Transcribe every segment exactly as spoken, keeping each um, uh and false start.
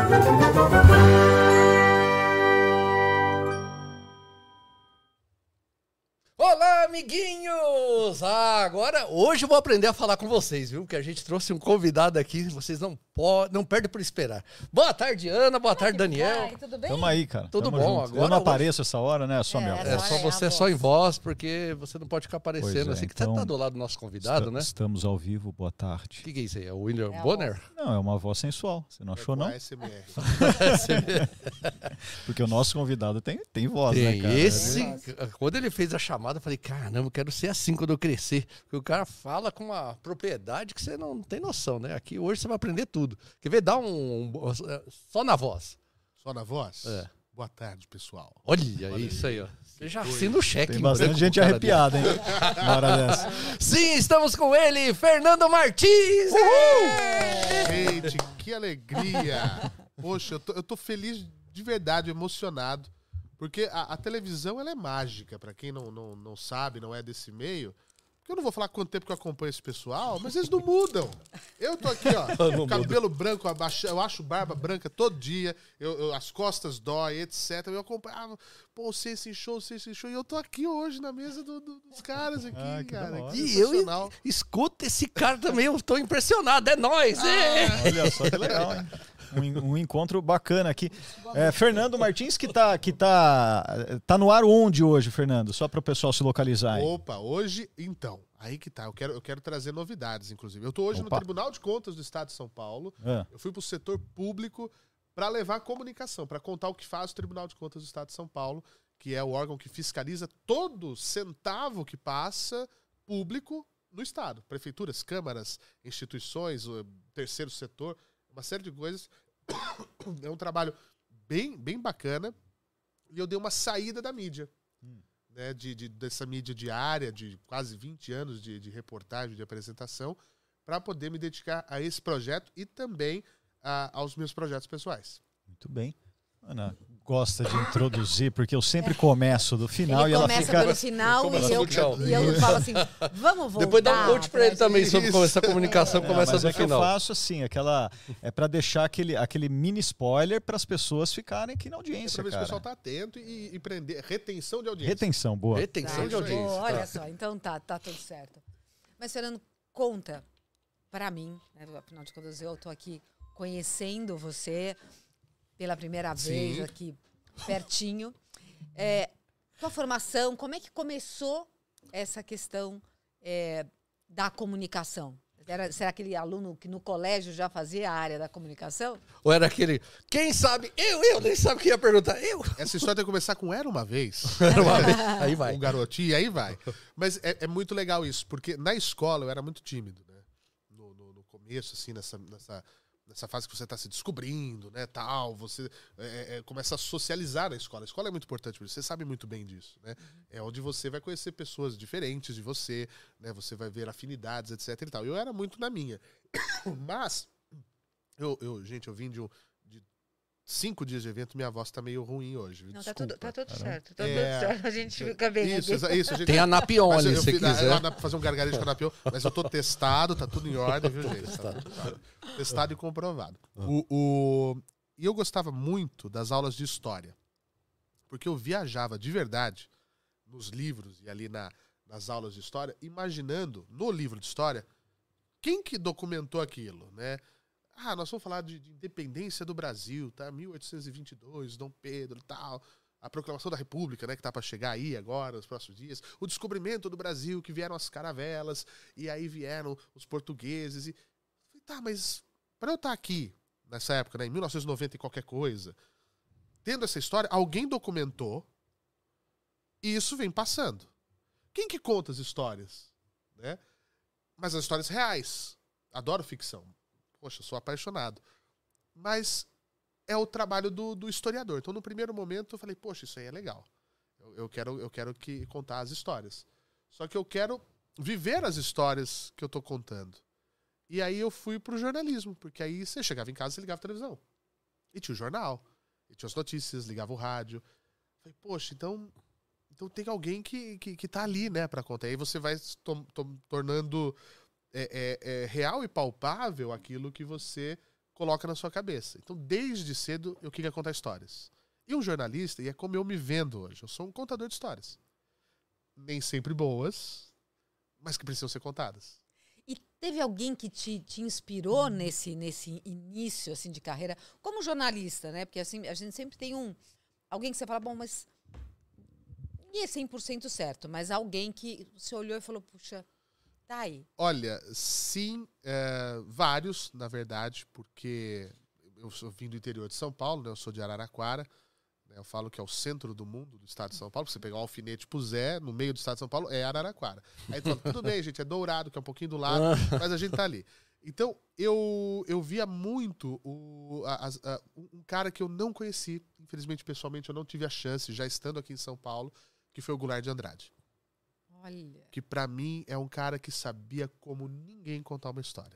Olá, amiguinhos! Ah, agora, hoje eu vou aprender a falar com vocês, viu? Porque a gente trouxe um convidado aqui, vocês não podem, não perdem por esperar. Boa tarde, Ana, boa tarde, Daniel. Vai, tudo bem? Tamo aí, cara. Tudo Tamo bom, junto. agora Eu não hoje- apareço essa hora, né? É só É, meu. essa É hora só é a você, voz. só em voz, porque você não pode ficar aparecendo Pois é, assim, que você então, tá do lado do nosso convidado, né? Estamos ao vivo, boa O tarde. que, que é isso aí? É o William É a Bonner? Não, é uma voz sensual. Você não achou, não? A S M R. Porque o nosso convidado tem, tem voz, Tem né, cara? esse, quando ele fez a chamada, eu falei, caramba, eu quero ser assim quando eu crescer. Porque o cara fala com uma propriedade que você não tem noção, né? Aqui hoje você vai aprender tudo. Quer ver? Dá um, um só na voz. Só na voz? É. Boa tarde, pessoal. Olha, isso aí, ó. Você já assina o cheque. Tem em bastante branco gente pro cara arrepiada, hein? Na hora dessa. dele. Sim, estamos com ele, Fernando Martins! Gente, que alegria. Poxa, eu tô, eu tô feliz de verdade, emocionado. Porque a, a televisão, ela é mágica. Pra quem não, não, não sabe, não é desse meio. Porque eu não vou falar quanto tempo que eu acompanho esse pessoal, mas eles não mudam. Eu tô aqui, ó, cabelo branco, abaixo, eu acho barba branca todo dia, eu, eu- as costas dói, etcétera. Eu acompanhava, pô, você se inchou, você se inchou, e eu tô aqui hoje na mesa do- do- dos caras aqui, Ah, que da cara. hora. Que E eu sensacional. escuta esse cara também, eu tô impressionado, é nóis! é. Olha só que legal, hein? Um, en- um encontro bacana aqui. É, Fernando Martins, que tá, que tá, tá no ar onde hoje, Fernando? Só para o pessoal se localizar aí. Opa, hoje, então, aí que tá. Eu quero, eu quero trazer novidades, inclusive. Eu tô hoje Opa. no Tribunal de Contas do Estado de São Paulo. Ah, Eu fui pro setor público para levar comunicação, para contar o que faz o Tribunal de Contas do Estado de São Paulo, que é o órgão que fiscaliza todo centavo que passa público no Estado. Prefeituras, câmaras, instituições, o terceiro setor, uma série de coisas. É um trabalho bem, bem bacana. E eu dei uma saída da mídia. Né, de, de- dessa mídia diária, de quase vinte anos de, de reportagem, de apresentação, para poder me dedicar a esse projeto e também a- aos meus projetos pessoais. muito bem. Ana gosta de introduzir, porque eu sempre começo do final Ele e ela começa fica... pelo final Começa e eu, do tchau. e eu falo assim, vamos voltar. Depois dá um coach pra ele também sobre Isso. como essa comunicação É, começa mas do é que final. eu faço assim, aquela é para deixar aquele, aquele mini spoiler para as pessoas ficarem aqui na É audiência, para ver se o cara. pessoal tá atento e, e prender. Retenção de audiência. Retenção, boa. Retenção Tá, de audiência. boa, olha tá. só, então tá, tá tudo certo. Mas, Fernando, conta pra mim, né, afinal de contas eu tô aqui conhecendo você pela primeira vez Sim. aqui pertinho. É, tua formação, como é que começou essa questão é, da comunicação? Era, será aquele aluno que no colégio já fazia a área da comunicação? Ou era aquele, quem sabe? Eu, eu, nem sabe o que ia perguntar. Eu. Essa história tem que começar com Era Uma Vez. Era uma vez. Aí vai. Um garotinho, e aí vai. Mas é, é muito legal isso, porque na escola eu era muito tímido, né? No, no, no começo, assim, nessa, nessa, nessa fase que você está se descobrindo, né, tal, você é, é, começa a socializar na escola. A escola é muito importante por isso, você sabe muito bem disso, né? É onde você vai conhecer pessoas diferentes de você, né? Você vai ver afinidades, etc e tal. Eu era muito na minha. Mas, eu, eu, gente, eu vim de, um, de cinco dias de evento, minha voz tá meio ruim hoje. Não, tá desculpa. tudo, tá tudo Caramba. certo. Tá É. tudo certo. A gente fica bem Isso, aqui. exa- isso, a gente... Tem a Mas Napione, eu se fiz- quiser. eu- eu- fazer um gargarejo com a Napion, mas eu tô testado, tá tudo em ordem, viu, gente? Tá tudo, tá, testado e comprovado. O, o- E eu gostava muito das aulas de história, porque eu viajava de verdade nos livros e ali na, nas aulas de história, imaginando no livro de história quem que documentou aquilo, né? Ah, nós vamos falar de, de independência do Brasil, tá? mil oitocentos e vinte e dois, Dom Pedro e tal. A proclamação da República, né, que tá para chegar aí agora, nos próximos dias. O descobrimento do Brasil, que vieram as caravelas, e aí vieram os portugueses. E... Tá, mas para eu estar aqui, nessa época, né, em mil novecentos e noventa e qualquer coisa, tendo essa história, alguém documentou e isso vem passando. Quem que conta as histórias? Né? Mas as histórias reais. Adoro ficção. Poxa, sou apaixonado. Mas é o trabalho do, do historiador. Então, no primeiro momento, eu falei, poxa, isso aí é legal. Eu, eu quero, eu quero que, contar as histórias. Só que eu quero viver as histórias que eu tô contando. E aí eu fui pro jornalismo, porque aí você chegava em casa e ligava a televisão. E tinha o jornal, e tinha as notícias, ligava o rádio. Falei, poxa, então, então tem alguém que, que, que tá ali, né, pra contar. Aí você vai se to- to- tornando é, é, é, real e palpável aquilo que você coloca na sua cabeça. Então, desde cedo, eu queria contar histórias. E um jornalista, e é como eu me vendo hoje, eu sou um contador de histórias. Nem sempre boas, mas que precisam ser contadas. E teve alguém que te, te inspirou nesse, nesse início assim, de carreira, como jornalista, né? Porque assim, a gente sempre tem um... Alguém que você fala, bom, mas... Ninguém é cem por cento certo, mas alguém que você olhou e falou, puxa, tá aí. Olha, sim, é, vários, na verdade, porque eu sou vim do interior de São Paulo, né? Eu sou de Araraquara. Eu falo que é o centro do mundo do estado de São Paulo. Você pegar um alfinete e puser no meio do estado de São Paulo, é Araraquara. Aí tu fala, tudo bem, gente, é Dourado, que é um pouquinho do lado, mas a gente tá ali. Então, eu, eu via muito o, a, a, um cara que eu não conheci, infelizmente, pessoalmente, eu não tive a chance, já estando aqui em São Paulo, que foi o Goulart de Andrade. Olha. Que pra mim é um cara que sabia como ninguém contar uma história.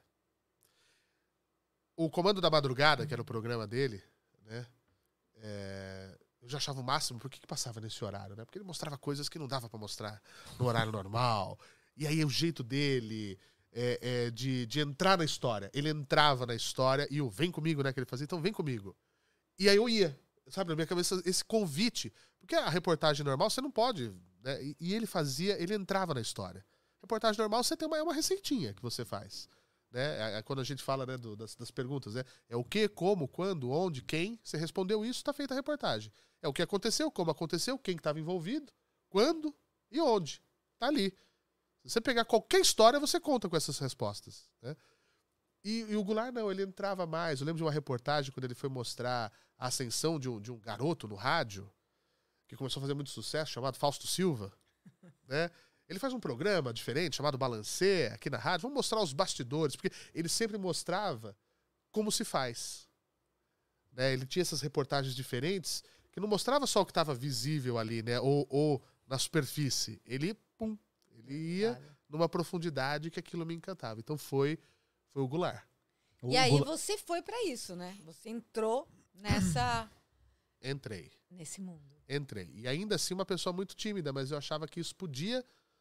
O Comando da Madrugada, que era o programa dele, né? É, eu já achava o máximo, por que, que passava nesse horário, né? Porque ele mostrava coisas que não dava pra mostrar no horário normal. E aí o jeito dele é, é, de, de entrar na história. Ele entrava na história e o vem comigo, né? Que ele fazia, então vem comigo. E aí eu ia, sabe, na minha cabeça, esse convite. Porque a reportagem normal você não pode, né? E, e ele fazia, ele entrava na história. Reportagem normal você tem uma, é uma receitinha que você faz. Né? Quando a gente fala, né, do, das, das perguntas, né? É o que, como, quando, onde, quem. Você respondeu isso, está feita a reportagem. É o que aconteceu, como aconteceu, quem estava envolvido, quando e onde. Tá ali. Se você pegar qualquer história, você conta com essas respostas. Né? E, e o Goulart, não, ele entrava mais. Eu lembro de uma reportagem quando ele foi mostrar a ascensão de um, de um garoto no rádio, que começou a fazer muito sucesso, chamado Fausto Silva. Né? Ele faz um programa diferente, chamado Balancê, aqui na rádio. Vamos mostrar os bastidores, porque ele sempre mostrava como se faz. Né? Ele tinha essas reportagens diferentes, que não mostrava só o que estava visível ali, né? Ou, ou na superfície. Ele, pum, ele ia numa profundidade que aquilo me encantava. Então foi, foi o Goulart. E aí você foi pra isso, né? Você entrou nessa... Entrei. Nesse mundo. Entrei. E ainda assim uma pessoa muito tímida, mas eu achava que isso podia...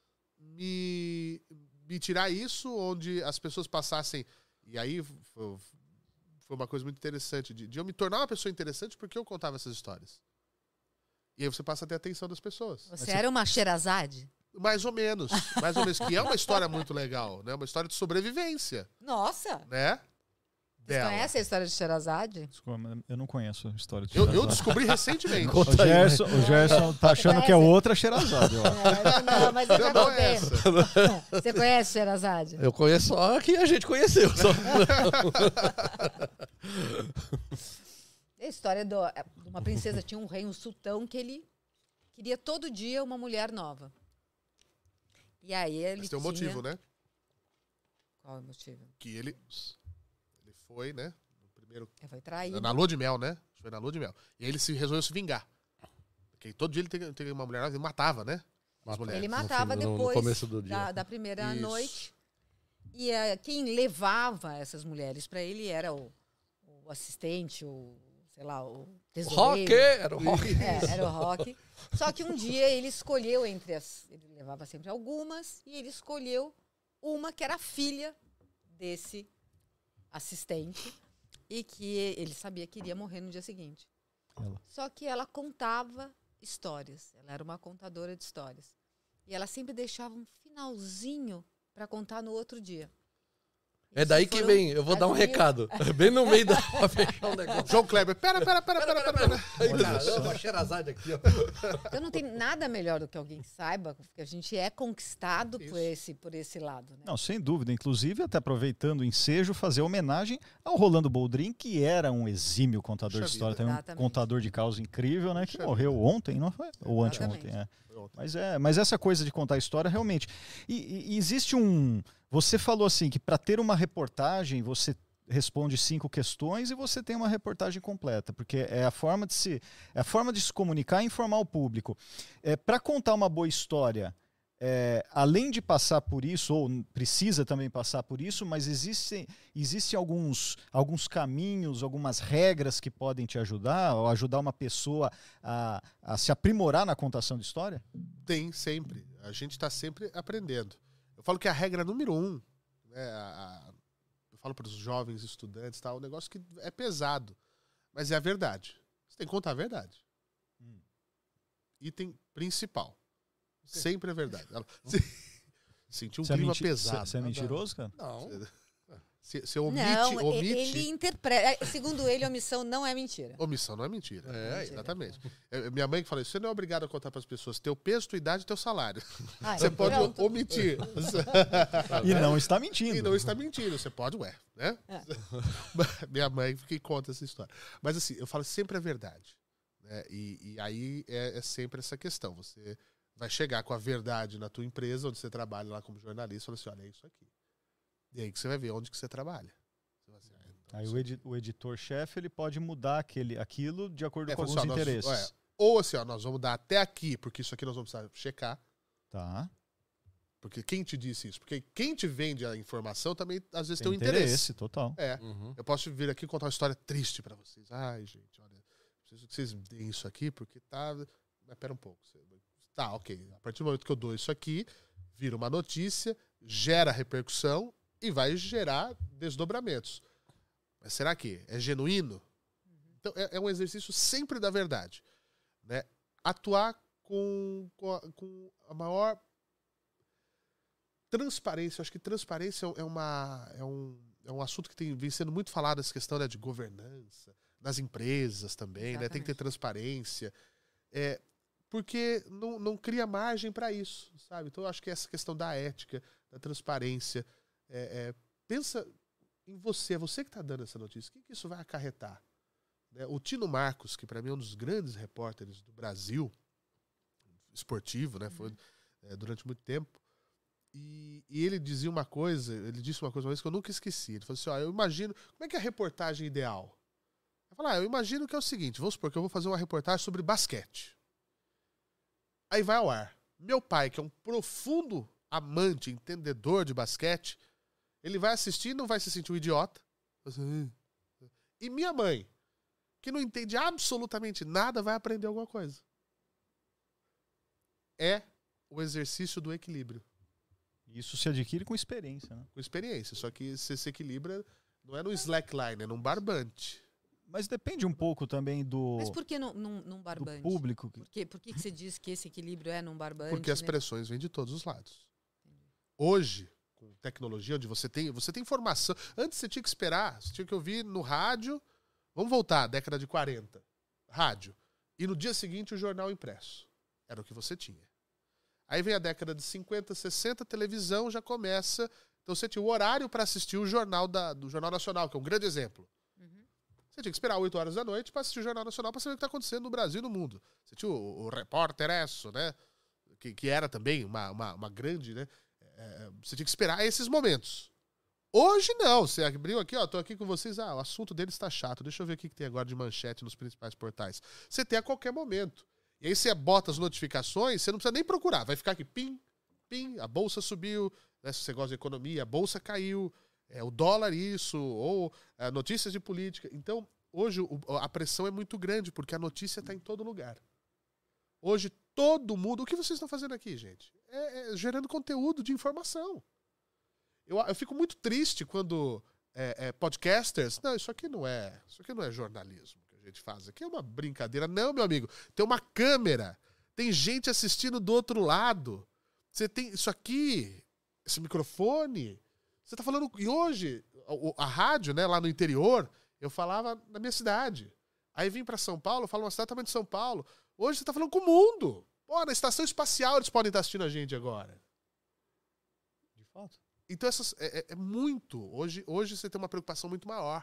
Me, me tirar isso, onde as pessoas passassem. E aí foi, foi uma coisa muito interessante, de, de eu me tornar uma pessoa interessante porque eu contava essas histórias. E aí você passa a ter a atenção das pessoas. Você Mas era você... uma Sherazade? Mais ou menos. Mais ou menos. Que é uma história muito legal, né? Uma história de sobrevivência. Nossa! Né? Você conhece a história de Sherazade? Eu não conheço a história de Sherazade. Eu, eu descobri recentemente. O Gerson, o Gerson tá achando que é outra Sherazade. É, não, mas eu já não é essa. Você conhece Sherazade? Eu conheço só que a gente conheceu. Só. A história do, de uma princesa. Tinha um rei, um sultão, que ele queria todo dia uma mulher nova. E aí ele Mas tem um tinha... motivo, né? Qual é o motivo? Que ele... Foi, né? No primeiro... Ele foi traído. Na lua de mel, né? Foi na lua de mel. E aí ele se, resolveu se vingar. Porque todo dia ele teve, teve uma mulher, ele matava, né? As mulheres. Ele matava no fim, depois no começo do dia. Da, da primeira Isso. noite. E uh, quem levava essas mulheres para ele era o, o assistente, o, sei lá, o tesoureiro. Rock! Era o Rock. É, era o Rock. Só que um dia ele escolheu entre as... Ele levava sempre algumas e ele escolheu uma que era filha desse assistente e que ele sabia que iria morrer no dia seguinte. Ela. Só que ela contava histórias. Ela era uma contadora de histórias. E ela sempre deixava um finalzinho para contar no outro dia. É daí que vem, eu vou dar um recado. Bem no meio da... pra fechar um negócio. João Kleber, pera, pera, pera, pera, pera, pera. Ai, caramba, a Sherazade aqui, ó. Então não tem nada melhor do que alguém saiba, porque a gente é conquistado por esse, por esse lado. Né? Não, sem dúvida. Inclusive, até aproveitando o ensejo, fazer homenagem ao Rolando Boldrin, que era um exímio contador Puxa de história, vida. tem um Exatamente. contador de causa incrível, né? Que Puxa morreu ontem, não foi? Ou Exatamente. anteontem, é. Mas, é, mas essa coisa de contar história, realmente. E, e existe um... Você falou assim, que para ter uma reportagem, você responde cinco questões e você tem uma reportagem completa, porque é a forma de se, é a forma de se comunicar e informar o público. É, para contar uma boa história, é, além de passar por isso, ou precisa também passar por isso, mas existem, existem alguns, alguns caminhos, algumas regras que podem te ajudar, ou ajudar uma pessoa a, a se aprimorar na contação de história? Tem, sempre. A gente está sempre aprendendo. Eu falo que a regra número um, né, a, a, eu falo para os jovens estudantes, tá, um negócio que é pesado, mas é a verdade. Você tem que contar a verdade. Hum. Item principal. Sempre é verdade. Ela, se, sentiu um Você clima é menti- pesado. Você é mentiroso, cara? Não. Se, se omite, Não, omite... ele interpreta. Segundo ele, omissão não é mentira. Omissão não é mentira. É, exatamente. É, minha mãe que fala isso, você não é obrigado a contar para as pessoas teu peso, tua idade e teu salário. Ah, Você então pode pronto. omitir. E não está mentindo. E não está mentindo. Você pode, ué, né? É. Minha mãe que conta essa história. Mas assim, eu falo sempre a verdade. Né? E, e aí é, é sempre essa questão. Você vai chegar com a verdade na tua empresa, onde você trabalha lá como jornalista, e fala assim, olha, é isso aqui. E aí que você vai ver onde que você trabalha. Você vai assim, ah, então Aí isso o, edi o editor-chefe ele pode mudar aquele, aquilo de acordo É, com fala alguns assim, ó, nós- interesses. é, ou assim, ó, nós vamos dar até aqui, porque isso aqui nós vamos precisar checar. Tá. Porque quem te disse isso? Porque quem te vende a informação também, às vezes, Tem tem um interesse. interesse, total. É. Uhum. Eu posso vir aqui contar uma história triste pra vocês. Ai, gente, olha, preciso que vocês deem isso aqui, porque tá... Mas pera um pouco. Tá, ok. A partir do momento que eu dou isso aqui, vira uma notícia, gera repercussão e vai gerar desdobramentos. Mas será que é genuíno? Então, é, é um exercício sempre da verdade. Né? Atuar com, com, a, com a maior transparência. Eu acho que transparência é, uma, é, um, é um assunto que tem, vem sendo muito falado, essa questão, né, de governança, nas empresas também, né? Tem que ter transparência. É, porque não, não cria margem para isso, sabe? Então, eu acho que essa questão da ética, da transparência, é, é, pensa em você, é você que está dando essa notícia. O que, que isso vai acarretar? Né? O Tino Marcos, que para mim é um dos grandes repórteres do Brasil, esportivo, né? Foi é, durante muito tempo, e, e ele dizia uma coisa, ele disse uma coisa uma vez que eu nunca esqueci. Ele falou assim, ó, eu imagino, como é que é a reportagem ideal? Eu falei, ah, eu imagino que é o seguinte, vamos supor que eu vou fazer uma reportagem sobre basquete. Aí vai ao ar. Meu pai, que é um profundo amante, entendedor de basquete, ele vai assistir e não vai se sentir um idiota. E minha mãe, que não entende absolutamente nada, vai aprender alguma coisa. É o exercício do equilíbrio. Isso se adquire com experiência, né? Com experiência. Só que você se equilibra, não é no slackline, é num barbante. Mas depende um pouco também do, Mas por que num, num, num do barbante? público. Por, quê? por que, que você diz que esse equilíbrio é num barbante? Porque as né? pressões vêm de todos os lados. Hoje, com tecnologia, onde você tem, você tem informação. Antes você tinha que esperar, você tinha que ouvir no rádio. Vamos voltar, década de quarenta. Rádio. E no dia seguinte o jornal impresso. Era o que você tinha. Aí vem a década de cinquenta, sessenta, televisão já começa. Então você tinha o horário para assistir o jornal da, do Jornal Nacional, que é um grande exemplo. Uhum. Você tinha que esperar oito horas da noite para assistir o Jornal Nacional para saber o que está acontecendo no Brasil e no mundo. Você tinha o, o Repórter Esso, né? Que, que era também uma, uma, uma grande, né? É, você tinha que esperar esses momentos. Hoje não. Você abriu aqui, ó, tô aqui com vocês. Ah, o assunto deles está chato. Deixa eu ver o que, que tem agora de manchete nos principais portais. Você tem a qualquer momento. E aí você bota as notificações, você não precisa nem procurar. Vai ficar aqui, pim, pim, a bolsa subiu, né, se você gosta de economia, a bolsa caiu, é, o dólar isso, ou é, notícias de política. Então, hoje o, a pressão é muito grande, porque a notícia está em todo lugar. Hoje, todo mundo... O que vocês estão fazendo aqui, gente? É, é gerando conteúdo de informação. Eu, eu fico muito triste quando é, é, podcasters... Não, isso aqui não é, isso aqui não é jornalismo. A gente faz aqui é uma brincadeira. Não, meu amigo, tem uma câmera, tem gente assistindo do outro lado, você tem isso aqui, esse microfone, você tá falando, e hoje a, a rádio, né, lá no interior, eu falava na minha cidade, aí vim para São Paulo, eu falo uma cidade também de São Paulo, hoje você tá falando com o mundo, pô, na estação espacial eles podem estar assistindo a gente agora. De fato. Então essas, é, é, é muito, hoje, hoje você tem uma preocupação muito maior.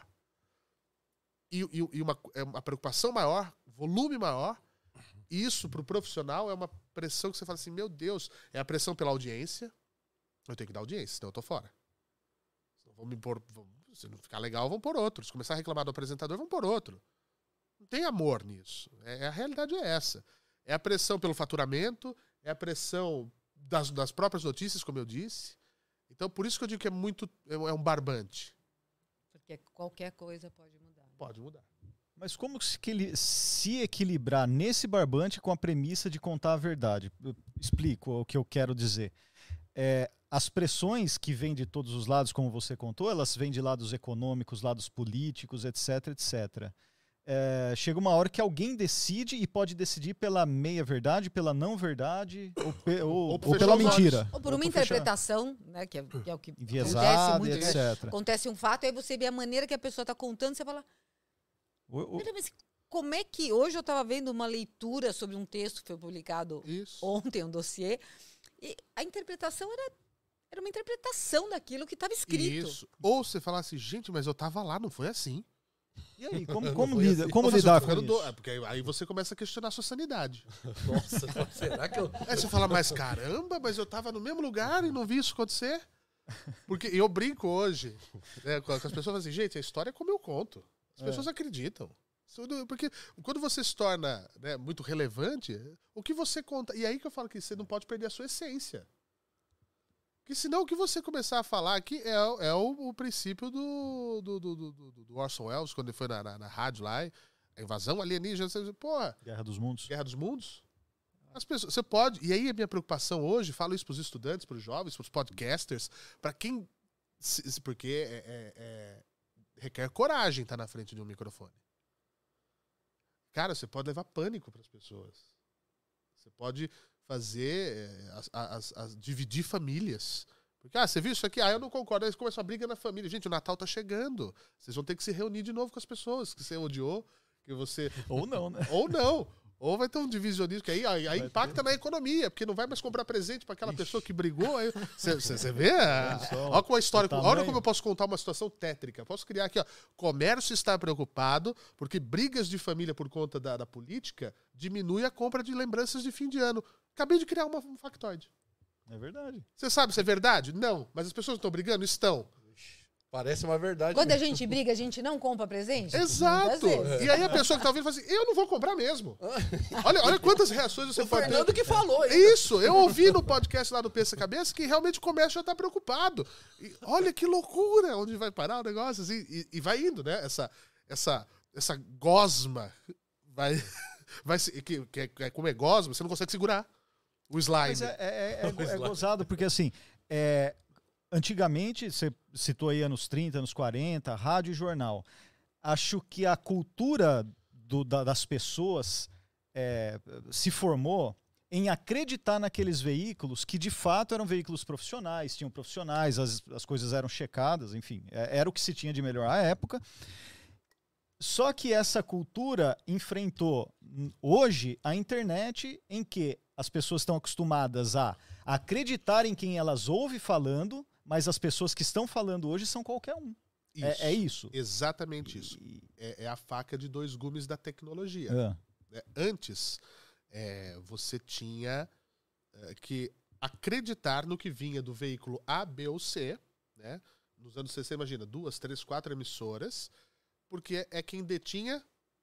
E, e, e uma, é uma preocupação maior, volume maior. Isso, para o profissional, é uma pressão que você fala assim, meu Deus, é a pressão pela audiência. Eu tenho que dar audiência, senão eu tô fora. Senão vão me pôr, vão, se não ficar legal, vão por outro. Se começar a reclamar do apresentador, vão por outro. Não tem amor nisso. É, a realidade é essa. É a pressão pelo faturamento, é a pressão das, das próprias notícias, como eu disse. Então, por isso que eu digo que é muito, é um barbante. Porque qualquer coisa pode mudar. Pode mudar. Mas como se, equili- se equilibrar nesse barbante com a premissa de contar a verdade? Eu explico o que eu quero dizer. É, as pressões que vêm de todos os lados, como você contou, elas vêm de lados econômicos, lados políticos, etc, etcétera. É, chega uma hora que alguém decide e pode decidir pela meia-verdade, pela não-verdade ou, pe- ou, Ou ou fechar pela os olhos. mentira. Ou por uma Ou fechar- interpretação, né? Que é, que é o que acontece enviesada muito. e né? etcétera. Acontece um fato, aí você vê a maneira que a pessoa está contando, você fala, O- o- "Pera, mas como é que... Hoje eu estava vendo uma leitura sobre um texto que foi publicado Isso. ontem, um dossiê, e a interpretação era, era uma interpretação daquilo que estava escrito. Isso. Ou você falar assim, gente, mas eu tava lá, não foi assim. E aí, como, Não como, foi lida, assim. como Ou você lidar tá com ficando isso? do- é, porque aí, aí você começa a questionar a sua sanidade. Nossa, será que eu. Aí você fala, mas caramba, mas eu tava no mesmo lugar e não vi isso acontecer? Porque eu brinco hoje, né, com as pessoas falam assim, gente, a história é como eu conto. As É. pessoas acreditam. Isso- Porque quando você se torna, né, muito relevante, o que você conta. E aí que eu falo que você não pode perder a sua essência. Porque senão o que você começar a falar aqui é, o- é o, o princípio do, do, do, do, do- do Orson Welles, quando ele foi na, na, na rádio lá, a invasão alienígena, você diz, porra, Guerra dos Mundos. Guerra dos Mundos? As pessoas, você pode, e aí a minha preocupação hoje, falo isso para os estudantes, para os jovens, para os podcasters, para quem, se- se- porque é, é- é- requer coragem estar na frente de um microfone. Cara, você pode levar pânico para as pessoas. Você pode fazer, é, as, as- as- dividir famílias. Porque, ah, você viu isso aqui? Ah, eu não concordo. Aí começa uma briga na família. Gente, o Natal tá chegando. Vocês vão ter que se reunir de novo com as pessoas que você odiou, que você... Ou não, né? Ou não. Ou vai ter um divisionismo, que aí, aí, aí Vai impacta na economia, porque não vai mais comprar presente para aquela pessoa que brigou. Você vê? Ah, só Olha como a história. o tamanho. Olha como eu posso contar uma situação tétrica. Posso criar aqui, ó. Comércio está preocupado porque brigas de família por conta da, da política diminui a compra de lembranças de fim de ano. Acabei de criar uma, um factoide. É verdade. Você sabe se é verdade? Não. Mas as pessoas estão brigando? Estão. Parece uma verdade. Quando a mesmo. gente briga, a gente não compra presente? Exato. Muitas vezes. E aí a pessoa que tá ouvindo fala assim, eu não vou comprar mesmo. Olha, olha quantas reações você O pode ter. Fernando que falou ainda. Isso, eu ouvi no podcast lá do Pensa Cabeça que realmente o comércio já tá preocupado. E olha que loucura onde vai parar o negócio. Assim, e, e vai indo, né? Essa, essa, essa gosma vai, vai se- que, que, é, que é como é gosma, você não consegue segurar o slime. Mas é, é, é, é gozado, porque assim, é, antigamente, você citou aí anos trinta, anos quarenta, rádio e jornal. Acho que a cultura do- da- das pessoas é, se formou em acreditar naqueles veículos que de fato eram veículos profissionais, tinham profissionais, as, as coisas eram checadas, enfim, é- era o que se tinha de melhor à época. Só que essa cultura enfrentou hum, hoje a internet, em que as pessoas estão acostumadas a acreditar em quem elas ouvem falando, mas as pessoas que estão falando hoje são qualquer um. Isso. É, é isso. Exatamente isso. E- É, é a faca de dois gumes da tecnologia. Ah, né? Antes, é, você tinha é, que acreditar no que vinha do veículo A, B ou C, né? Nos anos sessenta, imagina, duas, três, quatro emissoras, porque é quem detinha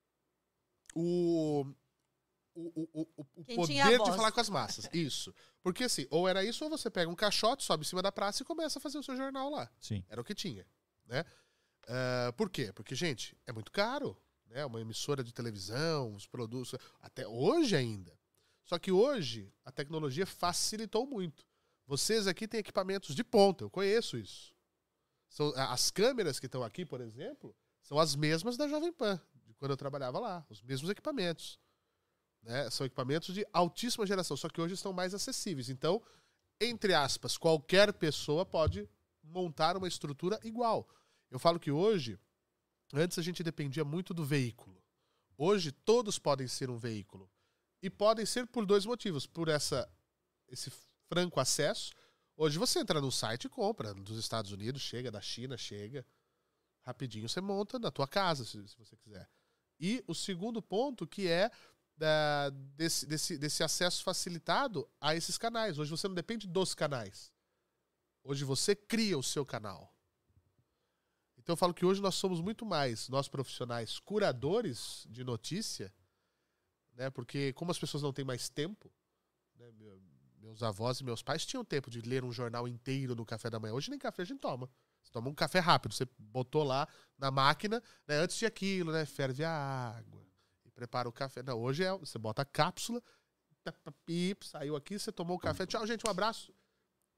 o, o, o, o, o Quem tinha a poder de voz. falar com as massas. Isso. Porque assim, ou era isso, ou você pega um caixote, sobe em cima da praça e começa a fazer o seu jornal lá. sim. Era o que tinha, né? Ah, por quê? Porque, gente, é muito caro, né? Uma emissora de televisão, os produtos, até hoje ainda. Só que hoje a tecnologia facilitou muito. Vocês aqui têm equipamentos de ponta, eu conheço isso. São, as câmeras que estão aqui, por exemplo, são as mesmas da Jovem Pan, de quando eu trabalhava lá, os mesmos equipamentos. Né? São equipamentos de altíssima geração, só que hoje estão mais acessíveis. Então, entre aspas, qualquer pessoa pode montar uma estrutura igual. Eu falo que hoje, antes a gente dependia muito do veículo. Hoje todos podem ser um veículo. E podem ser por dois motivos. Por essa, esse franco acesso. Hoje você entra no site e compra. Dos Estados Unidos, chega, da China, chega. Rapidinho você monta na tua casa, se, se você quiser. E o segundo ponto que é da, desse, desse, desse acesso facilitado a esses canais. Hoje você não depende dos canais. Hoje você cria o seu canal. Então eu falo que hoje nós somos muito mais, nós profissionais, curadores de notícia, né? Porque como as pessoas não têm mais tempo, né? Meu, meus avós e meus pais tinham tempo de ler um jornal inteiro no café da manhã. Hoje nem café a gente toma. Você toma um café rápido, você botou lá na máquina, né? Antes de aquilo, né? Ferve a água e prepara o café. Não, hoje é, você bota a cápsula, pip, saiu aqui, você tomou o café. Tchau, gente, um abraço.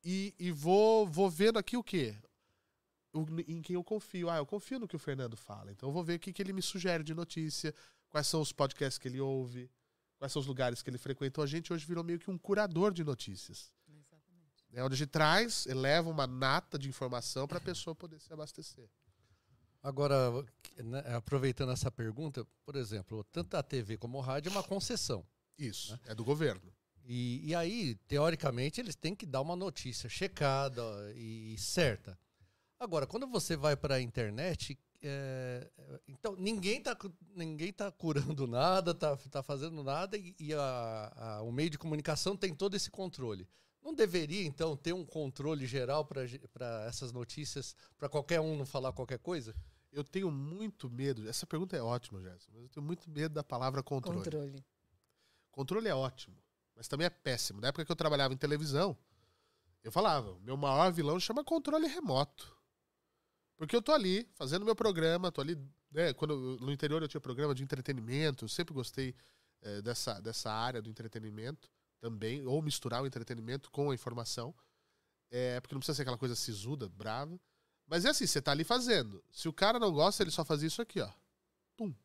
e, e vou, vou vendo aqui o quê? O, em quem eu confio. Ah, eu confio no que o Fernando fala. Então eu vou ver o que, que ele me sugere de notícia, quais são os podcasts que ele ouve, quais são os lugares que ele frequentou. A gente hoje virou meio que um curador de notícias. Exatamente. É onde a gente traz, eleva uma nata de informação para a pessoa poder se abastecer. Agora, né, aproveitando essa pergunta, por exemplo, tanto a T V como o rádio é uma concessão. Isso, né? É do governo. E, e aí, teoricamente, eles têm que dar uma notícia checada e certa. Agora, quando você vai para a internet, é, então ninguém está ninguém tá curando nada, tá, tá fazendo nada, e, e a, a, o meio de comunicação tem todo esse controle. Não deveria, então, ter um controle geral para essas notícias, para qualquer um não falar qualquer coisa? Eu tenho muito medo, essa pergunta é ótima, Gerson, mas eu tenho muito medo da palavra controle. Controle. Controle é ótimo, mas também é péssimo. Na época que eu trabalhava em televisão, eu falava, meu maior vilão chama controle remoto. Porque eu tô ali, fazendo meu programa, tô ali, né, quando eu, no interior eu tinha programa de entretenimento, eu sempre gostei é, dessa, dessa área do entretenimento também, ou misturar o entretenimento com a informação, é, porque não precisa ser aquela coisa sisuda, brava, mas é assim, você tá ali fazendo. Se o cara não gosta, ele só fazia isso aqui, ó. Pum.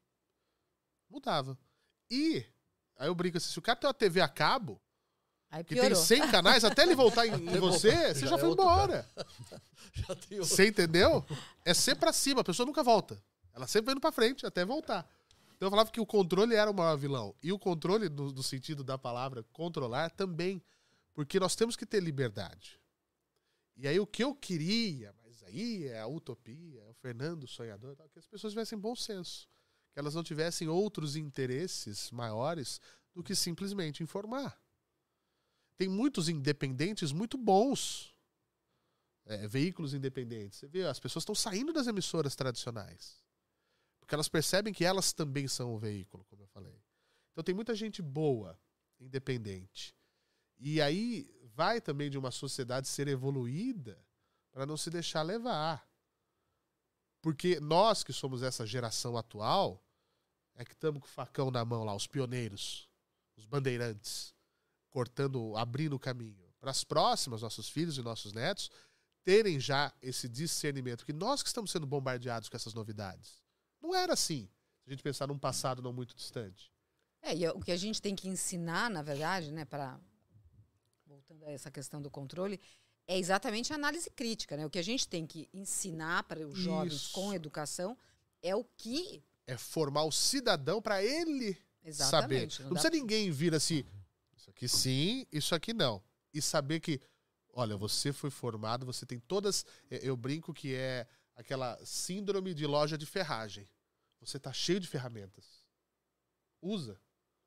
Mudava. E, aí eu brinco assim, se o cara tem uma T V a cabo, Aí que tem cem canais, até ele voltar em, em você, você já, já foi é embora. Já tem outro. Você entendeu? É sempre pra cima, a pessoa nunca volta. Ela sempre vai indo pra frente, até voltar. Então eu falava que o controle era o maior vilão. E o controle, no, no sentido da palavra controlar, também. Porque nós temos que ter liberdade. E aí o que eu queria, mas aí é a utopia, é o Fernando sonhador, que as pessoas tivessem bom senso. Que elas não tivessem outros interesses maiores do que simplesmente informar. Tem muitos independentes muito bons. É, veículos independentes. Você vê, as pessoas estão saindo das emissoras tradicionais. Porque elas percebem que elas também são o veículo, como eu falei. Então tem muita gente boa, independente. E aí vai também de uma sociedade ser evoluída para não se deixar levar. Porque nós que somos essa geração atual, é que estamos com o facão na mão lá, os pioneiros, os bandeirantes, cortando, abrindo o caminho para as próximas, nossos filhos e nossos netos, terem já esse discernimento, que nós que estamos sendo bombardeados com essas novidades. Não era assim, se a gente pensar num passado não muito distante. É, e o que a gente tem que ensinar, na verdade, né, para voltando a essa questão do controle, é exatamente a análise crítica, né? O que a gente tem que ensinar para os jovens Isso. com educação é o que... É formar o cidadão para ele exatamente, saber. Não, não precisa pra... ninguém vir assim, isso aqui sim, isso aqui não. E saber que, olha, você foi formado, você tem todas... Eu brinco que é aquela síndrome de loja de ferragem. Você tá cheio de ferramentas. Usa.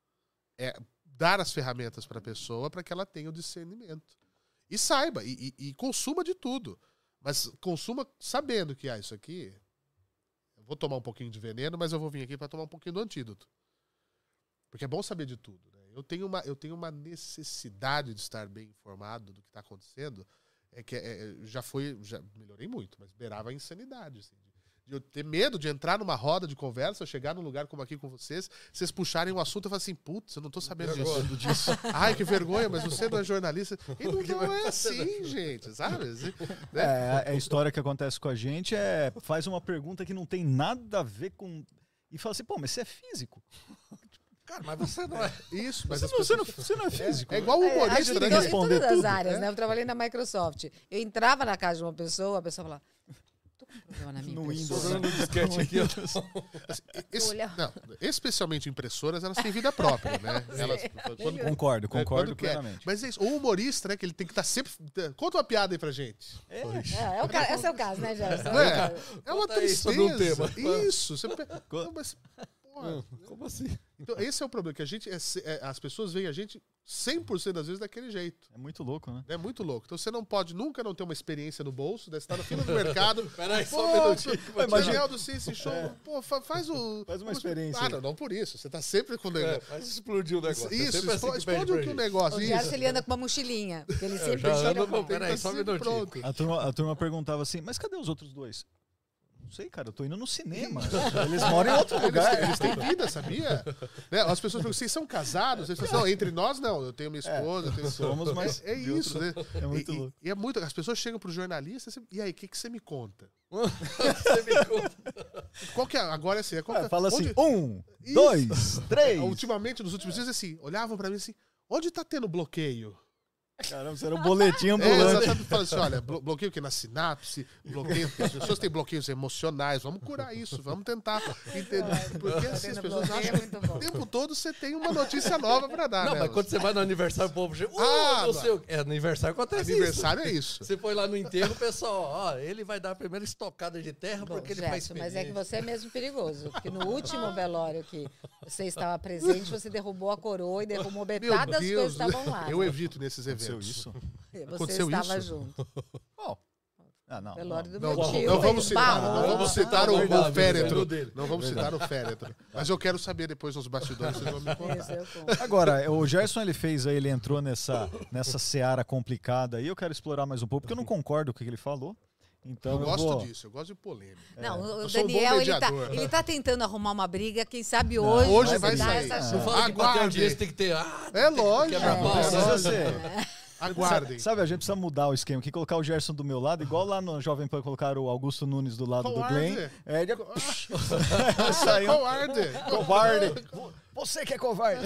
É dar as ferramentas para a pessoa para que ela tenha o discernimento. E saiba, e, e, e consuma de tudo. Mas consuma sabendo que, ah, isso aqui... Eu vou tomar um pouquinho de veneno, mas eu vou vir aqui para tomar um pouquinho do antídoto. Porque é bom saber de tudo, né? Eu tenho uma, eu tenho uma necessidade de estar bem informado do que está acontecendo. É que é, já foi, já melhorei muito, mas beirava a insanidade, assim, de, de eu ter medo de entrar numa roda de conversa, eu chegar num lugar como aqui com vocês, vocês puxarem um assunto e falar assim, putz, eu não tô sabendo disso, disso. Ai, que vergonha, mas você não é jornalista. E não, não é assim, gente, sabe? Assim, né? É, a história que acontece com a gente é, faz uma pergunta que não tem nada a ver com... E fala assim, pô, mas você é físico. Cara, mas você não é. Isso, mas você, não, você, não, você não é físico. É, é igual o humorista, né? Em responder todas tudo. as áreas, é? né? Eu trabalhei na Microsoft. Eu entrava na casa de uma pessoa, a pessoa falava, tô com um problema na minha no impressora. Windows, no disquete aqui. Assim, esse, não, especialmente impressoras, elas têm vida própria, né? Elas, quando, concordo, concordo quando plenamente. Quer. Mas é isso, o humorista, né? Que ele tem que estar sempre... Conta uma piada aí pra gente. É, é, é o ca... Esse é o caso, né, Gerson? É, é uma tristeza. Um tema. Isso. Você... Não, mas... Porra, como assim? Então, esse é o problema, que a gente é, é, as pessoas veem a gente cem por cento das vezes daquele jeito. É muito louco, né? É muito louco. Então você não pode nunca não ter uma experiência no bolso, né? Você tá na fila do mercado. Peraí, pô, só um minutinho. Daniel do Cici Show, é. pô, faz o... Faz uma experiência. Ah, não, não por isso. Você tá sempre com o negócio. É, faz explodir o negócio. Isso, é explode, assim explode o negócio. O Gerson, ele anda com uma mochilinha, porque ele sempre já tira ando, uma... Peraí, só um minutinho. A turma, a turma perguntava assim, mas cadê os outros dois? sei, cara, eu tô indo no cinema. Eles moram em outro lugar. Eles, eles têm vida, sabia? Né? As pessoas perguntam, vocês são casados? Eles falam, não, entre nós não, eu tenho minha esposa. Eu tenho... Somos, mas É, é isso, né? É muito e, louco. E, e é muito. As pessoas chegam pro jornalista e aí, o que, que você me conta? Você me conta. Qual que é? Agora é assim. É qual que é? Ah, fala assim, Onde- um, Isso. dois, três. Ultimamente, nos últimos dias, assim, olhavam pra mim assim, onde tá tendo bloqueio? Caramba, você era um boletim É, ambulante. exatamente. Fala assim, olha, blo- bloqueio que na sinapse, bloqueio, porque as pessoas têm bloqueios emocionais, vamos curar isso, vamos tentar entender. Porque assim, as Tendo pessoas bloqueio acham é que muito bom. o tempo todo você tem uma notícia nova pra dar, Não, né? mas quando você vai no aniversário, o povo chega. Uh, Ah, não sei o quê. É, aniversário acontece Aniversário isso. é isso. Você foi lá no enterro, o pessoal, ó, ele vai dar a primeira estocada de terra Bom, porque ele faz Gerson, mas é que experiência. você é mesmo perigoso. Porque no último velório que você estava presente, você derrubou a coroa e derrubou Meu metade das Deus, coisas que estavam lá. eu evito nesses Aconteceu eventos. isso? Você aconteceu estava isso? junto. Bom. Ah, não. Velório do Não, meu não, tio. não vamos ele citar, barrou. não vamos citar o, Verdade, o féretro. verdade dele. Não vamos citar o féretro. Mas eu quero saber depois nos bastidores, vocês vão me Isso, contar. eu conto. Agora, o Gerson ele fez aí, ele entrou nessa, nessa seara complicada aí. Eu quero explorar mais um pouco, porque eu não concordo com o que ele falou. Então Eu eu, gosto vou... disso, eu gosto de polêmica. Não, o Eu sou um bom Daniel, ele tá, mediador. ele tá tentando arrumar uma briga. Quem sabe Não, hoje, hoje vai vai dar sair. essa Não Não chance. fala que pra ter Aguardem. audiência tem que ter. Ah, É lógico. quebra-pau, é né? Precisa lógico. ser. Aguardem. Sabe, a gente precisa mudar o esquema aqui, colocar o Gerson do meu lado, igual lá no Jovem Pan colocaram o Augusto Nunes do lado Covarde. do Glenn. É, ele... Você Saiu. é covarde. Covarde. Você que é covarde.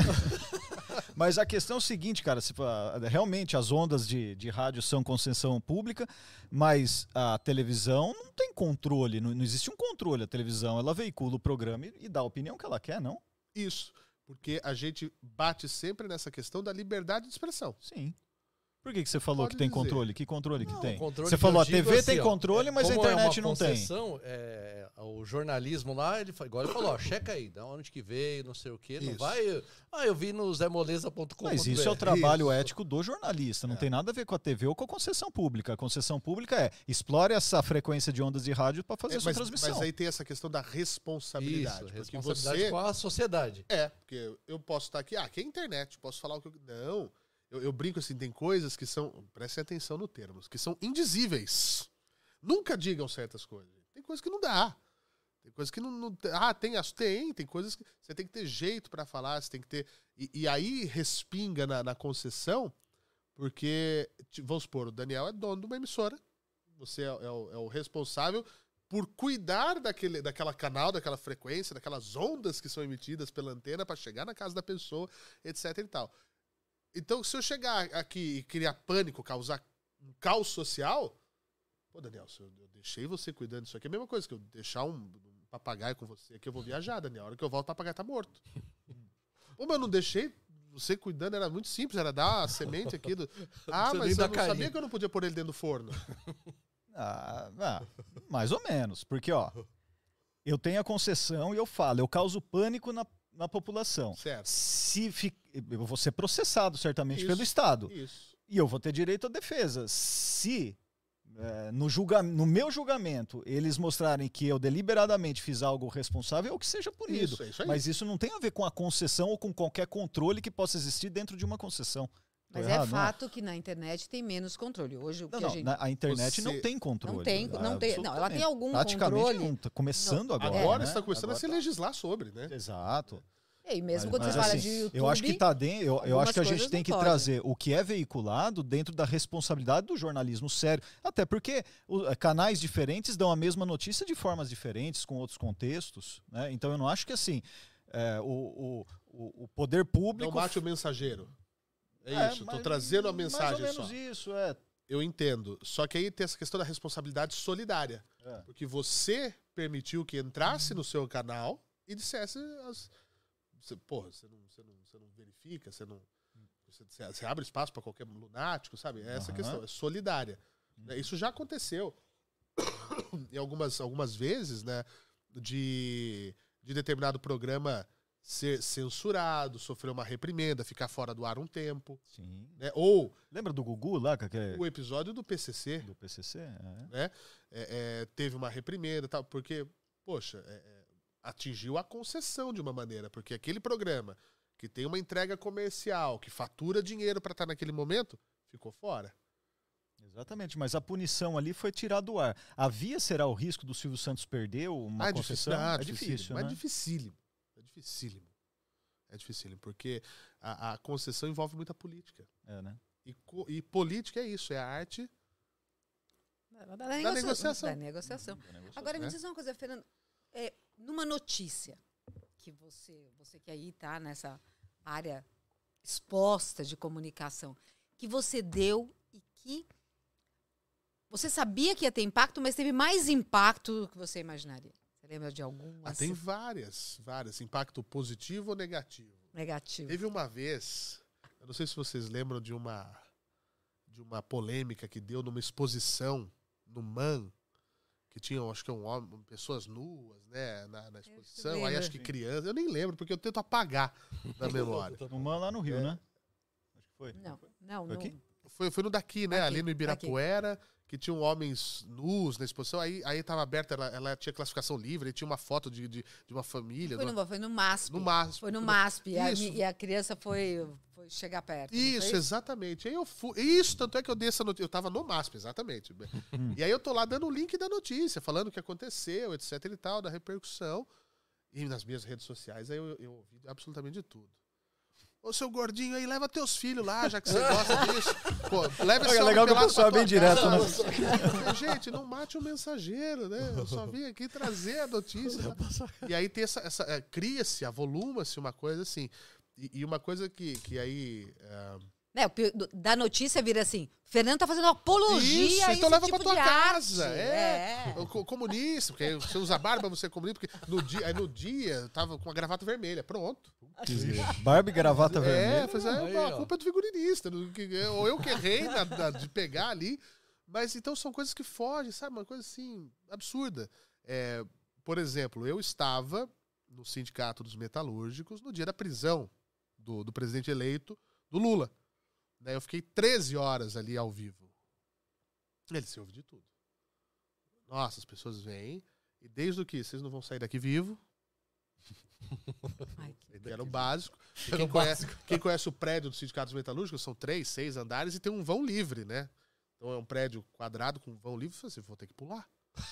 Mas a questão é o seguinte, cara, se, ah, realmente as ondas de, de rádio são concessão pública, mas a televisão não tem controle, não, não existe um controle. A televisão, ela veicula o programa e, e dá a opinião que ela quer, não? Isso. Porque a gente bate sempre nessa questão da liberdade de expressão. Sim. Por que, que você falou Pode que tem dizer. controle? Que controle Não, que tem? o controle Você que falou, eu a T V digo tem assim, ó, controle, mas a como é internet uma não tem. concessão, é, o jornalismo lá, ele, fa- igual ele falou, ó, checa aí, da onde que veio, não sei o quê, não Isso. vai... Ah, eu vi no zé moleza ponto com. Mas isso é o trabalho Isso. ético do jornalista, não tem nada a ver com a T V ou com a concessão pública. A concessão pública é explore essa frequência de ondas de rádio para fazer É, a sua mas, transmissão. mas aí tem essa questão da responsabilidade. Isso, porque responsabilidade você. com a sociedade. É, porque eu posso estar aqui, ah, aqui é internet, posso falar o que eu. Não. Eu, eu brinco assim, tem coisas que são. Prestem atenção no termo, que são indizíveis. Nunca digam certas coisas. Tem coisas que não dá. Tem coisas que não. não ah, tem, as- tem, tem coisas que você tem que ter jeito para falar, você tem que ter. E, e aí respinga na, na concessão, porque, ti- vamos supor, o Daniel é dono de uma emissora. Você é, é o, é o responsável por cuidar daquele, daquela canal, daquela frequência, daquelas ondas que são emitidas pela antena para chegar na casa da pessoa, etc e tal. Então, se eu chegar aqui e criar pânico, causar um caos social, pô, Daniel, se eu, eu deixei você cuidando disso aqui, é a mesma coisa que eu deixar um, um papagaio com você aqui, eu vou viajar, Daniel. A hora que eu volto, o papagaio tá morto. Pô, mas eu não deixei você cuidando, era muito simples, era dar a semente aqui do... Ah, Você mas nem eu dá não carinho. sabia que eu não podia pôr ele dentro do forno. Ah, ah, mais ou menos, porque ó, eu tenho a concessão e eu falo, eu causo pânico na, na população. Certo. Se fi, eu vou ser processado certamente Isso. pelo Estado Isso. e eu vou ter direito à defesa. Se é, no, julga, no meu julgamento eles mostrarem que eu deliberadamente fiz algo responsável, eu que seja punido. Isso, é isso aí. Mas isso não tem a ver com a concessão ou com qualquer controle que possa existir dentro de uma concessão. Tô Mas errado, é não fato que na internet tem menos controle. Hoje o que Não, a não, gente na- a internet Você- não tem controle. não tem, não tem, não, ela tem algum Praticamente controle. não, tá começando agora. Agora né? está começando Agora a se tá. legislar sobre, né? Exato. E mesmo Mas- quando mas você fala assim, de YouTube, eu acho que tá dentro, eu, eu algumas acho que a gente coisas tem não que podem. trazer o que é veiculado dentro da responsabilidade do jornalismo sério. Até porque o- canais diferentes dão a mesma notícia de formas diferentes, com outros contextos. Né? Então eu não acho que assim é, o, o, o poder público. Não mate o mensageiro. É, É, isso, tô mas- trazendo a mensagem Mais ou só. menos isso, é. Eu entendo. Só que aí tem essa questão da responsabilidade solidária. É. Porque você permitiu que entrasse no seu canal e dissesse as. Você, porra, você não, você, não, você não verifica, você não. Você, você abre espaço para qualquer lunático, sabe? É essa Aham. questão, é solidária. Né? Isso já aconteceu. em algumas, algumas vezes, né? De, de determinado programa ser censurado, sofrer uma reprimenda, ficar fora do ar um tempo. Sim. Né? Ou Lembra do Gugu lá, que é o episódio do P C C. do P C C? É. Né? É, é, teve uma reprimenda e tal, porque, poxa, é, é, atingiu a concessão de uma maneira, porque aquele programa que tem uma entrega comercial, que fatura dinheiro para estar naquele momento, ficou fora. Exatamente, mas a punição ali foi tirar do ar. Havia, será, o risco do Silvio Santos perder uma Ah, é concessão? difícil, ah, é difícil, difícil, mas né? é dificílimo. É dificílimo. É dificílimo, porque a, a concessão envolve muita política. É, né? E, co- e política é isso, é a arte Da, da negociação. Da negociação. Agora, me né? diz uma coisa, Fernando. É, numa notícia que você, você que aí está nessa área exposta de comunicação, que você deu e que você sabia que ia ter impacto, mas teve mais impacto do que você imaginaria. Você lembra de algum Ah, assim, tem várias, várias. Impacto positivo ou negativo. negativo? Teve uma vez, eu não sei se vocês lembram de uma, de uma polêmica que deu numa exposição no M A N, que tinham, acho que um homem, pessoas nuas, né, na, na exposição. Aí lembro. acho que crianças, eu nem lembro, porque eu tento apagar da memória. No Man lá no Rio, É. né? Acho que foi. Não, não, Foi não. aqui? Foi, foi no daqui, né? Aqui, Ali no Ibirapuera, que tinham homens nus na exposição. Aí, aí tava aberta, ela, ela tinha classificação livre, aí tinha uma foto de, de, de uma família. Foi do- no, foi no MASP. no MASP. Foi no MASP. E a, Isso. e a criança foi, foi chegar perto. não Isso, foi? exatamente. Aí eu fui. Isso, tanto é que eu dei essa notícia. Eu tava no MASP, exatamente. E aí eu tô lá dando o link da notícia, falando o que aconteceu, etc e tal, da repercussão. E nas minhas redes sociais, aí eu, eu ouvi absolutamente de tudo. Ô, seu gordinho aí, leva teus filhos lá, já que você gosta disso. Pô, leva esse É homem legal que o pelado pessoal é pra bem tua direto, casa. né? Gente, não mate o mensageiro, né? Eu só vim aqui trazer a notícia. E aí tem essa, essa é, cria-se, avoluma-se uma coisa assim. E, e uma coisa que, que aí... é, Né, o pi- do- da notícia vira assim, Fernando tá fazendo apologia Isso, a então esse leva tipo pra tua de casa. arte. É. O co- comunista, porque aí você usa barba, você é comunista, porque no dia, aí no dia eu tava com a gravata vermelha, pronto. Barbie, gravata É, vermelha. pois é, Aí, a ó. culpa é do figurinista, não- que- ou eu que errei na- na- de pegar ali. Mas então são coisas que fogem, sabe? Uma coisa assim, absurda. É, por exemplo, eu estava no Sindicato dos Metalúrgicos no dia da prisão do, do presidente eleito, do Lula. Né, eu fiquei treze horas ali ao vivo. Ele se ouve de tudo. Nossa, as pessoas vêm. E desde o que? Vocês não vão sair daqui vivo. Ai, que- Ele era o básico. E Era quem, o conhece, quem conhece o prédio dos sindicatos metalúrgicos, são três, seis andares e tem um vão livre, né? Então é um prédio quadrado com um vão livre, você vou ter que pular.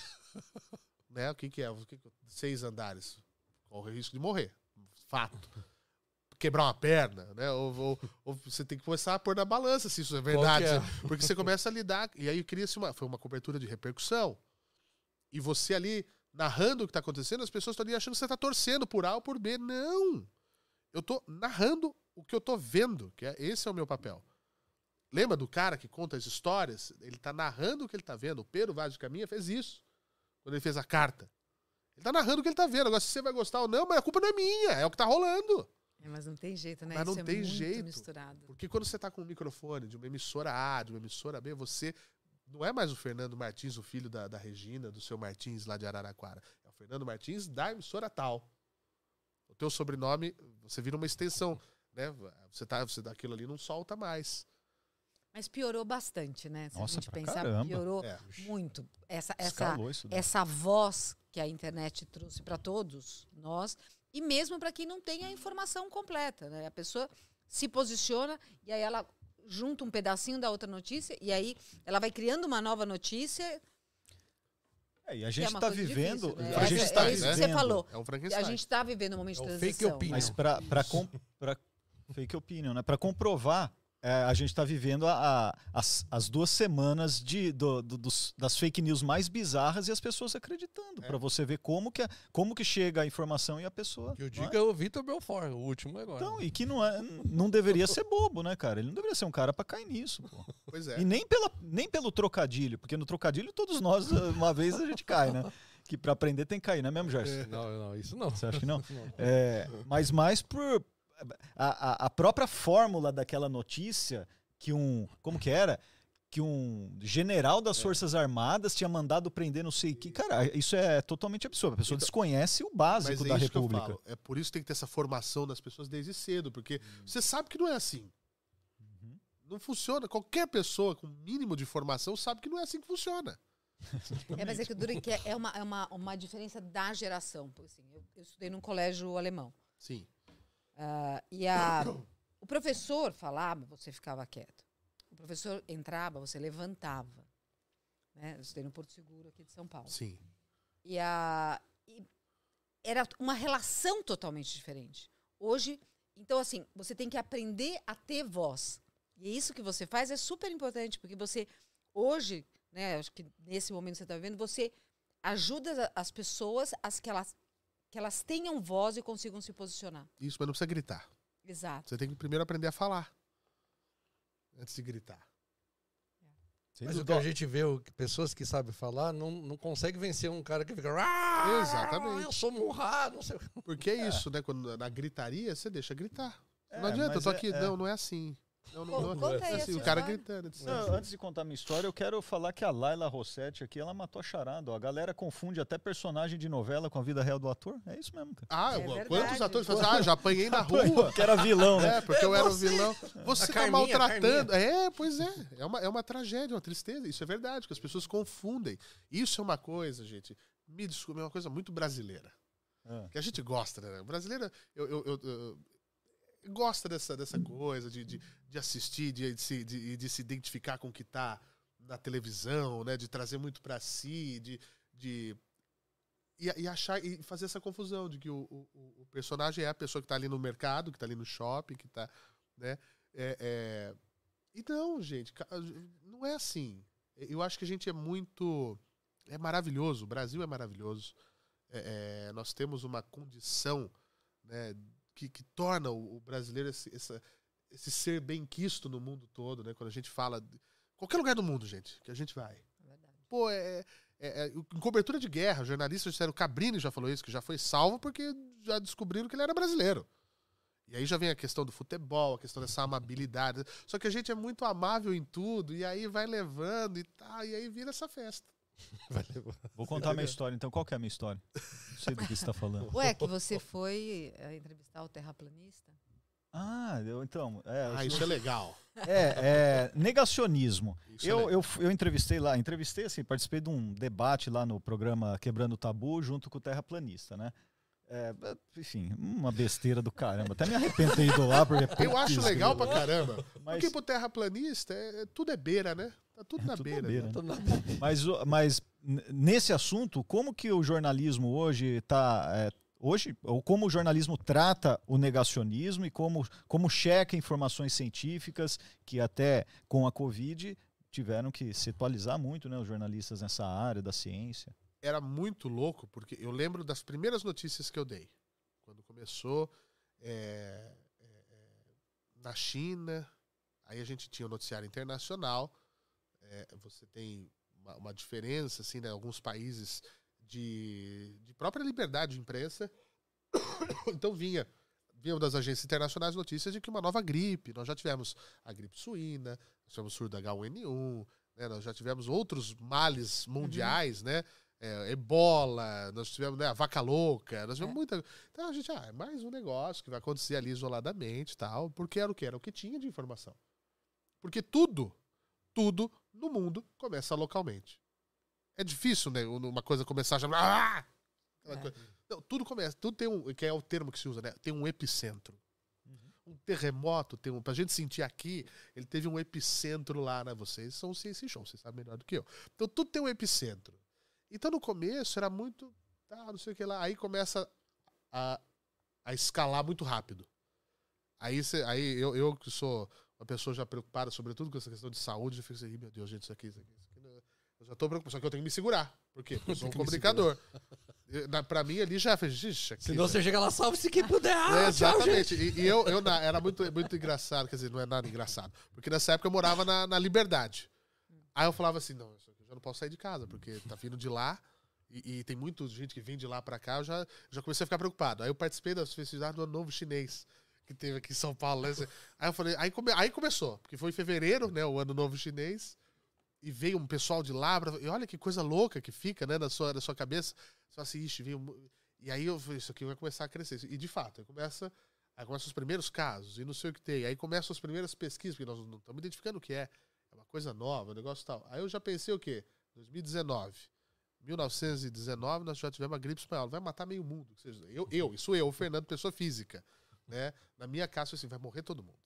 Né? O que, que é? O que que- Seis andares. Corre o risco de morrer. Fato. Quebrar uma perna, né? Ou, ou- ou você tem que começar a pôr na balança se isso é verdade. Qual que Porque você começa a lidar. E aí cria-se uma. Foi uma cobertura de repercussão. E você ali, narrando o que está acontecendo, as pessoas estão ali achando que você está torcendo por A ou por B. Não! Eu estou narrando o que eu estou vendo, que é, esse é o meu papel. Lembra do cara que conta as histórias? Ele está narrando o que ele está vendo. O Pedro Vaz de Caminha fez isso, quando ele fez a carta. Ele está narrando o que ele está vendo. Agora, se você vai gostar ou não, mas a culpa não é minha, é o que está rolando. É, mas não tem jeito, né? Mas não Isso é tem muito jeito. misturado. Porque quando você está com um microfone de uma emissora A, de uma emissora B, você não é mais o Fernando Martins, o filho da, da Regina, do seu Martins lá de Araraquara. É o Fernando Martins da emissora tal. O teu sobrenome, você vira uma extensão, né? Você tá, você daquilo ali não solta mais. Mas piorou bastante, né? Se Nossa, a gente pra pensar, caramba. piorou É. muito. Essa, essa, Escalou isso daí. essa voz que a internet trouxe para todos nós, e mesmo para quem não tem a informação completa, né? A pessoa se posiciona e aí ela junta um pedacinho da outra notícia e aí ela vai criando uma nova notícia. É, e a que gente é uma está coisa vivendo. difícil, né? A gente Essa- está é isso que você vivendo. falou. É um A Frankenstein. gente está vivendo um momento de É o transição. fake opinion. Mas para para fake opinion, né? Para comprovar, é, a gente está vivendo a, a- as, as duas semanas de, do- do- dos- das fake news mais bizarras e as pessoas acreditando. É. Para você ver como que, a- como que chega a informação e a pessoa. Que eu não digo é? é o Vitor Belfort, o último agora. Então, e que não, é, não deveria ser bobo, né, cara? Ele não deveria ser um cara para cair nisso, pô. Pois é. E nem, pela, nem pelo trocadilho, porque no trocadilho todos nós, uma vez a gente cai, né? Que para aprender tem que cair, não é mesmo, Gerson? Não, não, isso não. Você acha que não? É, mas mais por a, a, a própria fórmula daquela notícia que um, como que era? Que um general das Forças Armadas tinha mandado prender não sei o que. Cara, isso é totalmente absurdo. A pessoa Então, desconhece o básico Mas é da isso que eu República. falo. É por isso que tem que ter essa formação das pessoas desde cedo, porque você sabe que não é assim. Uhum. Não funciona. Qualquer pessoa com mínimo de formação sabe que não é assim que funciona. É, mas é que o duro é que é é uma, é uma, uma diferença da geração. Porque, assim, eu, eu estudei num colégio alemão. Sim. Ah, e a, o professor falava, você ficava quieto. o professor entrava, você levantava. Né? Eu estudei no Porto Seguro, aqui de São Paulo. Sim. E, a, e era uma relação totalmente diferente. Hoje, então assim, você tem que aprender a ter voz. E isso que você faz é super importante, porque você, hoje, né, acho que nesse momento que você está vivendo, você ajuda as pessoas a que elas, que elas tenham voz e consigam se posicionar. Isso, mas não precisa gritar. Exato. Você tem que primeiro aprender a falar. Antes de gritar. Sem Mas o que dúvida. a gente vê, o que pessoas que sabem falar, não, não consegue vencer um cara que fica... "Ah, Exatamente. Eu sou murrado, não sei o que." Porque é isso, né? Quando, na gritaria, você deixa gritar. É, não adianta, eu mas tô é- aqui. é. Não, não é assim. Não, não, Con- não conta é aí assim. essa O cara história. gritando. etc. Não, antes de contar minha história, eu quero falar que a Laila Rossetti aqui, ela matou a charada. Ó. A galera confunde até personagem de novela com a vida real do ator. É isso mesmo, cara. Ah, É eu- verdade. quantos atores falam assim, ah, já apanhei na rua. Que era vilão, né? É, porque É eu era o você. vilão. Você A tá Carminha, maltratando. É, pois é. É uma, é uma tragédia, uma tristeza. Isso é verdade, que as pessoas confundem. Isso é uma coisa, gente, me desculpe, é uma coisa muito brasileira. É. Que a gente gosta, né? O brasileiro, eu, eu, eu- eu- gosta dessa, dessa coisa de, de, de assistir, de, de, se, de, de se identificar com o que tá na televisão, né? De trazer muito pra si, de... de e, e achar e fazer essa confusão de que o, o, o personagem é a pessoa que tá ali no mercado, que tá ali no shopping, que tá, né? É, é... E não, gente, ca- não é assim. Eu acho que a gente é muito... É maravilhoso, o Brasil é maravilhoso. É, é, nós temos uma condição, né, que, que torna o, o brasileiro esse, essa, esse ser bem-quisto no mundo todo, né? Quando a gente fala... de- qualquer lugar do mundo, gente, que a gente vai. É verdade. Pô, é, é- é- em cobertura de guerra, jornalistas disseram, o Cabrini já falou isso, que já foi salvo porque já descobriram que ele era brasileiro. E aí já vem a questão do futebol, a questão dessa amabilidade. Só que a gente é muito amável em tudo, e aí vai levando e tal, e aí vira essa festa. Vai levar. Vou contar a minha história, então. Qual que é a minha história? Não sei do que você está falando. Ué, que você foi é, entrevistar o terraplanista? Ah, eu, então... É, Ah, isso é legal. é, é negacionismo. Isso é Eu, legal. eu, eu entrevistei lá, entrevistei assim, participei de um debate lá no programa Quebrando o Tabu junto com o terraplanista, né? É, enfim, uma besteira do caramba. Até me arrependo de ter ido lá, porque... Eu acho putz, legal pra caramba. Mas- Porque pro terraplanista, é, é- tudo é beira, né? Tá tudo na tudo beira. na beira, né? Tô na- Mas, o- mas n- nesse assunto, como que o jornalismo hoje está... hoje, ou como o jornalismo trata o negacionismo e como, como checa informações científicas que até com a Covid tiveram que se atualizar muito, né, os jornalistas nessa área da ciência. Era muito louco, porque eu lembro das primeiras notícias que eu dei. Quando começou é, é, é, na China, aí a gente tinha o noticiário internacional, é, você tem uma, uma diferença, assim, né, alguns países de, de própria liberdade de imprensa. Então vinha, vinham das agências internacionais notícias de que uma nova gripe, nós já tivemos a gripe suína, nós tivemos o surdo agá um ene um, né, nós já tivemos outros males mundiais, né? É, ebola, nós tivemos, né, a vaca louca, nós tivemos É. muita. Então a gente, ah, é mais um negócio que vai acontecer ali isoladamente e tal, porque era o que? Era o que tinha de informação. Porque tudo, tudo no mundo começa localmente. É difícil, né, uma coisa começar já. Ah! Aquela É. coisa. Não, tudo começa, tudo tem um, que é o termo que se usa, né? Tem um epicentro. Um terremoto, tem um, pra gente sentir aqui, ele teve um epicentro lá, né? Vocês são o Ciência Show, vocês sabem melhor do que eu. Então tudo tem um epicentro. Então no começo era muito, tá, não sei o que lá, aí começa a, a escalar muito rápido. Aí, cê, aí eu, eu que sou uma pessoa já preocupada, sobretudo com essa questão de saúde, eu fico assim, meu Deus, gente, isso aqui, isso aqui, isso aqui não- eu já tô preocupado, só que eu tenho que me segurar. Por quê? Porque eu sou um Tem que me comunicador. Eu, na, pra mim ali já fez, ixi, aqui, Senão já- você chega lá, salve-se quem puder. Ah, é, tchau, gente. exatamente. E, e eu, eu na- era muito, muito engraçado, quer dizer, não é nada engraçado. Porque nessa época eu morava na, na Liberdade. Aí eu falava assim, não, isso aqui eu já não posso sair de casa, porque tá vindo de lá, e, e tem muita gente que vem de lá pra cá, eu já, já comecei a ficar preocupado. Aí eu participei das festividades do Ano Novo Chinês, que teve aqui em São Paulo. Né? Aí eu falei, aí, come, aí começou, porque foi em fevereiro, né, o Ano Novo Chinês, e veio um pessoal de lá, pra, e olha que coisa louca que fica, né, na sua, na sua cabeça. Só assim, ixi, veio... um- E aí eu falei, isso aqui vai começar a crescer. E de fato, aí começa, aí começam os primeiros casos, e não sei o que tem. Aí começam as primeiras pesquisas, porque nós não estamos identificando o que é. É uma coisa nova, um negócio tal. Aí eu já pensei o quê? dois mil e dezenove. mil novecentos e dezenove nós já tivemos a gripe espanhola. Vai matar meio mundo. Ou seja, eu, eu, isso eu, o Fernando, pessoa física. Né? Na minha casa, assim, vai morrer todo mundo.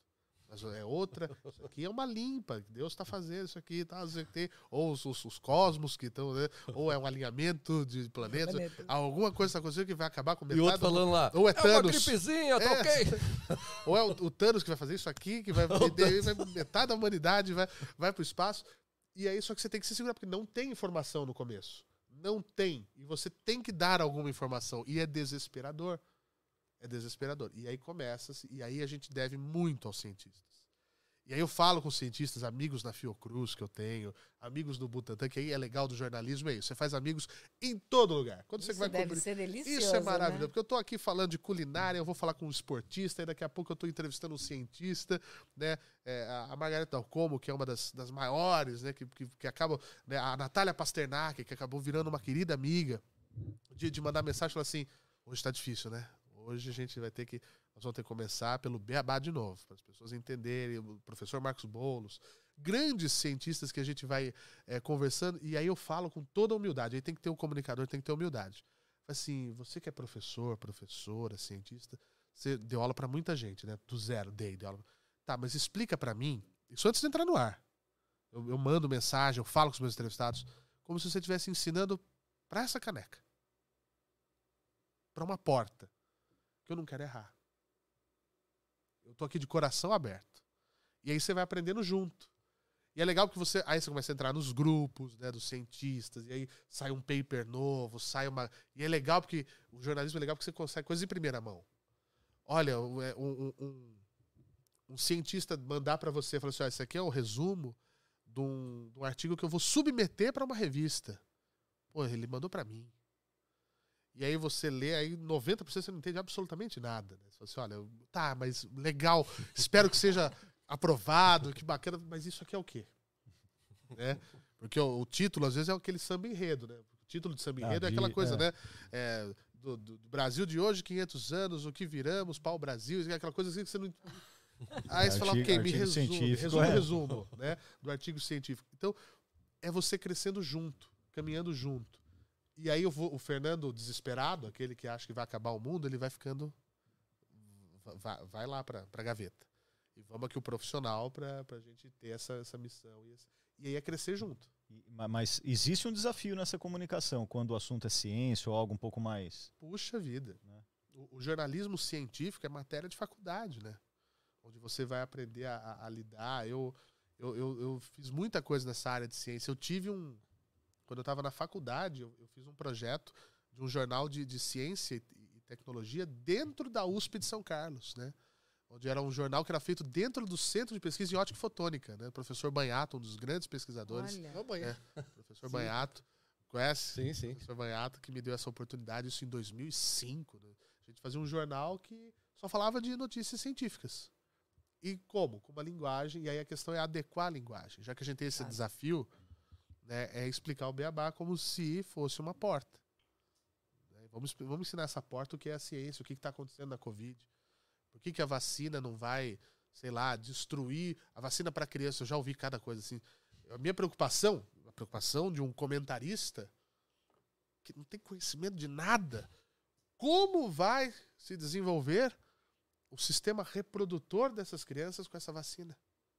mas é outra. Isso aqui é uma limpa, Deus está fazendo isso aqui, tá? Ou os, os, os cosmos que estão, né? Ou é um alinhamento de planetas, Planeta. alguma coisa está acontecendo que vai acabar com E metade. o outro do- falando lá, Ou é é uma Thanos. gripezinha, tá É. ok? Ou é o, o Thanos que vai fazer isso aqui, que vai, e daí vai metade da humanidade vai, vai para o espaço. E aí só que você tem que se segurar, porque não tem informação no começo. Não tem. E você tem que dar alguma informação. E é desesperador. É desesperador. E aí começa-se, e aí a gente deve muito aos cientistas. E aí eu falo com cientistas, amigos na Fiocruz que eu tenho, amigos do Butantan, que aí é legal do jornalismo, é isso. Você faz amigos em todo lugar. Quando você Isso vai deve cobrir- ser delicioso, Isso é maravilhoso, né? porque eu tô aqui falando de culinária, eu vou falar com um esportista, e daqui a pouco eu tô entrevistando um cientista, né? É, a a Margareta Dalcomo, que é uma das, das maiores, né? Que, que, que acaba, né? A Natália Pasternak, que acabou virando uma querida amiga, de, de mandar mensagem e falar assim: hoje tá difícil, né? Hoje a gente vai ter que. Nós vamos ter que começar pelo beabá de novo, para as pessoas entenderem. O professor Marcos Boulos, grandes cientistas que a gente vai é, conversando, e aí eu falo com toda a humildade. Aí tem que ter um comunicador, tem que ter humildade. Assim, você que é professor, professora, cientista, você deu aula para muita gente, né? Do zero, dei, dei aula. Tá, mas explica para mim, isso antes de entrar no ar. Eu, eu mando mensagem, eu falo com os meus entrevistados, como se você estivesse ensinando para essa caneca. Para uma porta. Que eu não quero errar. Eu tô aqui de coração aberto. E aí você vai aprendendo junto. E é legal que você... Aí você começa a entrar nos grupos, né, dos cientistas, e aí sai um paper novo, sai uma... E é legal porque... O jornalismo é legal porque você consegue coisas em primeira mão. Olha, um, um, um, um cientista mandar para você, falar assim, ó, esse aqui é o resumo de um, de um artigo que eu vou submeter para uma revista. Pô, ele mandou para mim. E aí você lê, aí noventa por cento você não entende absolutamente nada. Né? Você fala assim, olha, tá, mas legal, espero que seja aprovado, que bacana, mas isso aqui é o quê? Né? Porque o, o título, às vezes, é aquele samba enredo, né? O título de samba enredo ah, é aquela coisa, é. né? É, do, do, do Brasil de hoje, quinhentos anos, o que viramos, pau Brasil, aquela coisa assim que você não... Aí você fala, ok, me resume, resumo, é. resumo, né? Do artigo científico. Então, é você crescendo junto, caminhando junto. E aí eu vou, o Fernando, desesperado, aquele que acha que vai acabar o mundo, ele vai ficando... Vai, vai lá pra, pra gaveta. E vamos aqui o profissional pra, pra gente ter essa, essa missão. E, essa, e aí é crescer junto. Mas existe um desafio nessa comunicação, quando o assunto é ciência ou algo um pouco mais... Puxa vida. Né? O, o jornalismo científico é matéria de faculdade, né? Onde você vai aprender a, a, a lidar. Eu, eu, eu, eu fiz muita coisa nessa área de ciência. Eu tive um... Quando eu estava na faculdade, eu, eu fiz um projeto de um jornal de, de ciência e, e tecnologia dentro da U S P de São Carlos, né? Onde era um jornal que era feito dentro do Centro de Pesquisa em Ótica e Fotônica, né? O professor Banhato, um dos grandes pesquisadores. Olha. É, professor Banhato, conhece? Sim, sim. Professor Banhato, que me deu essa oportunidade, isso em dois mil e cinco. Né? A gente fazia um jornal que só falava de notícias científicas. E como? Com uma linguagem, e aí a questão é adequar a linguagem. Já que a gente tem esse ah. desafio... Né, é explicar o beabá como se fosse uma porta. Né, vamos, vamos ensinar essa porta o que é a ciência, o que está acontecendo na Covid. Por que, que a vacina não vai, sei lá, destruir a vacina para criança? Eu já ouvi cada coisa assim. A minha preocupação, a preocupação de um comentarista que não tem conhecimento de nada, como vai se desenvolver o sistema reprodutor dessas crianças com essa vacina?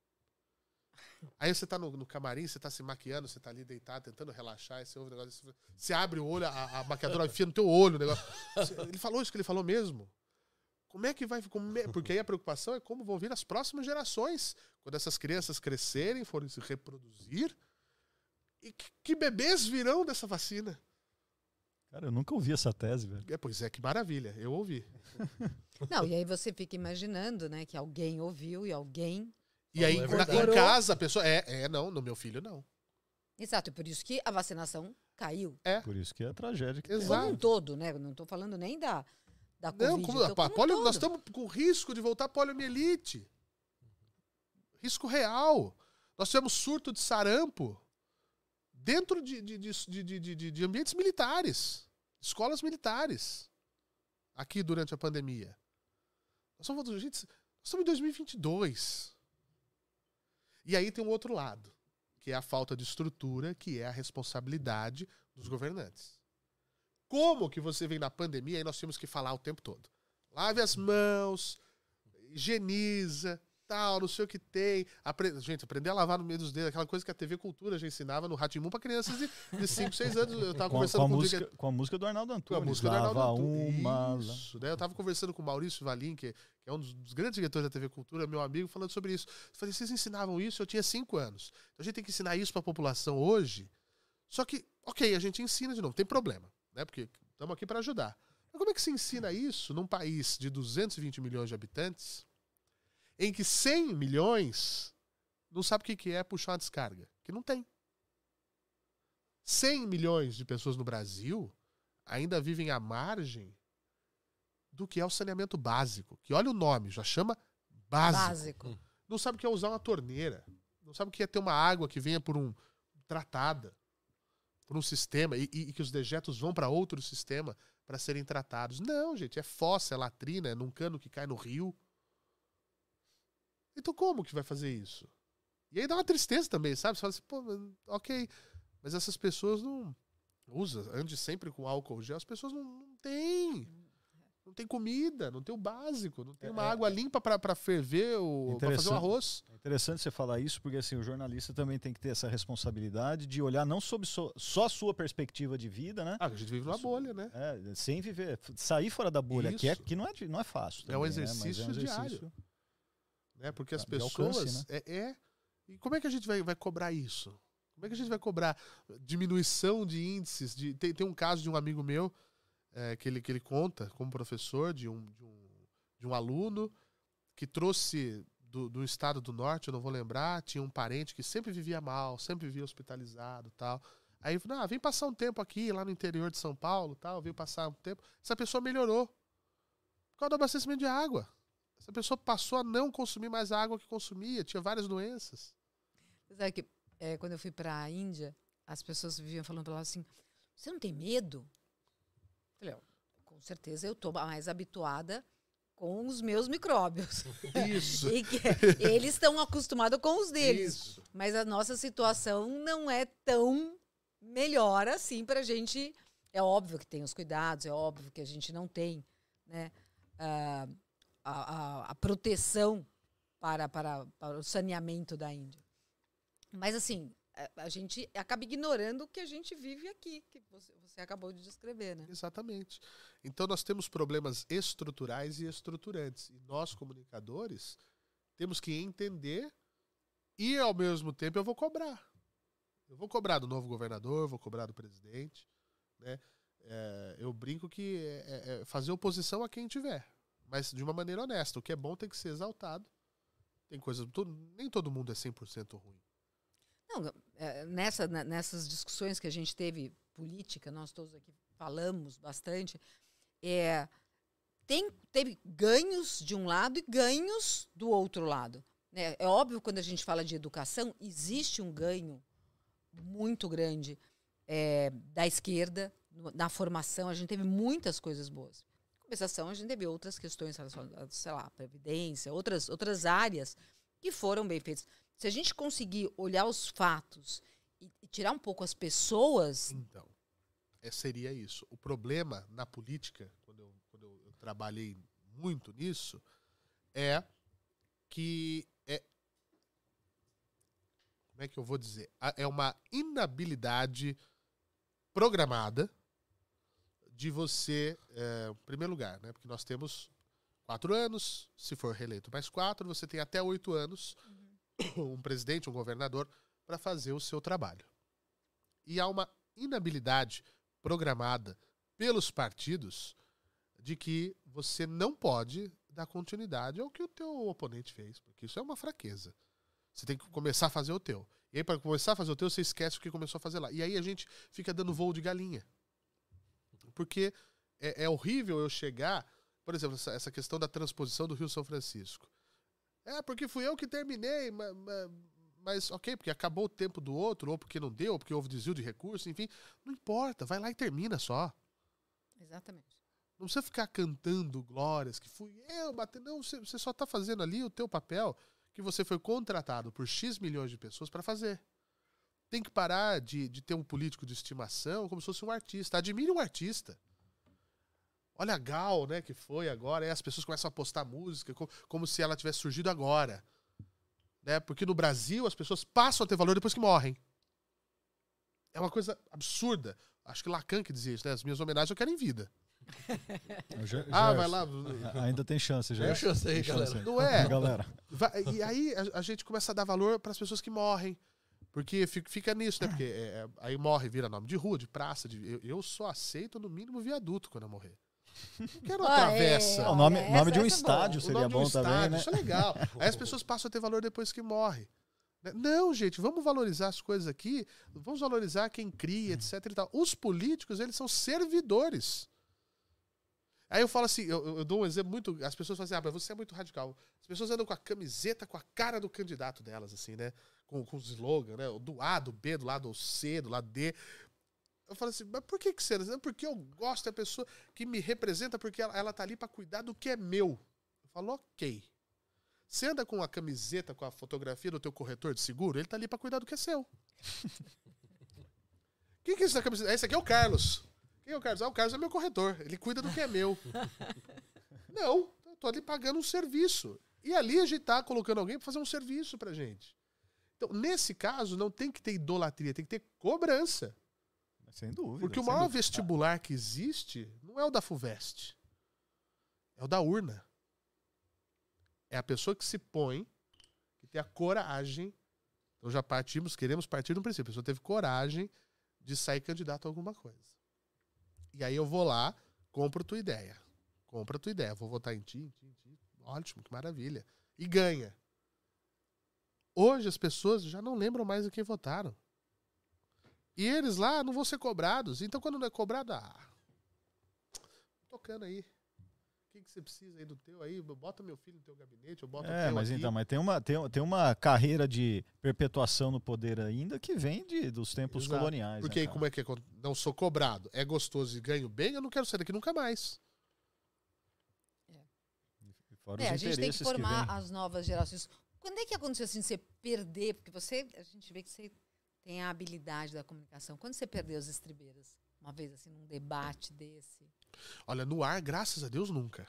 Aí você tá no, no camarim, você tá se maquiando, você tá ali deitado, tentando relaxar, aí você ouve o negócio, você, você abre o olho, a, a maquiadora enfia no teu olho o negócio. Ele falou isso que ele falou mesmo. Como é que vai... Como é, porque aí a preocupação é como vão vir as próximas gerações. Quando essas crianças crescerem, forem se reproduzir, e que, que bebês virão dessa vacina? Cara, eu nunca ouvi essa tese, velho. É, pois é, que maravilha, eu ouvi. Não, e aí você fica imaginando, né, que alguém ouviu e alguém... E aí, é na, em casa, a pessoa... É, é, não, no meu filho, não. Exato, e por isso que a vacinação caiu. É. Por isso que é a tragédia que Exato. Como um todo, né? Não estou falando nem da, da Covid. Não, como, então, como como polio, um nós estamos com risco de voltar a poliomielite. Risco real. Nós tivemos surto de sarampo dentro de, de, de, de, de, de ambientes militares. Escolas militares. Aqui durante a pandemia. Nós estamos, gente, nós estamos em dois mil e vinte e dois. E aí tem um outro lado, que é a falta de estrutura, que é a responsabilidade dos governantes. Como que você vem na pandemia e nós temos que falar o tempo todo? Lave as mãos, higieniza, tal, não sei o que tem. Apre... Gente, aprender a lavar no meio dos dedos, aquela coisa que a T V Cultura já ensinava no Rat-Moon pra crianças de cinco, seis anos. Eu tava Com, conversando com, a com, música, que... com a música do Arnaldo Antunes. Com a música do Arnaldo Lava Antunes. uma... Isso, né? Eu tava conversando com o Maurício Valim, que, que é um dos, dos grandes diretores da T V Cultura, meu amigo, falando sobre isso. Eu falei, vocês ensinavam isso? Eu tinha cinco anos. Então a gente tem que ensinar isso pra população hoje. Só que, ok, a gente ensina de novo, tem problema, né? Porque estamos aqui para ajudar. Mas como é que se ensina isso num país de duzentos e vinte milhões de habitantes, em que cem milhões não sabe o que é puxar uma descarga? Que não tem. cem milhões de pessoas no Brasil ainda vivem à margem do que é o saneamento básico. Que olha o nome, já chama básico. Básico. Não sabe o que é usar uma torneira. Não sabe o que é ter uma água que venha por um tratada, por um sistema, e, e, e que os dejetos vão para outro sistema para serem tratados. Não, gente, é fossa, é latrina, é num cano que cai no rio. Então como que vai fazer isso? E aí dá uma tristeza também, sabe? Você fala assim, pô, ok, mas essas pessoas não usam, ande sempre com álcool gel, as pessoas não, não têm. Não tem comida, não tem o básico, não tem uma é, água limpa para ferver, para fazer o arroz. É interessante você falar isso, porque assim, o jornalista também tem que ter essa responsabilidade de olhar não sob so, só a sua perspectiva de vida, né? Ah, a gente vive numa bolha, né? É, sem viver, sair fora da bolha, que, é, que não, é, não é fácil. Também, é um exercício, né? é um diário. exercício né? Porque as de pessoas... alcance, né? é, é... E como é que a gente vai, vai cobrar isso? Como é que a gente vai cobrar diminuição de índices? De, tem, tem um caso de um amigo meu, É, que, ele, que ele conta como professor de um, de um, de um aluno que trouxe do, do estado do norte, eu não vou lembrar, tinha um parente que sempre vivia mal, sempre vivia hospitalizado e tal. Aí ele falou, ah, vem passar um tempo aqui, lá no interior de São Paulo, tal, veio passar um tempo. Essa pessoa melhorou por causa do abastecimento de água. Essa pessoa passou a não consumir mais a água que consumia, tinha várias doenças. Sabe que é, quando eu fui para a Índia, as pessoas viviam falando para lá assim, você não tem medo? Falei, ó, com certeza eu estou mais habituada com os meus micróbios. Isso. E que eles estão acostumados com os deles. Isso. Mas a nossa situação não é tão melhor assim para a gente. É óbvio que tem os cuidados, é óbvio que a gente não tem, né, a, a, a proteção para, para, para o saneamento da Índia. Mas assim... a gente acaba ignorando o que a gente vive aqui, que você, você acabou de descrever, né? Exatamente. Então nós temos problemas estruturais e estruturantes. E nós, comunicadores, temos que entender e, ao mesmo tempo, eu vou cobrar. Eu vou cobrar do novo governador, vou cobrar do presidente, né? É, eu brinco que é, é fazer oposição a quem tiver, mas de uma maneira honesta. O que é bom tem que ser exaltado. Tem coisas... Nem todo mundo é cem por cento ruim. Não, nessa, nessas discussões que a gente teve política, nós todos aqui falamos bastante, é, tem, teve ganhos de um lado e ganhos do outro lado. Né? É óbvio, quando a gente fala de educação, existe um ganho muito grande é, da esquerda na formação. A gente teve muitas coisas boas. Em compensação, a gente teve outras questões relacionadas, sei lá, previdência, outras, outras áreas que foram bem feitas. Se a gente conseguir olhar os fatos e, e tirar um pouco as pessoas... Então, é, seria isso. O problema na política, quando eu, quando eu, eu trabalhei muito nisso, é que é... Como é que eu vou dizer? É uma inabilidade programada de você... É, em primeiro lugar, né? Porque nós temos quatro anos, se for reeleito mais quatro, você tem até oito anos... Uhum. um presidente, um governador, para fazer o seu trabalho. E há uma inabilidade programada pelos partidos de que você não pode dar continuidade ao que o teu oponente fez, porque isso é uma fraqueza. Você tem que começar a fazer o teu. E aí, para começar a fazer o teu, você esquece o que começou a fazer lá. E aí a gente fica dando voo de galinha. Porque é, é horrível eu chegar... Por exemplo, essa, essa questão da transposição do Rio São Francisco. É, porque fui eu que terminei, mas, mas ok, porque acabou o tempo do outro, ou porque não deu, ou porque houve desvio de recursos, enfim. Não importa, vai lá e termina só. Exatamente. Não precisa ficar cantando glórias, que fui eu, bater. Não, você, você só está fazendo ali o teu papel, que você foi contratado por X milhões de pessoas para fazer. Tem que parar de, de ter um político de estimação como se fosse um artista. Admire um artista. Olha a Gal, né, que foi agora, aí as pessoas começam a postar música como, como se ela tivesse surgido agora. Né? Porque no Brasil as pessoas passam a ter valor depois que morrem. É uma coisa absurda. Acho que Lacan que dizia isso, né? As minhas homenagens eu quero em vida. Já, Ah, já, vai lá. ainda tem chance, já. Tem chance aí, Tem chance galera. aí. Não é? Galera. Vai- e aí a, a gente começa a dar valor para as pessoas que morrem. Porque fica, fica nisso, né? Porque é, é, aí morre, vira nome de rua, de praça. De, eu, eu só aceito no mínimo viaduto quando eu morrer. Não quero uma Ah, travessa. é. O nome, Essa- nome de um essa é boa. estádio O seria nome de um bom também, estádio, né? Isso é legal. Aí as pessoas passam a ter valor depois que morre. Né? Não, gente, vamos valorizar as coisas aqui. Vamos valorizar quem cria, etc e tal. Os políticos, eles são servidores. Aí eu falo assim, eu, eu dou um exemplo muito... As pessoas falam assim, ah, mas você é muito radical. As pessoas andam com a camiseta, com a cara do candidato delas, assim, né? Com, com o slogan, né? Do A, do B, do lado C, do lado D. Eu falo assim, mas por que que você... Porque eu gosto da pessoa que me representa, porque ela, ela tá ali pra cuidar do que é meu. Eu falo, ok. Você anda com a camiseta, com a fotografia do teu corretor de seguro, ele tá ali pra cuidar do que é seu. Quem que é esse da camiseta? Esse aqui é o Carlos. Quem é o Carlos? Ah, o Carlos é meu corretor. Ele cuida do que é meu. Não, eu tô ali pagando um serviço. E ali a gente tá colocando alguém pra fazer um serviço pra gente. Então, nesse caso, não tem que ter idolatria, tem que ter cobrança. Sem dúvida. Porque o sem maior dúvida. vestibular que existe não é o da FUVEST. É o da urna. É a pessoa que se põe, que tem a coragem. Então já partimos, queremos partir do princípio. A pessoa teve coragem de sair candidato a alguma coisa. E aí eu vou lá, compro tua ideia. Compro a tua ideia. Vou votar em ti, em ti, em ti. Ótimo, que maravilha. E ganha. Hoje as pessoas já não lembram mais em quem votaram. E eles lá não vão ser cobrados. Então quando não é cobrado, ah, tocando aí. O que, que você precisa aí do teu aí? Bota meu filho no teu gabinete, eu boto o É, teu mas aqui. então, mas tem uma, tem, tem uma carreira de perpetuação no poder ainda que vem de, dos tempos Exato. coloniais. Porque né, aí cara? como é que é? Quando não sou cobrado, é gostoso e ganho bem, eu não quero sair daqui nunca mais. Fora É, os a gente tem que interesses formar vêm. as novas gerações. Quando é que aconteceu assim, você perder? Porque você, a gente vê que você tem a habilidade da comunicação. Quando você perdeu as estribeiras? Uma vez, assim, num debate desse. Olha, no ar, graças a Deus, nunca.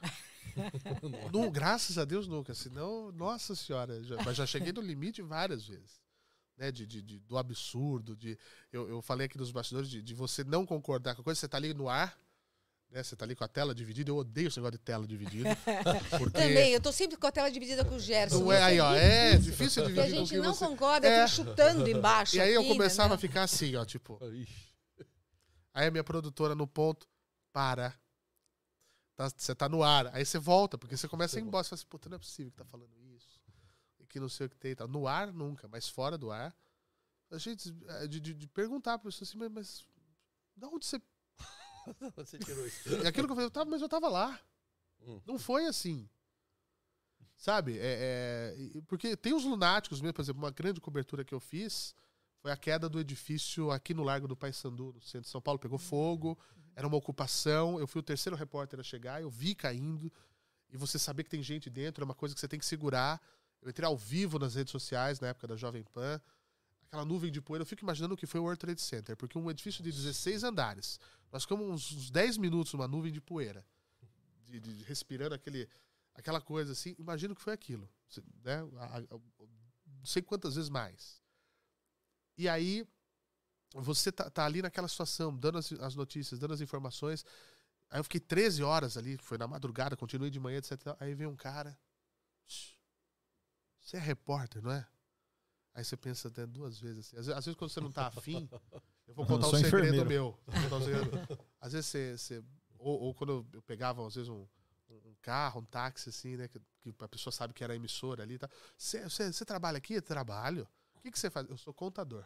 no, graças a Deus, nunca. Senão, nossa senhora, já, mas já cheguei no limite várias vezes. Né, de, de, de- do absurdo, de. Eu, eu falei aqui nos bastidores de, de você não concordar com a coisa, você tá ali no ar, né? Você tá ali com a tela dividida. Eu odeio esse negócio de tela dividida. Porque Também, eu tô sempre com a tela dividida com o Gerson. não é isso aí, ó. É difícil Porque a dividir com gente quem não você. concorda, É. eu fico chutando embaixo. E aí eu aqui, começava a entendeu? ficar assim, ó, tipo. Ixi. Aí a minha produtora no ponto, para. Tá, você tá no ar. Aí você volta, porque você começa a ir embora. Você fala assim, puta, não é possível que tá falando isso. E que não sei o que tem e tal. No ar, nunca, mas fora do ar. A gente, é, de, de, de perguntar pra pessoa assim, mas, mas da onde você... Você tirou isso. E aquilo que eu falei, eu tava, mas eu tava lá. Hum. Não foi assim. Sabe? É, é, e- porque tem os lunáticos mesmo, por exemplo, uma grande cobertura que eu fiz foi a queda do edifício aqui no Largo do Paissandu, no centro de São Paulo. Pegou fogo, era uma ocupação. Eu fui o terceiro repórter a chegar, eu vi caindo. E você saber que tem gente dentro é uma coisa que você tem que segurar. Eu entrei ao vivo nas redes sociais, na época da Jovem Pan. Aquela nuvem de poeira, eu fico imaginando o que foi o World Trade Center. Porque um edifício de dezesseis andares, nós ficamos uns, uns dez minutos numa nuvem de poeira. De, de- respirando aquele, aquela coisa assim. Imagina o que foi aquilo. Você- Né? A- a- a- não sei quantas vezes mais. E aí, você tá, tá ali naquela situação, dando as, as notícias, dando as informações. Aí eu fiquei treze horas ali, foi na madrugada, continuei de manhã, etcétera. Aí vem um cara. "Shh, Você é repórter, não é? Aí você pensa até duas vezes assim. Às vezes, às vezes quando você não tá afim, eu vou Eu contar um sou segredo enfermeiro. meu. Vou contar um segredo. Às vezes você. você- ou, ou quando eu- eu pegava, às vezes, um, um carro, um táxi, assim, né? Que, que a pessoa sabe que era emissora ali e tal. Você, você, você trabalha aqui? Eu trabalho. O que, que você faz? Eu sou contador.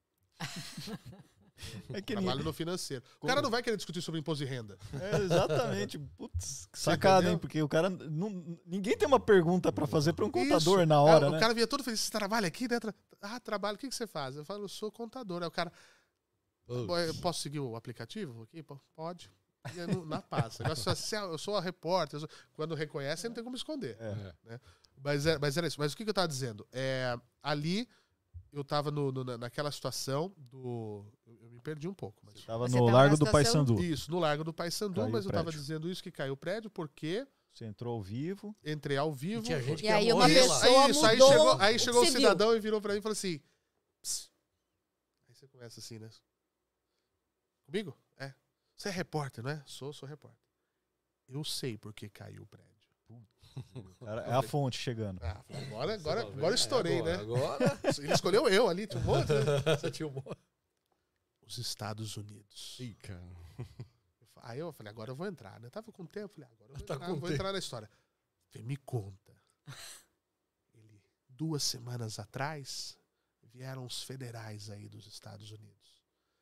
É que Trabalho no financeiro. O Como- cara não vai querer discutir sobre imposto de renda. É, exatamente. Putz, que Você sacada, entendeu? hein? Porque o cara. Não, ninguém tem uma pergunta pra fazer pra um contador Isso. na hora, Ah, né? O cara vinha todo feliz. Você trabalha aqui, né? Tra- Ah, trabalho. O que, que você faz? Eu falo, eu sou contador. Aí o cara, eu posso seguir o aplicativo aqui? P- Pode. E aí, no- na paz. Agora, se você- eu sou a repórter. eu sou- Quando reconhece, não tem como esconder. É. Mas, é- mas era isso. Mas o que, que eu tava dizendo? É, ali, eu tava no, no- na- naquela situação do... Eu, eu me perdi um pouco. Mas... Tava Você no tava Largo na do situação- Paissandu. Isso, no Largo do Paissandu, Caiu mas o eu tava prédio. dizendo isso, que caiu o prédio, porque Você entrou ao vivo. Entrei ao vivo. E tinha gente E que aí ia uma morrer pessoa lá. Aí, isso, aí mudou chegou, aí o chegou que o você cidadão e virou pra mim e falou assim... "Pss." Aí você começa assim, né? Comigo? É. Você é repórter, não é? Sou, sou repórter. Eu sei por que caiu o prédio. É a fonte chegando. Ah, agora, agora, Você vai ver. agora eu estourei, É, né? Agora, Ele escolheu eu ali, tinha um monte, né? você tinha um monte. Os Estados Unidos. Ih, cara. Aí eu falei, agora eu vou entrar, né? Tava com tempo, falei, agora eu vou, Tá entrar, com vou tempo. entrar na história. Falei, me conta. Ele, duas semanas atrás, vieram os federais aí dos Estados Unidos.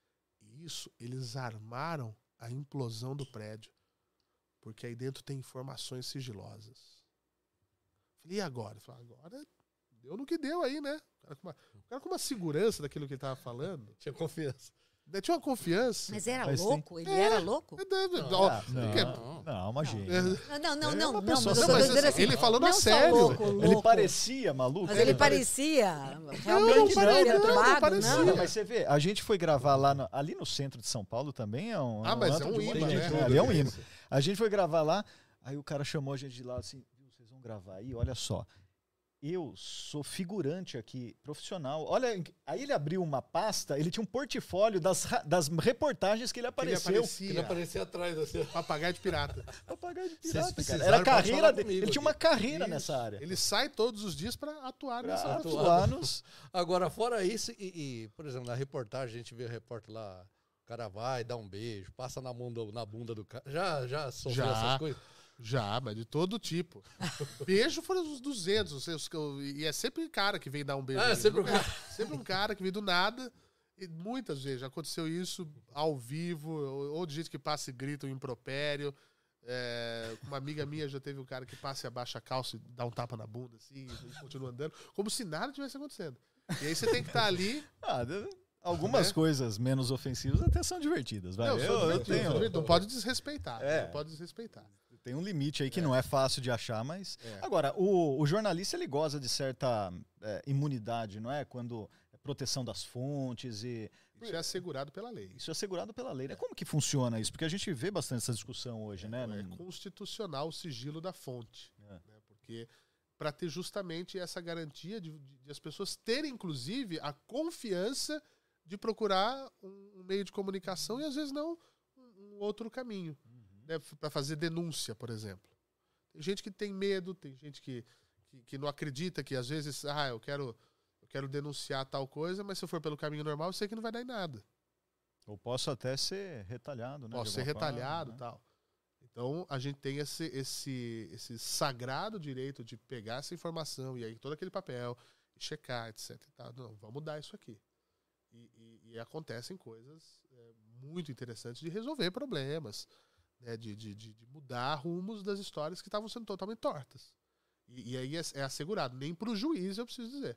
E isso, eles armaram a implosão do prédio, porque aí dentro tem informações sigilosas. Falei, e agora? Eu falei, agora deu no que deu aí, né? O cara com uma, o cara com uma segurança daquilo que ele tava falando. Tinha confiança. Daí tinha uma confiança. Mas era Mas tem- louco? Ele É. era louco? É, deve- Não, ó, Ah, porque- não, não, imagina. é, Não, não, É não, uma não. pessoa- Mas Não, eu tô mas dizendo assim, ele falando não a só sério. louco, Ele louco. parecia maluco. Mas né? ele parecia realmente Não, não pare- não, perturbado, não parecia. não. Não, mas você vê, a gente foi gravar lá no- ali no centro de São Paulo também, é um. Ah, mas antro é um de muita imã, gente, né? Ali é um imã. A gente foi gravar lá, aí o cara chamou a gente de lá assim, "Viu, vocês vão gravar aí, olha só. Eu sou figurante aqui, profissional. Olha, aí ele abriu uma pasta, ele tinha um portfólio das, ra- das reportagens que ele Ele apareceu. Que aparecia. não aparecia atrás, assim. Papagaio de pirata. Papagaio de Vocês pirata, cara. precisaram, Era a pode carreira falar dele. comigo Ele tinha aqui. uma carreira Isso. nessa área. Ele sai todos os dias pra atuar Pra nessa atuar nos... Agora, fora isso, e, e, por exemplo, na reportagem, a gente vê o repórter lá, o cara vai, dá um beijo, passa na, mão do- na bunda do cara. Já, já sofreu Já. essas coisas? Já, mas de todo tipo. Beijo foram uns duzentos. Os seus, que eu- e é sempre um cara que vem dar um beijo. Ah, é ali. sempre o Nunca- Sempre um cara que vem do nada. E muitas vezes já aconteceu isso ao vivo, ou, ou de gente que passa e grita um impropério. É, uma amiga minha já teve um cara que passa e abaixa a calça e dá um tapa na bunda, assim, e continua andando, como se nada tivesse acontecendo. E aí você tem que estar ali. Ah, de- algumas Né? coisas menos ofensivas até são divertidas. Vai. Não, eu, são eu divertidos, tenho, são divertidos. Não pode desrespeitar. É. Não pode desrespeitar. tem um limite aí que não é fácil de achar, mas... É. Agora, o, o jornalista, ele goza de certa é, imunidade, não é? Quando é proteção das fontes e... Isso é assegurado pela lei. Isso é assegurado pela lei, né? Como que funciona isso? Porque a gente vê bastante essa discussão hoje, né? É Não- constitucional o sigilo da fonte. É. Né? Porque para ter justamente essa garantia de, de- de as pessoas terem, inclusive, a confiança de procurar um, um meio de comunicação e, às vezes, não um, um outro caminho. Né? Para fazer denúncia, por exemplo. Tem gente que tem medo, tem gente que, que, que não acredita que, às vezes, ah, eu quero, eu quero denunciar tal coisa, mas se eu for pelo caminho normal, eu sei que não vai dar em nada. Ou posso até ser retalhado, né? Posso de ser alguma forma, retalhado e né? tal. Então, a gente tem esse, esse, esse sagrado direito de pegar essa informação e aí todo aquele papel, e checar, etc. E tal. Não, vamos mudar isso aqui. E, e- e acontecem coisas é, muito interessantes de resolver problemas, né, de, de, de, de mudar rumos das histórias que estavam sendo totalmente tortas. E, e aí é, é assegurado. Nem para o juiz, eu preciso dizer.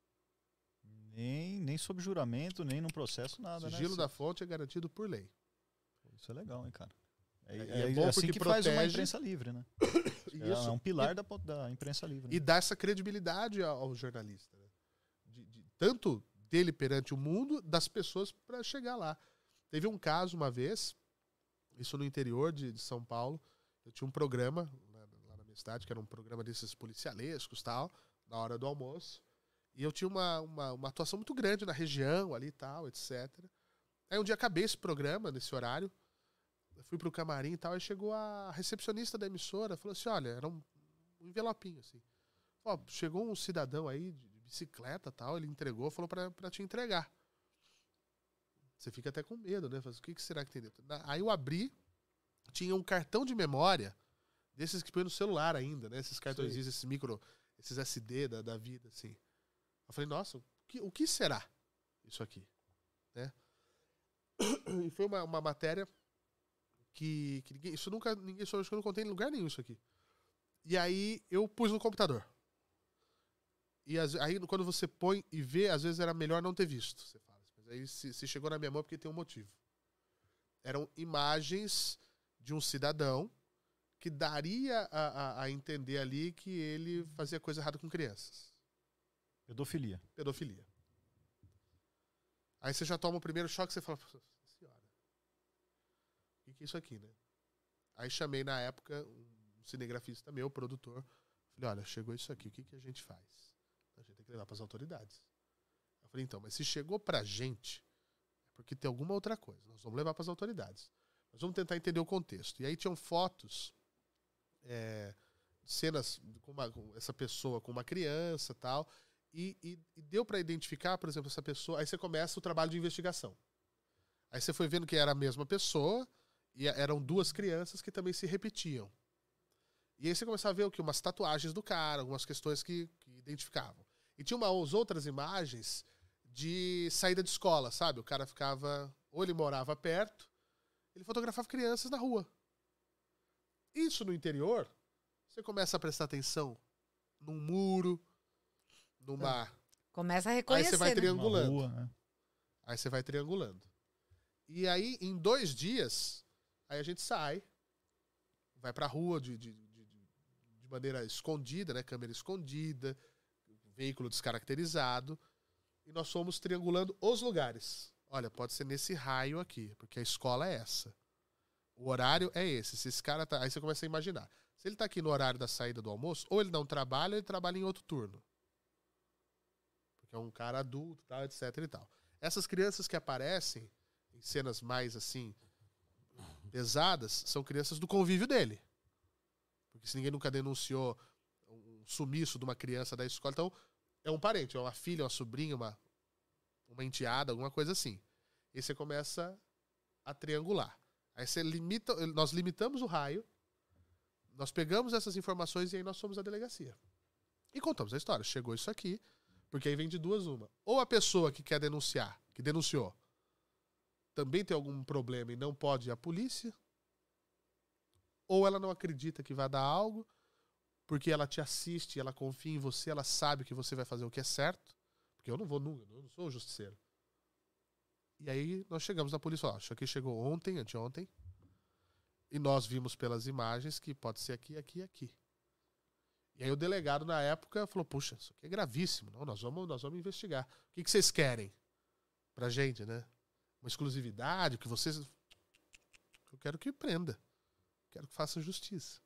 Nem, nem sob juramento, nem num processo, nada, O né? sigilo da fonte é garantido por lei. Isso é legal, hein, cara? É, É, é, e é é bom assim porque que faz uma protege- imprensa livre, né? E É, isso- é um pilar da, po- da imprensa livre. E Né? dá essa credibilidade ao, ao jornalista. Né? De- de- tanto dele perante o mundo, das pessoas para chegar lá. Teve um caso uma vez, isso no interior de, de São Paulo, eu tinha um programa lá, lá na minha cidade, que era um programa desses policialescos tal, na hora do almoço, e eu tinha uma, uma, uma atuação muito grande na região ali e tal, etcétera. Aí um dia acabei esse programa, nesse horário, eu fui pro camarim e tal, e chegou a recepcionista da emissora, falou assim, olha, era um, um envelopinho, assim. Ó, chegou um cidadão aí de, de bicicleta e tal, ele entregou, falou pra, pra te entregar. Você fica até com medo, né? Fala, o que, que será que tem dentro? Na- Aí eu abri, tinha um cartão de memória, desses que põe no celular ainda, né? Esses cartõezinhos, esses micro, esses S D da, da vida, assim. Eu falei, nossa, o que, o que será isso aqui? Né? E foi uma, uma matéria que, que ninguém, isso nunca, ninguém soube, acho que eu não contei em lugar nenhum isso aqui. E aí eu pus no computador. E as- aí quando você põe e vê, às vezes era melhor não ter visto. Você fala. Mas aí se, se chegou na minha mão é porque tem um motivo. Eram imagens de um cidadão que daria a, a, a entender ali que ele fazia coisa errada com crianças. Pedofilia. Pedofilia. Aí você já toma o primeiro choque e você fala, "Nossa senhora, o que, que é isso aqui, né? Aí chamei na época um cinegrafista meu, produtor. Falei, olha, chegou isso aqui, o que, que a gente faz? A gente tem que levar para as autoridades. Eu falei, então, mas se chegou pra gente, é porque tem alguma outra coisa. Nós vamos levar para as autoridades. Nós vamos tentar entender o contexto. E aí tinham fotos, é, cenas com, uma, com essa pessoa com uma criança e tal, e, e, e deu para identificar, por exemplo, essa pessoa. Aí você começa o trabalho de investigação. Aí você foi vendo que era a mesma pessoa, e eram duas crianças que também se repetiam. E aí você começava a ver o que? Umas tatuagens do cara, algumas questões que, que identificavam. E tinha umas outras imagens de saída de escola, sabe? O cara ficava, ou ele morava perto, ele fotografava crianças na rua. Isso no interior, você começa a prestar atenção num muro, numa... Começa a reconhecer, aí você vai né? triangulando. Rua, né? Aí você vai triangulando. E aí, em dois dias, aí a gente sai, vai pra rua de, de, de, de maneira escondida, né? Câmera escondida, veículo descaracterizado, e nós fomos triangulando os lugares. Olha, pode ser nesse raio aqui, porque a escola é essa. O horário é esse. Se esse cara tá... Aí você começa a imaginar. Se ele tá aqui no horário da saída do almoço, ou ele não trabalha, ou ele trabalha em outro turno. Porque é um cara adulto, tal, etc e tal. Essas crianças que aparecem em cenas mais, assim, pesadas, são crianças do convívio dele. Porque se ninguém nunca denunciou um sumiço de uma criança da escola, então é um parente, é uma filha, uma sobrinha, uma, uma enteada, alguma coisa assim. E você começa a triangular. Aí você limita, nós limitamos o raio, nós pegamos essas informações e aí nós fomos à delegacia. E contamos a história. Chegou isso aqui, porque aí vem de duas uma. Ou a pessoa que quer denunciar, que denunciou, também tem algum problema e não pode ir à polícia, ou ela não acredita que vai dar algo, porque ela te assiste, ela confia em você, ela sabe que você vai fazer o que é certo, porque eu não vou nunca, eu não sou o justiceiro. E aí nós chegamos na polícia, ó, isso aqui chegou ontem, anteontem, e nós vimos pelas imagens que pode ser aqui, aqui e aqui. E aí o delegado na época falou, puxa, isso aqui é gravíssimo, não, nós vamos, nós vamos investigar. O que, que vocês querem pra gente, né? Uma exclusividade, que vocês... Eu quero que prenda. Quero que faça justiça.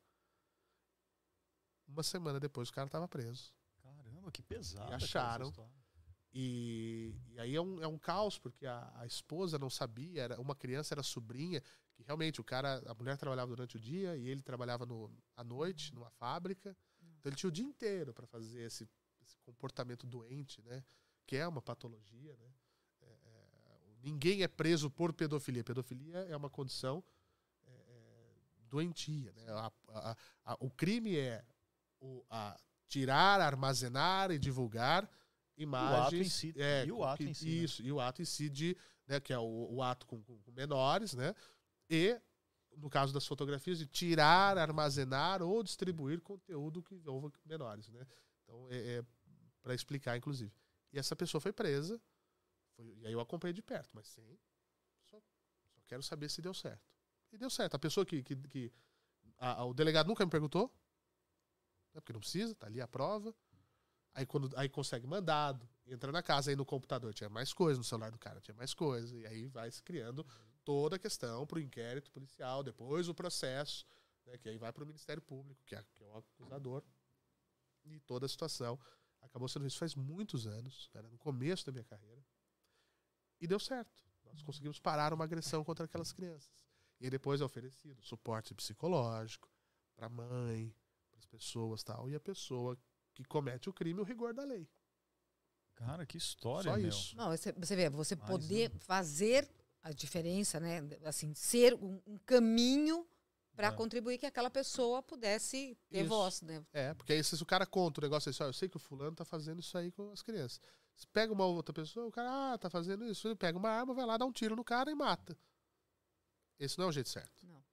Uma semana depois o cara estava preso. Caramba, que pesado. E acharam. E, e aí é um, é um caos, porque a, a esposa não sabia, era uma criança, era sobrinha, que realmente o cara, a mulher trabalhava durante o dia e ele trabalhava no, à noite, numa fábrica. Então ele tinha o dia inteiro para fazer esse, esse comportamento doente, né? Que é uma patologia, né? É, é, ninguém é preso por pedofilia. Pedofilia é uma condição é, é, doentia, né? A, a, a, o crime é o, a tirar, armazenar e divulgar imagens. O ato em si. É, e o ato que, em si. Isso, né? E o ato em si, de, né, que é o, o ato com, com menores, né? E, no caso das fotografias, de tirar, armazenar ou distribuir conteúdo que envolva menores, né? Então, é, é para explicar, inclusive. E essa pessoa foi presa, foi, e aí eu acompanhei de perto, mas sim, só, só quero saber se deu certo. E deu certo. A pessoa que... que, que a, a, o delegado nunca me perguntou, né, porque não precisa, tá ali a prova. Aí, quando, aí consegue mandado, entra na casa, aí no computador tinha mais coisa, no celular do cara tinha mais coisa, e aí vai se criando toda a questão pro inquérito policial, depois o processo, né, que aí vai pro Ministério Público, que é, que é o acusador, e toda a situação. Acabou sendo isso faz muitos anos, era no começo da minha carreira, e deu certo. Nós conseguimos parar uma agressão contra aquelas crianças. E aí depois é oferecido suporte psicológico pra mãe, pras pessoas e tal, e a pessoa que comete o crime, o rigor da lei. Cara, que história, Só meu. isso. Não, você, você vê, você Mas, poder né? fazer a diferença, né? Assim, ser um, um caminho para É. contribuir que aquela pessoa pudesse ter Isso. voz, né? É, porque aí se o cara conta o negócio assim, ó, eu sei que o fulano tá fazendo isso aí com as crianças. Se pega uma outra pessoa, o cara, ah, tá fazendo isso, ele pega uma arma, vai lá, dá um tiro no cara e mata. Esse não é o jeito certo. Não.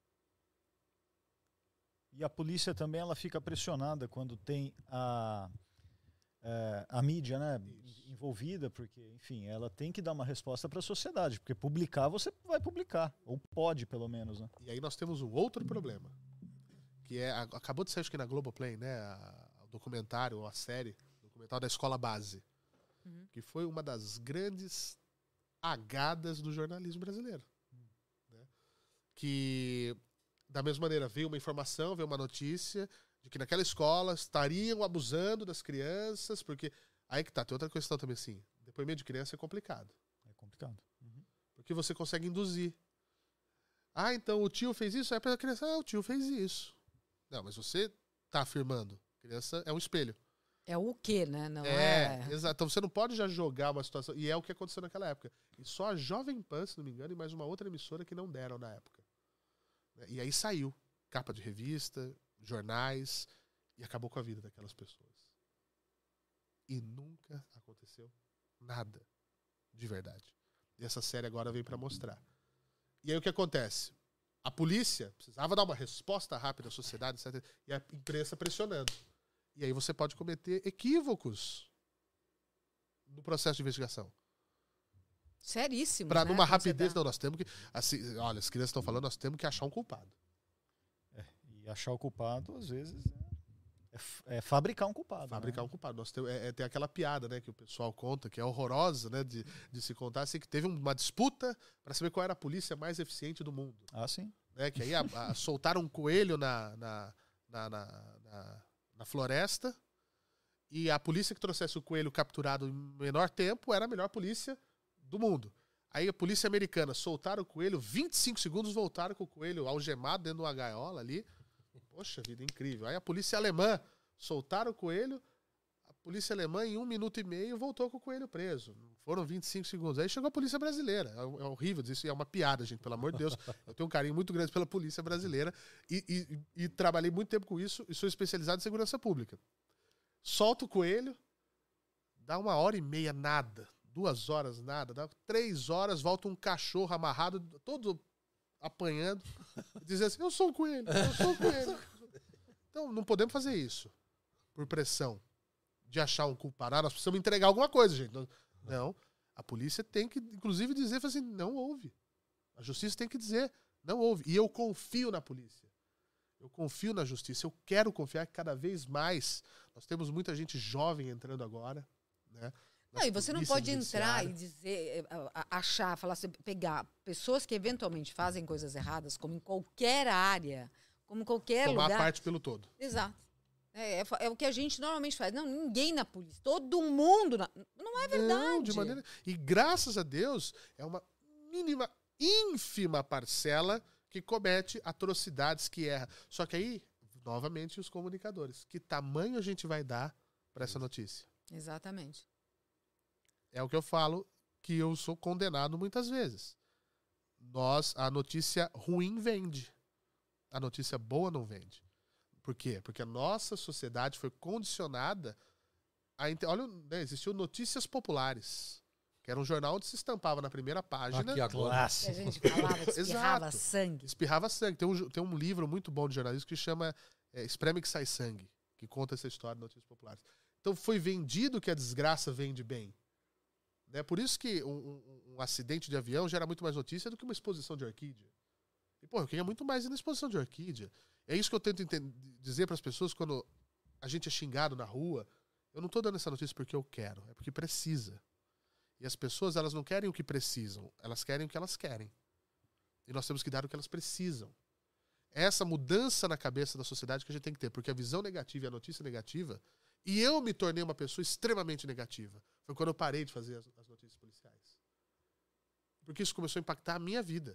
E a polícia também ela fica pressionada quando tem a, é, a mídia, né, Isso. envolvida, porque, enfim, ela tem que dar uma resposta para a sociedade, porque publicar você vai publicar, ou pode pelo menos, né? E aí nós temos um outro problema, que é, a- acabou de sair acho que na Globoplay, né, a- o documentário, a série, o documentário da Escola Base, Uhum. que foi uma das grandes agadas do jornalismo brasileiro. Né? Que da mesma maneira, veio uma informação, veio uma notícia de que naquela escola estariam abusando das crianças, porque... Aí que tá, tem outra questão também assim. Depoimento de criança é complicado. É complicado. Uhum. Porque você consegue induzir. Ah, então o tio fez isso? Aí a criança, ah, o tio fez isso. Não, mas você tá afirmando. A criança é um espelho. É o quê, né? Não é, é... exato. Então você não pode já jogar uma situação. E é o que aconteceu naquela época. E só a Jovem Pan, se não me engano, e mais uma outra emissora que não deram na época. E aí saiu. Capa de revista, jornais, e acabou com a vida daquelas pessoas. E nunca aconteceu nada de verdade. E essa série agora vem pra mostrar. E aí o que acontece? A polícia precisava dar uma resposta rápida à sociedade, etcétera. E a imprensa pressionando. E aí você pode cometer equívocos no processo de investigação. Seríssimo, Pra né? numa Quando você rapidez, tá- não, nós temos que... Assim, olha, as crianças estão falando, nós temos que achar um culpado. É, e achar o culpado, às vezes, é, f- é fabricar um culpado. Fabricar né? um culpado. Nós temos, é, é, tem aquela piada, né, que o pessoal conta, que é horrorosa, né, de, de se contar, assim, que teve uma disputa para saber qual era a polícia mais eficiente do mundo. Ah, sim. Né, que aí a, a, soltaram um coelho na, na, na, na, na, na floresta e a polícia que trouxesse o coelho capturado em menor tempo era a melhor polícia do mundo. Aí a polícia americana soltaram o coelho, vinte e cinco segundos voltaram com o coelho algemado dentro de uma gaiola ali. Poxa vida, incrível. Aí a polícia alemã soltaram o coelho, a polícia alemã em um minuto e meio voltou com o coelho preso. Foram vinte e cinco segundos. Aí chegou a polícia brasileira. É, é horrível dizer isso, é uma piada, gente, pelo amor de Deus. Eu tenho um carinho muito grande pela polícia brasileira e, e, e trabalhei muito tempo com isso e sou especializado em segurança pública. Solta o coelho, dá uma hora e meia, nada. Duas horas, nada. Dá três horas, volta um cachorro amarrado, todo apanhando, dizendo assim, eu sou o coelho, eu sou o coelho. Então, não podemos fazer isso por pressão de achar um culpado. Ah, nós precisamos entregar alguma coisa, gente. Não, não. A polícia tem que, inclusive, dizer assim, não houve. A justiça tem que dizer, não houve. E eu confio na polícia. Eu confio na justiça. Eu quero confiar que cada vez mais nós temos muita gente jovem entrando agora, né? Não, e você não polícia pode entrar judiciária. e dizer, a- a- achar, falar assim, pegar pessoas que eventualmente fazem coisas erradas, como em qualquer área, como em qualquer Tomar lugar. parte pelo todo. Exato. É, é fa- é o que a gente normalmente faz. Não, ninguém na polícia, todo mundo. Na... Não é verdade. Não, de maneira... E graças a Deus, é uma mínima, ínfima parcela que comete atrocidades, que erra. Só que aí, novamente, os comunicadores. Que tamanho a gente vai dar para essa notícia? Exatamente. É o que eu falo, que eu sou condenado muitas vezes. Nós, a notícia ruim vende. A notícia boa não vende. Por quê? Porque a nossa sociedade foi condicionada a... inte- Olha, né, existiu Notícias Populares, que era um jornal onde se estampava na primeira página, Aqui agora. Que a Clássico. gente falava que espirrava Exato. sangue. espirrava sangue. Tem um, ju- tem um livro muito bom de jornalismo que chama é, Espreme que Sai Sangue, que conta essa história de Notícias Populares. Então foi vendido que a desgraça vende bem. Né? Por isso que um, um- um acidente de avião gera muito mais notícia do que uma exposição de orquídea. E, pô, eu queria muito mais ir na exposição de orquídea. É isso que eu tento enten- dizer para as pessoas quando a gente é xingado na rua. Eu não estou dando essa notícia porque eu quero, é porque precisa. E as pessoas, elas não querem o que precisam, elas querem o que elas querem. E nós temos que dar o que elas precisam. Essa mudança na cabeça da sociedade que a gente tem que ter, porque a visão negativa e a notícia negativa, e eu me tornei uma pessoa extremamente negativa. Foi quando eu parei de fazer as, as notícias policiais. Porque isso começou a impactar a minha vida.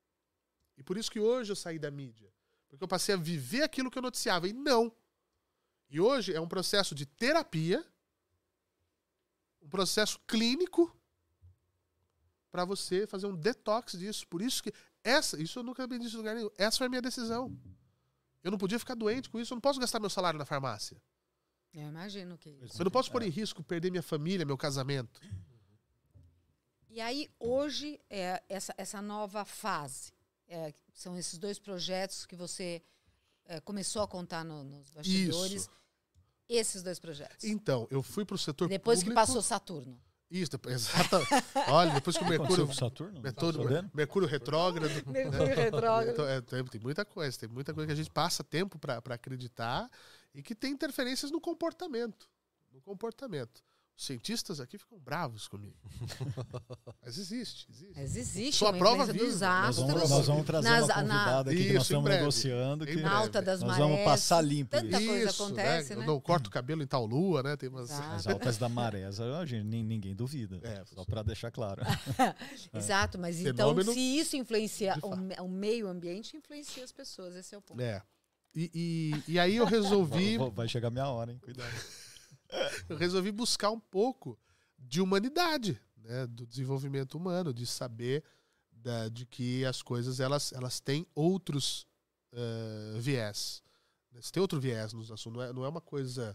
E por isso que hoje eu saí da mídia. Porque eu passei a viver aquilo que eu noticiava. E não. E hoje é um processo de terapia, um processo clínico, para você fazer um detox disso. Por isso que essa, isso eu nunca me disse em lugar nenhum. Essa foi a minha decisão. Eu não podia ficar doente com isso. Eu não posso gastar meu salário na farmácia. Eu imagino que. Eu não posso pôr em risco perder minha família, meu casamento. E aí, hoje, é, essa, essa nova fase, é, são esses dois projetos que você é, começou a contar no- nos bastidores. Isso. Esses dois projetos. Então, eu fui pro setor Depois público. que passou Saturno. Isso, depois- exata. Olha, depois que o Aconteceu Mercúrio, com Saturno? Mercúrio, Tá sabendo? Mercúrio retrógrado. Mercúrio retrógrado. Então, é, tem, tem muita coisa, tem muita coisa que a gente passa tempo para acreditar e que tem interferências no comportamento. No comportamento. O Os cientistas aqui ficam bravos comigo. Mas existe, existe. Mas existe Sua uma prova influência viva. dos Nós astros. vamos, nós vamos trazer nas- uma na- convidada aqui que Isso, nós em estamos breve. negociando. Em Que breve. Na alta das nós marés. vamos passar limpo Tanta isso. coisa Isso, acontece, né? né? Eu não corto o cabelo em tal lua, né? Tem umas... Exato. As altas da maré, essa, gente, nin- ninguém duvida. É, só para deixar claro. Exato, mas Fenômeno então se isso influencia de o, fato. me- o meio ambiente, influencia as pessoas, esse é o ponto. É. E, e, e aí eu resolvi, Vou- Vai chegar minha hora, hein? Cuidado. eu resolvi buscar um pouco de humanidade, né? Do desenvolvimento humano, de saber da, de que as coisas elas, elas têm outros eh, viés. Você tem outro viés nos assuntos. Não é, não é uma coisa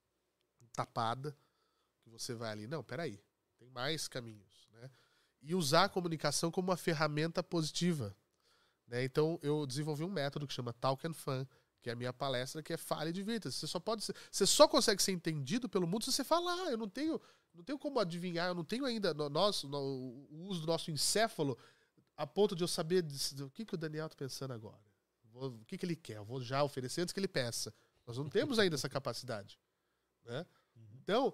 tapada que você vai ali. Não, peraí. Tem mais caminhos. Né? E usar a comunicação como uma ferramenta positiva. Né? Então, eu desenvolvi um método que chama Talk and Fun, que é a minha palestra, que é fale e divirta-se. Você só pode ser, você só consegue ser entendido pelo mundo se você falar. Eu não tenho, não tenho como adivinhar, eu não tenho ainda no, nosso, no, o uso do nosso encéfalo a ponto de eu saber de, o que, que o Daniel está pensando agora. Vou, o que, que ele quer? Eu vou já oferecer antes que ele peça. Nós não temos ainda essa capacidade. Né? Então,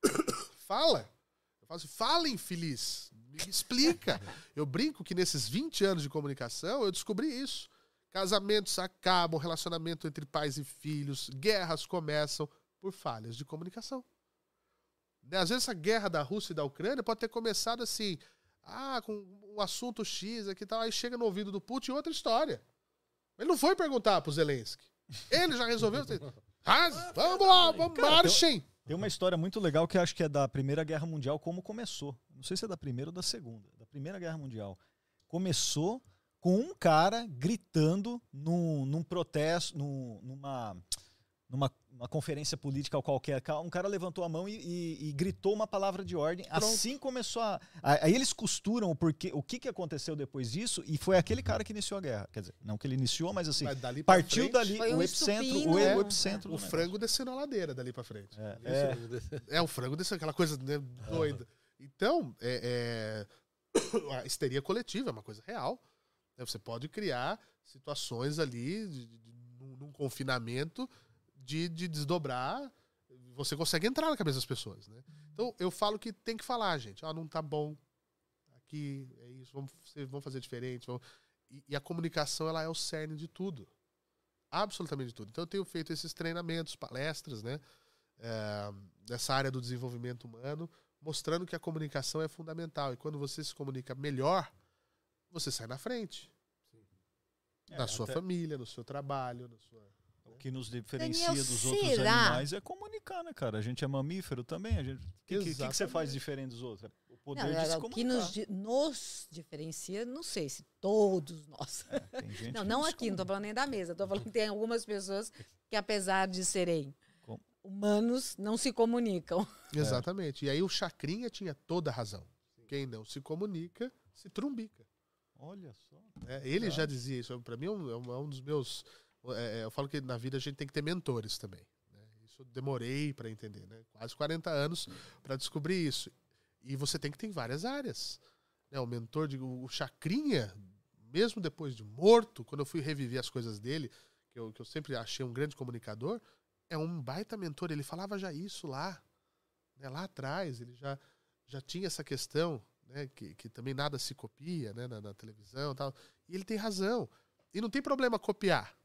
fala. Eu falo assim, fala, infeliz. Me explica. Eu brinco que nesses vinte anos de comunicação eu descobri isso. Casamentos acabam, relacionamento entre pais e filhos, guerras começam por falhas de comunicação. Né? Às vezes essa guerra da Rússia e da Ucrânia pode ter começado assim, ah, com um assunto X aqui e tal, aí chega no ouvido do Putin outra história. Ele não foi perguntar pro Zelensky. Ele já resolveu. Ah, vamos lá, vamos, Cara, marchem. Tem uma história muito legal que eu acho que é da Primeira Guerra Mundial, como começou. Não sei se é da Primeira ou da Segunda. Da Primeira Guerra Mundial. Começou com um cara gritando num, num protesto, num, numa, numa uma conferência política qualquer. Um cara levantou a mão e, e, e gritou uma palavra de ordem. Pronto. Assim começou a... Aí eles costuram o, porquê, o que, que aconteceu depois disso e foi aquele cara que iniciou a guerra. Quer dizer, não que ele iniciou, mas assim, Mas dali pra partiu frente, dali Foi um o epicentro, estupim, o, né? o epicentro O do frango descendo a ladeira dali pra frente. É, É, o frango descendo, aquela coisa, né, doida. Então, é, é, a histeria coletiva é uma coisa real. Né? Você pode criar situações ali, de, de, de, num, num confinamento, de, de desdobrar. Você consegue entrar na cabeça das pessoas. Né? Então, eu falo que tem que falar, gente. Ah, não tá bom. Aqui é isso, vamos, vamos fazer diferente. Vamos... E, e a comunicação, ela é o cerne de tudo. Absolutamente de tudo. Então, eu tenho feito esses treinamentos, palestras, né? É, nessa área do desenvolvimento humano, mostrando que a comunicação é fundamental. E quando você se comunica melhor, você sai na frente. É, na sua até- família, no seu trabalho, na sua... O que nos diferencia Daniel, dos outros será? animais é comunicar, né, cara? A gente é mamífero também. O que, que, que, que você faz diferente dos outros? É o poder Não, de se é, o que nos, comunicar. di- nos diferencia, não sei se todos nós. É, tem gente Não, que não se aqui, não tô comunica. falando nem da mesa. Tô falando que tem algumas pessoas que, apesar de serem Como? humanos, não se comunicam. Exatamente. E aí o Chacrinha tinha toda a razão. Quem não se comunica, se trumbica. Olha só. É, ele Tá. já dizia isso. Para mim é um, é um- é um dos meus... é, é, eu falo que na vida a gente tem que ter mentores também. Né? Isso eu demorei para entender. Né? Quase quarenta anos para descobrir isso. E você tem que ter em várias áreas. Né? O mentor, de, o Chacrinha, mesmo depois de morto, quando eu fui reviver as coisas dele, que eu, que eu sempre achei um grande comunicador, é um baita mentor. Ele falava já isso lá. Né? Lá atrás, ele já, já tinha essa questão, né? que, que também nada se copia, né? na, na televisão e tal. E ele tem razão. E não tem problema copiar.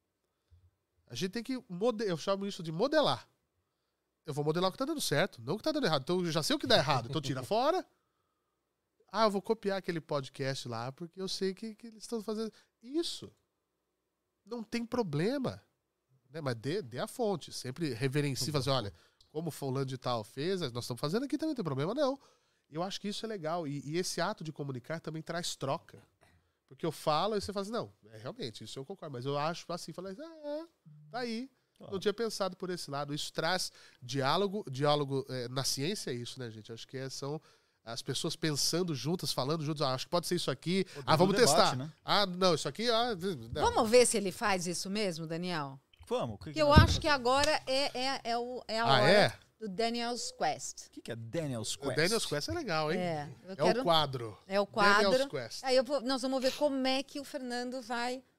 A gente tem que modelar. Eu chamo isso de modelar. Eu vou modelar o que tá dando certo, não o que tá dando errado. Então eu já sei o que dá errado, então tira fora. Ah, eu vou copiar aquele podcast lá, porque eu sei que, que eles estão fazendo. Isso. Não tem problema. Né? Mas dê, dê a fonte. Sempre reverencie, fazer, olha, como fulano de tal fez, nós estamos fazendo aqui também, não tem problema não. Eu acho que isso é legal. E, e esse ato de comunicar também traz troca. Porque eu falo e você fala assim, não, é, realmente, isso eu concordo. Mas eu acho assim, falei, ah, tá aí. Não tinha pensado por esse lado. Isso traz diálogo. Diálogo é, na ciência é isso, né, gente? Acho que é, são as pessoas pensando juntas, falando juntas. Ah, acho que pode ser isso aqui. Poder Ah, vamos do debate, testar. né? Ah, não, isso aqui... Ah, não. Vamos ver se ele faz isso mesmo, Daniel? Vamos. O que, Porque que eu nós vamos acho que fazer? agora é, é, é, o, é a Ah, hora é? do Daniel's Quest. O que, que é Daniel's O Quest? Daniel's Quest é legal, hein? É, eu É quero- o quadro. É o quadro. Daniel's Quest. Aí eu vou- nós vamos ver como é que o Fernando vai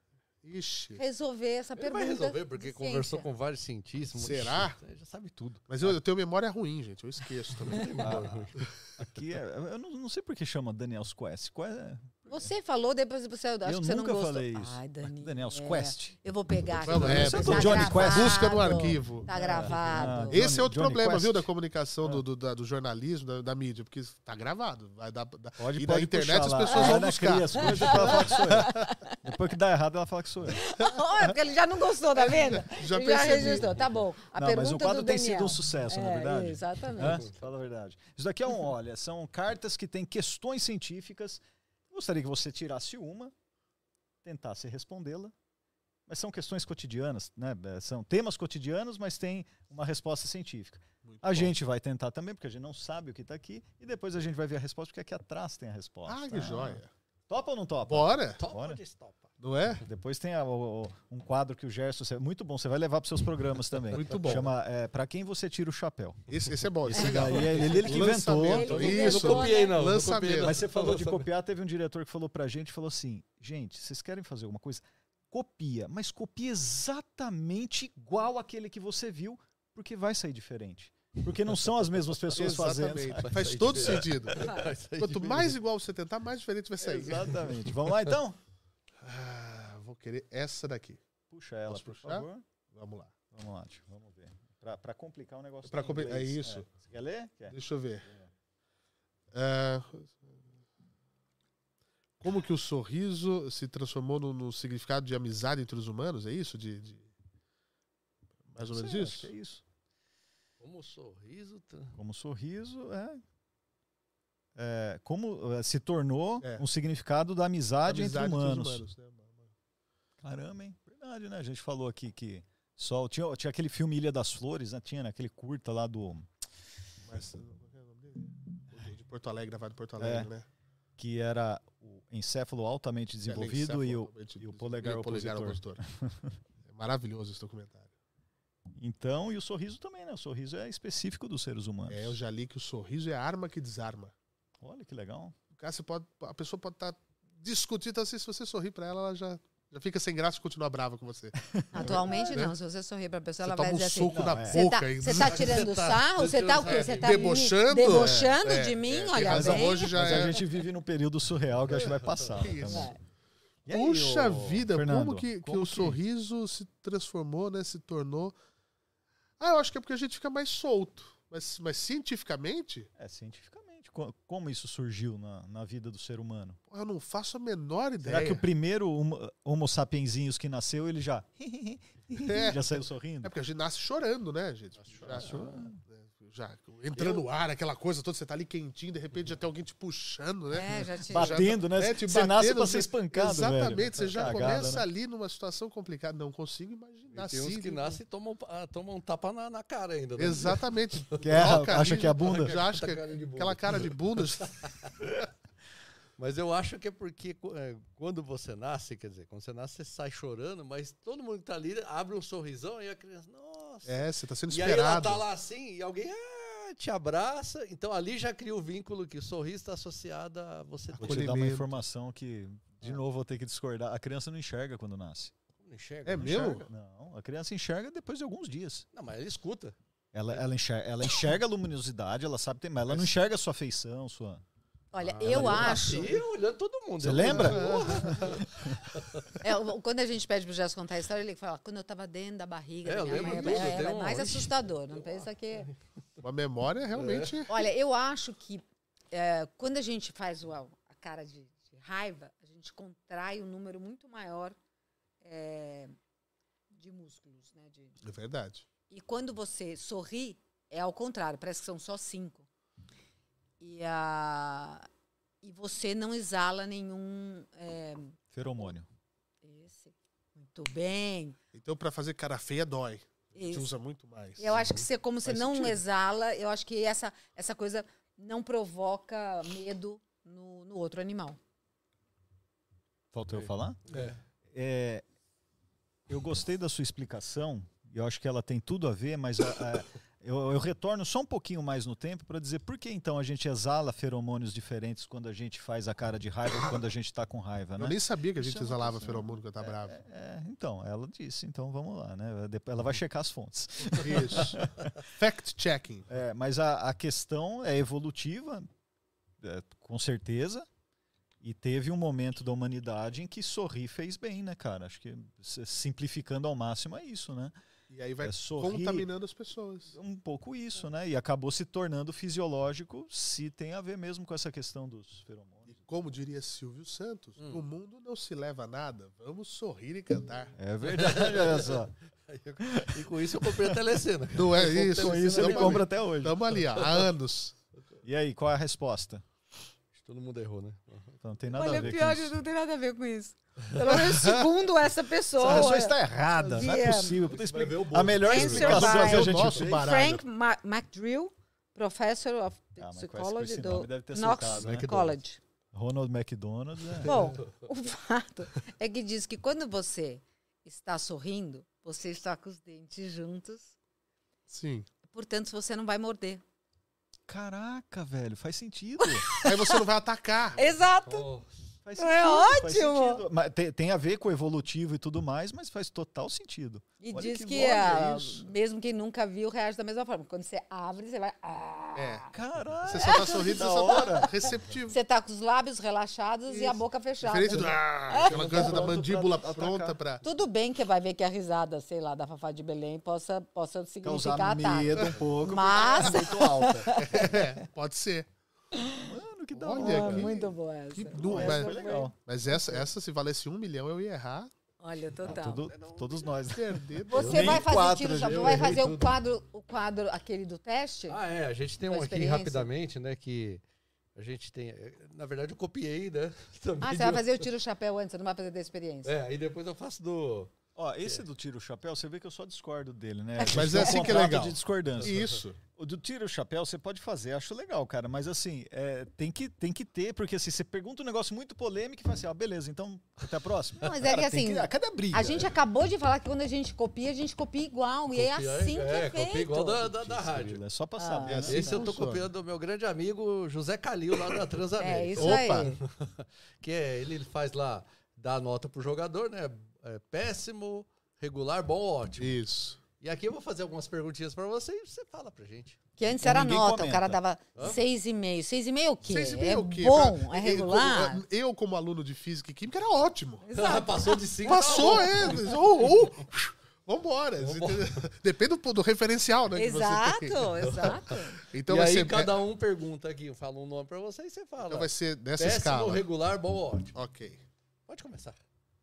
Ixi. resolver essa Ele pergunta. vai resolver, porque de conversou ciência. com vários cientistas. Será? Ixi, já sabe tudo. Mas eu, eu tenho memória ruim, gente. Eu esqueço também. Aqui, é, eu não, não sei por que chama Daniel's Quest. Quest é- Você falou, depois você acho eu que você nunca não gostou. falei isso. Ai, Dani. Daniel's é. Quest. Eu vou pegar aqui. Vamos, é, Tá do Johnny Quest. Busca no gravado. arquivo. Tá gravado. Ah, Esse é outro Johnny problema, Quest. viu, da comunicação, do, do, da- do jornalismo, da, da mídia, porque tá gravado. Vai dar, dá- Pode, e pode na internet puxar as lá. pessoas A vão Ana buscar. cria as coisas, depois ela fala que sou eu. Depois que dá errado, ela fala que sou eu. Olha, porque ele já não gostou, tá vendo? Já Ele percebi. registrou. Tá bom. A Não, pergunta mas o quadro do tem Daniel. sido um sucesso, na É, verdade. Exatamente. Hã? Fala a verdade. Isso daqui é um, olha, são cartas que têm questões científicas. Gostaria que você tirasse uma, tentasse respondê-la. Mas são questões cotidianas, né? São temas cotidianos, mas tem uma resposta científica. Muito A bom. gente vai tentar também, porque a gente não sabe o que está aqui, e depois a gente vai ver a resposta, porque aqui atrás tem a resposta. Ah, que joia. Topa ou não topa? Bora, Topa Bora. ou destopa? não é? Depois tem a- o- o- um quadro que o Gerson... você- Muito bom, você vai levar para os seus programas também. Muito bom. Chama é, Pra Quem Você Tira o Chapéu. Esse, esse é bom, esse é Esse legal. daí é ele, ele que inventou. Lançamento, Ele que isso. inventou, Não copiei, não. não Lançamento. copiei, não. Mas você falou de Lançamento. copiar, teve um diretor que falou pra gente, falou assim, gente, vocês querem fazer alguma coisa? Copia, mas copia exatamente igual aquele que você viu, porque vai sair diferente. Porque não são as mesmas pessoas fazendo. Exatamente. Vai Faz sair todo diferente. sentido. Vai sair Quanto de mais mim. igual você tentar, mais diferente vai sair. Exatamente. Vamos lá então? Ah, vou querer essa daqui. Puxa ela, Posso por puxar? favor. Vamos lá. Vamos lá, tio, vamos ver. Pra, pra complicar o negócio. Pra em compli- inglês. é isso. Você quer ler? Quer? Deixa eu ver. Ah, como que o sorriso se transformou no, no significado de amizade entre os humanos? É isso? De, de- Mais ou Não menos sei, acho isso? que é isso. Como o sorriso... tá- Como sorriso é... é, como é, se tornou É. um significado da amizade, Amizade entre humanos. humanos, né? Caramba, hein? Verdade, né? A gente falou aqui que sol. Tinha, tinha aquele filme Ilha das Flores, né? Tinha né? aquele curta lá do. Mas, qual é o nome dele? O de Porto Alegre, gravado em Porto Alegre, né? Que era o encéfalo altamente desenvolvido e, o, e o polegar, e o polegar opositor. opositor. É maravilhoso esse documentário. Então, e o sorriso também, né? O sorriso é específico dos seres humanos. É, eu já li que o sorriso é a arma que desarma. Olha que legal. O cara, você pode, a pessoa pode estar discutindo, então, assim, se você sorrir pra ela, ela já, já fica sem graça e continua brava com você. Atualmente Né? não. Se você sorrir pra pessoa, Você ela toma vai um dizer assim... soco não, na é. Você boca tá, ainda. você tá tirando Você tá- sarro? você Você tá o tirando quê? sarro. Você tá Debochando? me debochando É, de mim? é, Olha mas bem. hoje já Mas é. a gente vive num período surreal que acho que vai passar. né, Isso. também. É. E aí, Puxa ô, vida, Fernando, como que, que como o sorriso se transformou, né? Se tornou. Ah, eu acho que é porque a gente fica mais solto. Mas, mas cientificamente, É, cientificamente. co- Como isso surgiu na, na vida do ser humano? pô, eu não faço a menor ideia. Será que o primeiro homo, homo sapiensinhos que nasceu, ele já, É. já saiu sorrindo? É porque a gente nasce chorando, né, gente? Já, chorando. já entrando no ar, aquela coisa toda, você tá ali quentinho, de repente já tem alguém te puxando, né? É, já te... Batendo, né? É, te Você nasce batendo, pra ser você- espancado, Exatamente, velho. você já Cagada, começa né? ali numa situação complicada. Não consigo E imaginar tem uns assim, que né? nascem e tomam, ah, tomam um tapa na, na cara ainda. Né? Exatamente. Que é, Troca acha ali, que é a bunda? Já acha que é Cara de bunda. aquela cara de bunda. Mas eu acho que é porque é, quando você nasce, quer dizer, quando você nasce, você sai chorando, mas todo mundo que tá ali abre um sorrisão e a criança, nossa. É, você tá sendo E aí ela esperado. tá lá assim e alguém ah, te abraça. Então ali já cria o vínculo que o sorriso está associado a você ter. Vou te dar uma Acolhimento. informação que, de novo, vou ter que discordar. A criança não enxerga quando nasce. Não enxerga. É Não mesmo? enxerga. Não, a criança enxerga depois de alguns dias. Não, mas ela escuta. Ela, ela, enxerga, ela enxerga a luminosidade, ela sabe ter, mas ela não enxerga a sua feição, sua... Olha, Ah, eu mas acho... nasci olhando todo mundo. Você Eu- lembra? É, o- quando a gente pede pro Gerson contar a história, ele fala, quando eu tava dentro da barriga É, da eu minha lembro mãe, tudo, é, tem é um- mais assustador, não pensa que... Uma memória realmente. Olha, eu acho que é, quando a gente faz o, a cara de, de raiva, a gente contrai um número muito maior é, de músculos, né? De- É verdade. e quando você sorri, é ao contrário, parece que são só cinco. E, a, e você não exala nenhum... é, Feromônio. esse, muito bem. Então, pra fazer cara feia, dói. A gente Isso. usa muito mais. Eu acho que você, como você Faz não sentido. exala, eu acho que essa, essa coisa não provoca medo no, no outro animal. Faltou eu falar? É. É, eu gostei da sua explicação, e eu acho que ela tem tudo a ver, mas a- a- eu, eu retorno só um pouquinho mais no tempo para dizer por que então a gente exala feromônios diferentes quando a gente faz a cara de raiva e quando a gente está com raiva, né? Eu nem sabia que a gente Isso é uma exalava questão. feromônio quando tá bravo. É, é, então, ela disse, então vamos lá, né? Depois ela vai checar as fontes. Isso. Fact-checking. É, mas a, a questão é evolutiva, é, com certeza. E teve um momento da humanidade em que sorrir fez bem, né, cara? Acho que simplificando ao máximo é isso, né? E aí vai É sorrir, contaminando as pessoas. um pouco isso, né? E acabou se tornando fisiológico, se tem a ver mesmo com essa questão dos feromônios. E como diria Silvio Santos, Hum. o mundo não se leva a nada, vamos sorrir e cantar. É verdade, olha só. E com isso eu comprei a telecena. Não é isso? Com isso ele Tamo compra ali. até hoje. Tamo ali, ó, há anos. E aí, qual é a resposta? Todo mundo errou, né? Então, não tem nada Olha, a ver pior, com isso. não tem nada a ver com isso. Pelo menos segundo essa pessoa. Essa pessoa está errada, não é Via- possível. Você vai ver o bolo. A melhor Answer explicação by- que a gente Nosso fez... baralho. Frank Ma McDrill, professor of Ah, mas com esse- com psychology esse do nome deve ter Knox acertado, né? McDonald's. College. Ronald McDonald. É. Bom, o fato é que diz que quando você está sorrindo, você está com os dentes juntos, Sim. portanto você não vai morder. Caraca, velho, faz sentido. Aí você não vai atacar. Exato. Oh, Faz É faz ótimo. sentido. Mas tem, tem a ver com o evolutivo e tudo mais, mas faz total sentido. E Olha diz que que, louco, ah, é isso. mesmo quem nunca viu, reage da mesma forma. Quando você abre, você vai... Ah. É. Caralho. Você só tá sorrindo, você Da só hora. tá receptivo. Você tá com os lábios relaxados e a Isso. boca fechada. Diferente do... Ah, aquela coisa da Pronto pra mandíbula atacar. pronta pra... Tudo bem que vai ver que a risada, sei lá, da Fafá de Belém possa, possa significar Causar ataque. medo um pouco, Mas- porque é muito alta. É, pode ser. Mano, que da Olha Ah, que- muito boa essa. que du- Essa mas- Foi legal. Mas essa, essa, se valesse um milhão, eu ia errar. Olha, total. Tudo- todos nós. né? Perder. Você Nem vai fazer quatro, tiro eu chapéu, errei vai fazer o tudo. quadro, o quadro aquele do teste? Ah, é. A gente tem Sua um aqui experiência. rapidamente, né? Que a gente tem. Na verdade, eu copiei, né? Também Ah, você de- vai fazer o tiro chapéu antes, você não vai fazer da experiência. É, aí depois eu faço do. Ó, esse do tiro chapéu, você vê que eu só discordo dele, né? A gente Mas tem é um assim que é contrato legal. de discordância. Isso. O do tiro chapéu você pode fazer, acho legal, cara. Mas assim, é, tem, que, tem que ter, porque assim, você pergunta um negócio muito polêmico e fala assim, ah, beleza, então até a próxima. Não, mas é que tem assim, cada briga. A gente acabou de falar que quando a gente copia, a gente copia igual. E é Copia, assim que é, é feito. copia igual da, da, da rádio. É só pra Ah. saber. É assim Esse eu tô funciona. copiando do meu grande amigo José Calil, lá da Transamérica. É isso Opa. aí. Que é, ele faz lá, dá nota pro jogador, né? É, péssimo, regular, bom, ótimo. Isso. E aqui eu vou fazer algumas perguntinhas pra você e você fala pra gente. Que antes Então era ninguém nota, comenta. o cara dava Hã? seis e meio. Seis e meio o quê? Seis e meio é o quê? bom, Pra- é eu, regular. como- Eu, como aluno de física e química, era ótimo. Passou de cinco. Passou, tá é. Ou, ou, vambora. Entendeu? Depende do, do referencial, né? que você Exato, tem. exato. Então e vai aí ser. cada um pergunta aqui, eu falo um nome pra você e você fala. Então vai ser nessa Péssimo, escala. regular, bom, ótimo. Ok. Pode começar.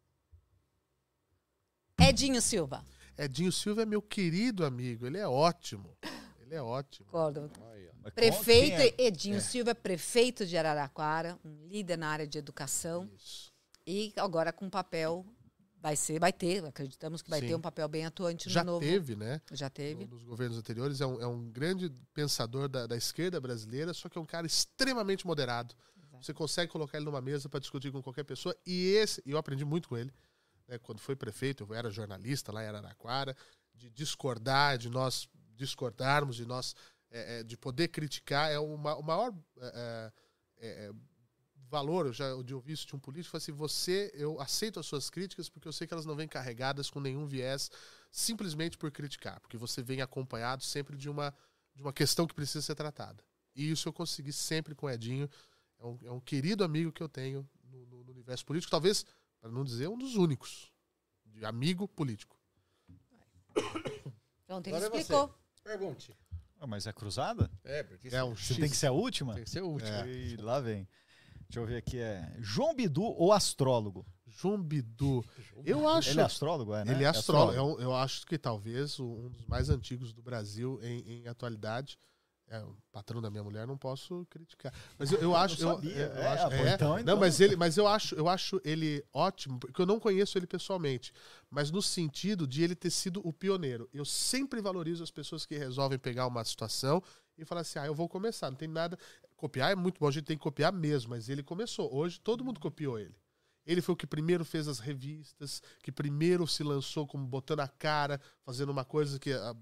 Edinho Silva. Edinho Silva é meu querido amigo. Ele é ótimo. Ele é ótimo. Concordo. Aí, ó. Mas Prefeito quem é? Edinho Silva, prefeito de Araraquara, um líder na área de educação. Isso. E agora com papel, vai ser, vai ter, acreditamos que vai Sim. ter um papel bem atuante no Já novo. teve, né? Já teve. Nos governos anteriores. É um, é um grande pensador da, da esquerda brasileira, só que é um cara extremamente moderado. Exato. Você consegue colocar ele numa mesa para discutir com qualquer pessoa. E esse, e eu aprendi muito com ele, né, quando foi prefeito, eu era jornalista lá em Araraquara, de discordar, de nós discordarmos, de nós é, é, de poder criticar. É uma, o maior é, é, é, valor, eu já eu ouvi isso de um político, assim, você, eu aceito as suas críticas porque eu sei que elas não vêm carregadas com nenhum viés, simplesmente por criticar, porque você vem acompanhado sempre de uma, de uma questão que precisa ser tratada. E isso eu consegui sempre com o Edinho. É um, é um querido amigo que eu tenho no, no, no universo político, talvez, para não dizer, um dos únicos de amigo político. Pronto, ele Agora é você. explicou. Pergunte. Ah, mas é cruzada? É, porque É um Você X. tem que ser a última? tem que ser o último. É. E lá vem. Deixa eu ver aqui, é João Bidu ou astrólogo? João Bidu. Eu acho. Ele é astrólogo, é, né? Ele é astrólogo. É um- eu acho que talvez um dos mais antigos do Brasil em, em atualidade. É o patrão da minha mulher, não posso criticar. Mas eu, eu acho. não Eu, sabia. eu É, acho- pô, é. então- Não, então- mas ele, mas eu acho, eu acho ele ótimo, porque eu não conheço ele pessoalmente, mas no sentido de ele ter sido o pioneiro. Eu sempre valorizo as pessoas que resolvem pegar uma situação e falar assim: ah, eu vou começar, não tem nada. Copiar é muito bom, a gente tem que copiar mesmo, mas ele começou. Hoje todo mundo copiou ele. Ele foi o que primeiro fez as revistas, que primeiro se lançou como botando a cara, fazendo uma coisa que a,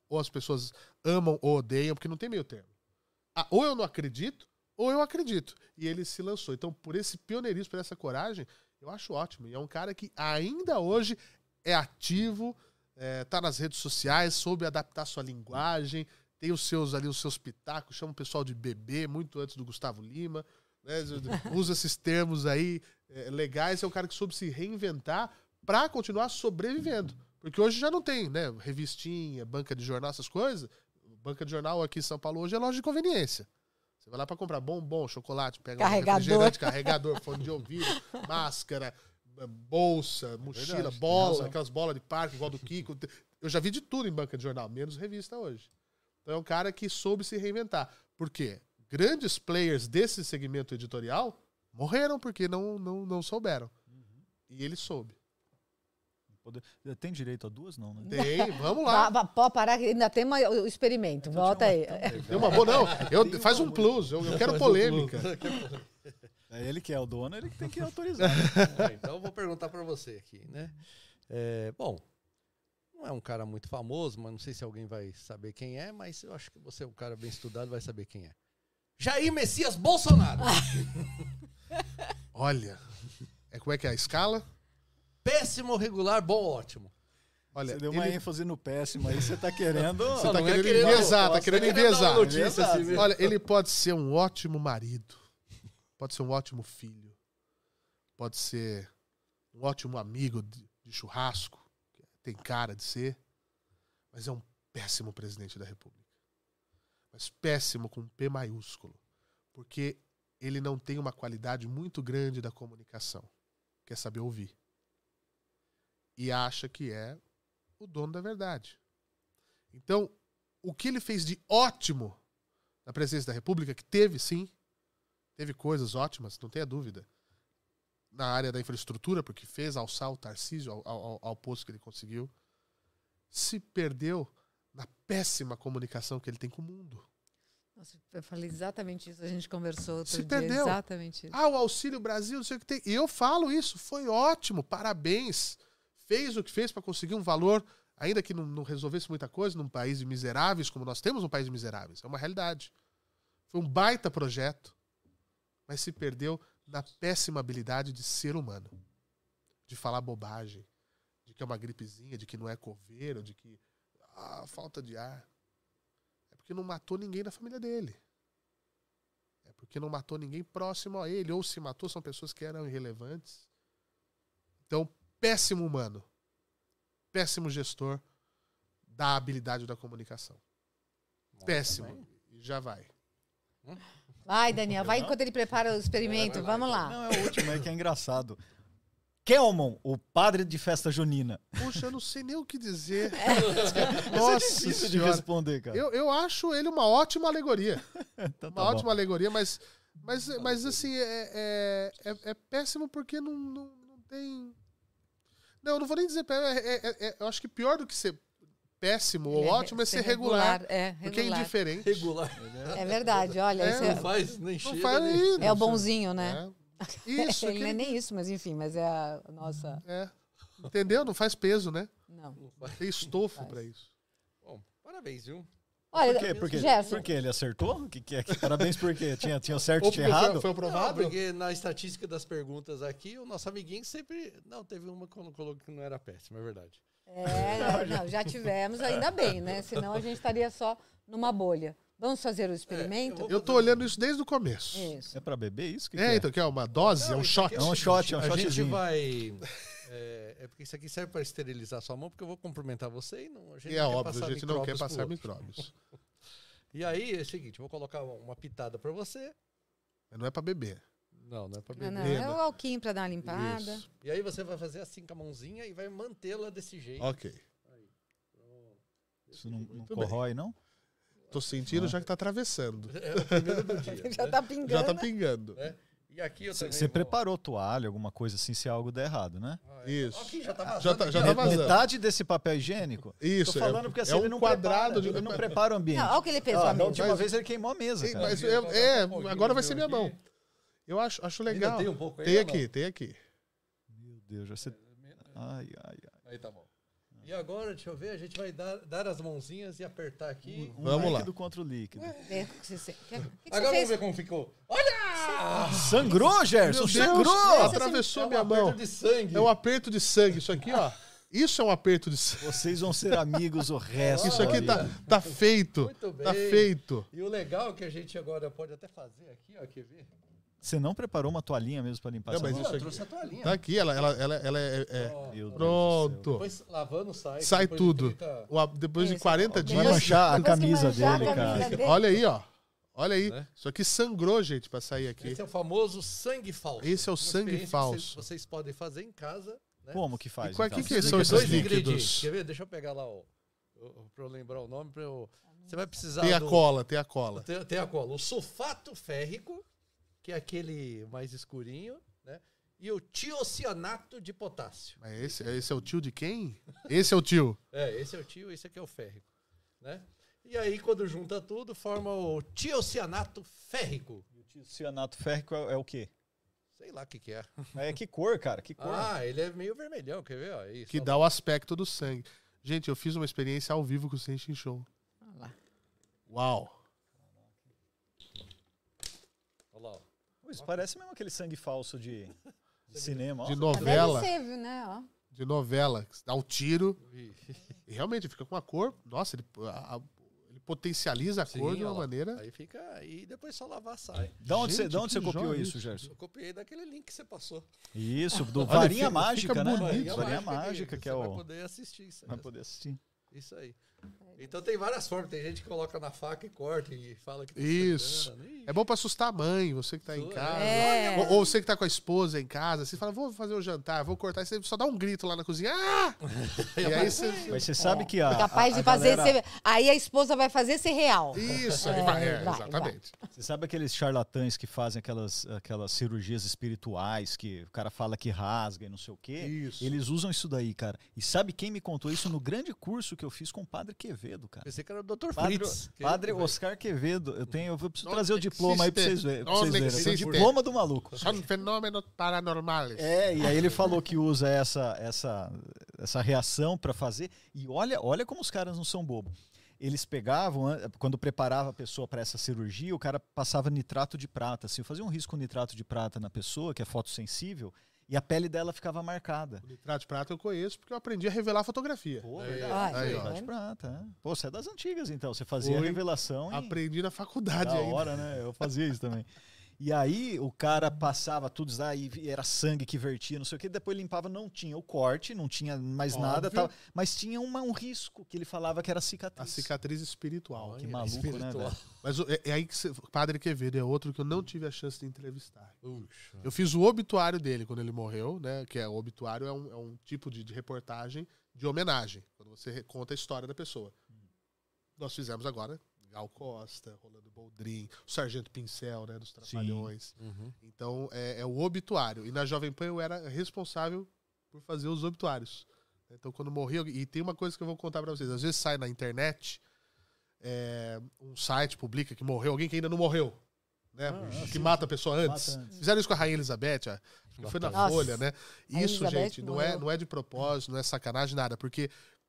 ou as pessoas amam ou odeiam, porque não tem meio termo. Ah, ou eu não acredito, ou eu acredito. E ele se lançou. Então, por esse pioneirismo, por essa coragem, eu acho ótimo. E é um cara que ainda hoje é ativo, é, tá nas redes sociais, soube adaptar sua linguagem, tem os seus ali, os seus pitacos, chama o pessoal de bebê, muito antes do Gustavo Lima, né? Usa esses termos aí é, legais. É um cara que soube se reinventar para continuar sobrevivendo. Porque hoje já não tem, né? Revistinha, banca de jornal, essas coisas. Banca de jornal aqui em São Paulo hoje é loja de conveniência. Você vai lá para comprar bombom, chocolate, pega carregador. um refrigerante, carregador, fone de ouvido, máscara, bolsa, mochila, Verdade, bola, aquelas bolas de parque, igual do Kiko. Eu já vi de tudo em banca de jornal, menos revista hoje. Então é um cara que soube se reinventar. Por quê? Grandes players desse segmento editorial morreram porque não, não, não souberam. Uhum. E ele soube. Tem direito a duas, não, né? Tem, vamos lá. Pode parar, que ainda tem uma, o experimento. É, Volta aí. Tem uma boa, não. Eu, faz um plus, eu, eu quero polêmica. É ele que é o dono, ele que tem que autorizar. É, então eu vou perguntar para você aqui, né? É, bom, não é um cara muito famoso, mas não sei se alguém vai saber quem é, mas eu acho que você é um cara bem estudado, vai saber quem é. Jair Messias Bolsonaro. Olha, é, como é que é a escala? Péssimo, regular, bom, ótimo. Olha, você deu uma ele... ênfase no péssimo aí, você tá querendo... Você tá querendo é enviesar, tá querendo enviesar. Assim Olha, ele pode ser um ótimo marido, pode ser um ótimo filho, pode ser um ótimo amigo de, de churrasco, tem cara de ser, mas é um péssimo presidente da República. Mas péssimo com P maiúsculo, porque ele não tem uma qualidade muito grande da comunicação, quer saber ouvir. E acha que é o dono da verdade. Então, o que ele fez de ótimo na presidência da República, que teve, sim, teve coisas ótimas, não tenha dúvida, na área da infraestrutura, porque fez alçar o Tarcísio ao, ao, ao posto que ele conseguiu, se perdeu na péssima comunicação que ele tem com o mundo. Nossa, eu falei exatamente isso, a gente conversou outro se dia, perdeu. Exatamente isso. Ah, o Auxílio Brasil, não sei o que tem. E eu falo isso, foi ótimo, parabéns. Fez o que fez para conseguir um valor, ainda que não, não resolvesse muita coisa, num país de miseráveis, como nós temos um país de miseráveis. É uma realidade. Foi um baita projeto, mas se perdeu na péssima habilidade de ser humano. De falar bobagem, de que é uma gripezinha, de que não é coveiro, de que... Ah, falta de ar. É porque não matou ninguém da família dele. É porque não matou ninguém próximo a ele. Ou se matou, são pessoas que eram irrelevantes. Então, péssimo humano, péssimo gestor da habilidade da comunicação. Muito péssimo. Bem. E já vai. Vai, Daniel, vai enquanto ele prepara o experimento. É, Vamos lá. Não, é o último, é que é engraçado. Kelmon, o padre de festa junina. Poxa, eu não sei nem o que dizer. É. Nossa, é difícil de responder, cara. Eu, eu acho ele uma ótima alegoria. Então, tá uma bom. ótima alegoria, mas, mas, mas assim, é, é, é, é péssimo porque não, não, não tem... Não, eu não vou nem dizer... É, é, é, eu acho que pior do que ser péssimo ou é, ótimo é ser regular. regular. É, regular. Porque é indiferente. Regular. É verdade, olha. É, isso não é, faz nem não cheira. Faz, nem... É o bonzinho, né? É. Isso. Ele não é nem isso, mas enfim, mas é a nossa... É. Entendeu? Não faz peso, né? Não. Tem estofo pra isso. Bom, parabéns, viu? Olha, por quê? Por quê? Gerson. Por quê? Ele acertou? Que, que, que, parabéns por quê? Tinha, tinha certo Ou e tinha errado? Foi aprovado? Não, porque na estatística das perguntas aqui, o nosso amiguinho sempre... Não, teve uma que colocou que não era péssima, é verdade. É, não, já tivemos, ainda bem, né? Senão a gente estaria só numa bolha. Vamos fazer o experimento? Eu tô olhando isso desde o começo. Isso. É pra beber isso? Que é, que é, então, que é uma dose? Não, é um shot? É um shot, é um A gente shotzinho. vai... É, é porque isso aqui serve para esterilizar sua mão, porque eu vou cumprimentar você e não, a gente E é não quer óbvio, a passar gente não quer micróbios passar pro outro. micróbios. E aí, é o seguinte, eu vou colocar uma pitada para você. Mas não é pra beber. Não, não é para Não, beber. não, é o alquinho pra dar uma limpada. Isso. E aí você vai fazer assim com a mãozinha e vai mantê-la desse jeito. Ok. Aí, pronto. Isso não, não Muito bem. corrói, não? Tô sentindo Ah. já que tá atravessando. É o primeiro do dia. Já né? tá pingando. Já tá pingando. É. E aqui eu também Você vou- preparou toalha, alguma coisa assim, se algo der errado, né? Ah, é. Isso. Aqui já tá vazando. Já tá, já aqui, tá ó. vazando. Metade desse papel higiênico? Isso. Tô falando porque assim, é ele um não quadrado prepara, de... ele não prepara o ambiente. Não, olha o que ele fez Ó, com a da mente. última Mas- vez ele queimou a mesa, Sim, cara. mas Aqui, eu- ó, é, um pouquinho agora vai do ser meu minha aqui. mão. Eu acho, acho Ainda legal. tem um pouco aí, Tem ou não? aqui, tem aqui. Meu Deus, já você... Ai, ai, ai. Aí tá bom. E agora, deixa eu ver, a gente vai dar, dar as mãozinhas e apertar aqui. Um Vamos lá. líquido contra o líquido. É, que você- que- que que você Agora fez? vamos ver como ficou. Olha! Sangrou, Gerson, Meu Deus, sangrou! atravessou É um minha aperto mão. de sangue. É um aperto de sangue. Isso aqui, ó. Isso é um aperto de sangue. Vocês vão ser amigos o resto Isso da aqui vida. tá, tá feito. Muito bem. Tá feito. E o legal é que a gente agora pode até fazer aqui, ó, quer ver? Você não preparou uma toalhinha mesmo pra limpar Não, essa mas mão? isso eu aqui- trouxe a toalhinha. Tá aqui, ela, ela, ela, ela é. é- Ó, Meu Deus do Pronto. Depois lavando sai. Sai depois de tudo. trinta O- Depois de Esse- quarenta Vai dias. manchar a Depois que camisa manchar a dele, camisa cara. dele. Olha aí, ó. Olha aí. Né? Isso aqui sangrou, gente, pra sair aqui. Esse é o famoso sangue falso. Esse é o Uma sangue experiência que falso. Vocês, vocês podem fazer em casa. Né? Como que faz? E qual- então? que que Explica são pra esses Dois gente. líquidos? ingredientes. Quer ver? Deixa eu pegar lá o, o, pra eu lembrar o nome. Pra eu... Você vai precisar Tem a do- cola, tem a cola. Tem, tem a cola. O sulfato férrico, que é aquele mais escurinho, né? E o tiocianato de potássio. Mas esse, esse é o tio de quem? Esse é o tio. É, esse é o tio, esse aqui é o férrico, né? E aí, quando junta tudo, forma o tiocianato férrico. O cianato férrico é, é o quê? Sei lá o que que é. É que cor, cara? Que cor? Ah, ele é meio vermelhão, quer ver? Ó, isso, Que ó. dá o aspecto do sangue. Gente, eu fiz uma experiência ao vivo com o Senshin Show. Olha lá. Uau. Olha lá, ó. Pô, isso parece mesmo aquele sangue falso de cinema. ó. De Mas novela. deve ser, viu, né? Ó. De novela. Dá um tiro. Ih, E realmente fica com uma cor. Nossa, ele, a- a- ele potencializa a sim, cor de uma ó lá. maneira. Aí fica. E depois só lavar sai. Da onde, você, Gente, da onde você que copiou joia isso, isso. Gerson? Eu copiei daquele link que você passou. Isso, do Olha, Varinha fica- Mágica, fica né? bonito. Varinha Mágica, que é Você vai o... poder assistir isso aí. Vai poder assistir. Isso aí. Então tem várias formas. Tem gente que coloca na faca e corta e fala que tá Isso. secando. Ih, É bom pra assustar a mãe, você que tá em Isso, casa. é. Ou, ou você que tá com a esposa em casa, você fala, vou fazer o jantar, vou cortar, e você só dá um grito lá na cozinha. Ah! E aí você. Mas você sabe que a... Capaz a- de a fazer galera- ser. Aí a esposa vai fazer ser real. Isso, É, aí vai, é, vai, exatamente. Você sabe aqueles charlatães que fazem aquelas, aquelas cirurgias espirituais, que o cara fala que rasga e não sei o quê? Isso. Eles usam isso daí, cara. E sabe quem me contou isso no grande curso que eu fiz com o Padre Quevedo, cara? Pensei que era o doutor Padre, Fritz. que- Padre Oscar Quevedo. Eu tenho, eu vou preciso Não trazer o diploma aí pra vocês, existe. verem, pra Não vocês verem. Eu tenho o existe. diploma do maluco. São fenômenos paranormais. É, e aí ele falou que usa essa, essa, essa reação pra fazer. E olha, olha como os caras não são bobos. Eles pegavam, an- quando preparava a pessoa para essa cirurgia, o cara passava nitrato de prata. Assim, fazia um risco nitrato de prata na pessoa, que é fotossensível, e a pele dela ficava marcada. O nitrato de prata eu conheço porque eu aprendi a revelar fotografia. Pô, É. verdade. Aí, nitrato ó. de prata. É. Pô, você é das antigas, então. Você fazia a Foi. revelação e... Aprendi na faculdade Da ainda. hora, né? Eu fazia isso também. E aí o cara passava tudo lá e era sangue que vertia, não sei o que, depois limpava, não tinha o corte, não tinha mais Óbvio. nada, tava, mas tinha uma, um risco que ele falava que era A cicatriz. cicatriz espiritual. Que maluco, né, espiritual. velho? Mas o- é, é aí que você, Padre Quevedo é outro que eu não tive a chance de entrevistar. Puxa. Eu fiz o obituário dele quando ele morreu, né? Que é o obituário é um, é um tipo de, de reportagem de homenagem, quando você re- conta a história da pessoa. Nós fizemos agora Gal Costa, Rolando Boldrin, o Sargento Pincel, né? Dos Trapalhões. Uhum. Então é, é o obituário. E na Jovem Pan eu era responsável por fazer os obituários. Então quando morreu, e tem uma coisa que eu vou contar pra vocês. Às vezes sai na internet, é, um site publica que morreu alguém que ainda não morreu. Né? Ah, que sim, mata a pessoa antes. Mata antes. Fizeram isso com a Rainha Elizabeth, ó. Acho que foi na Nossa. Folha, né? Rainha Isso, Elizabeth gente, não é, morreu. não é de propósito, não é sacanagem, nada. Porque,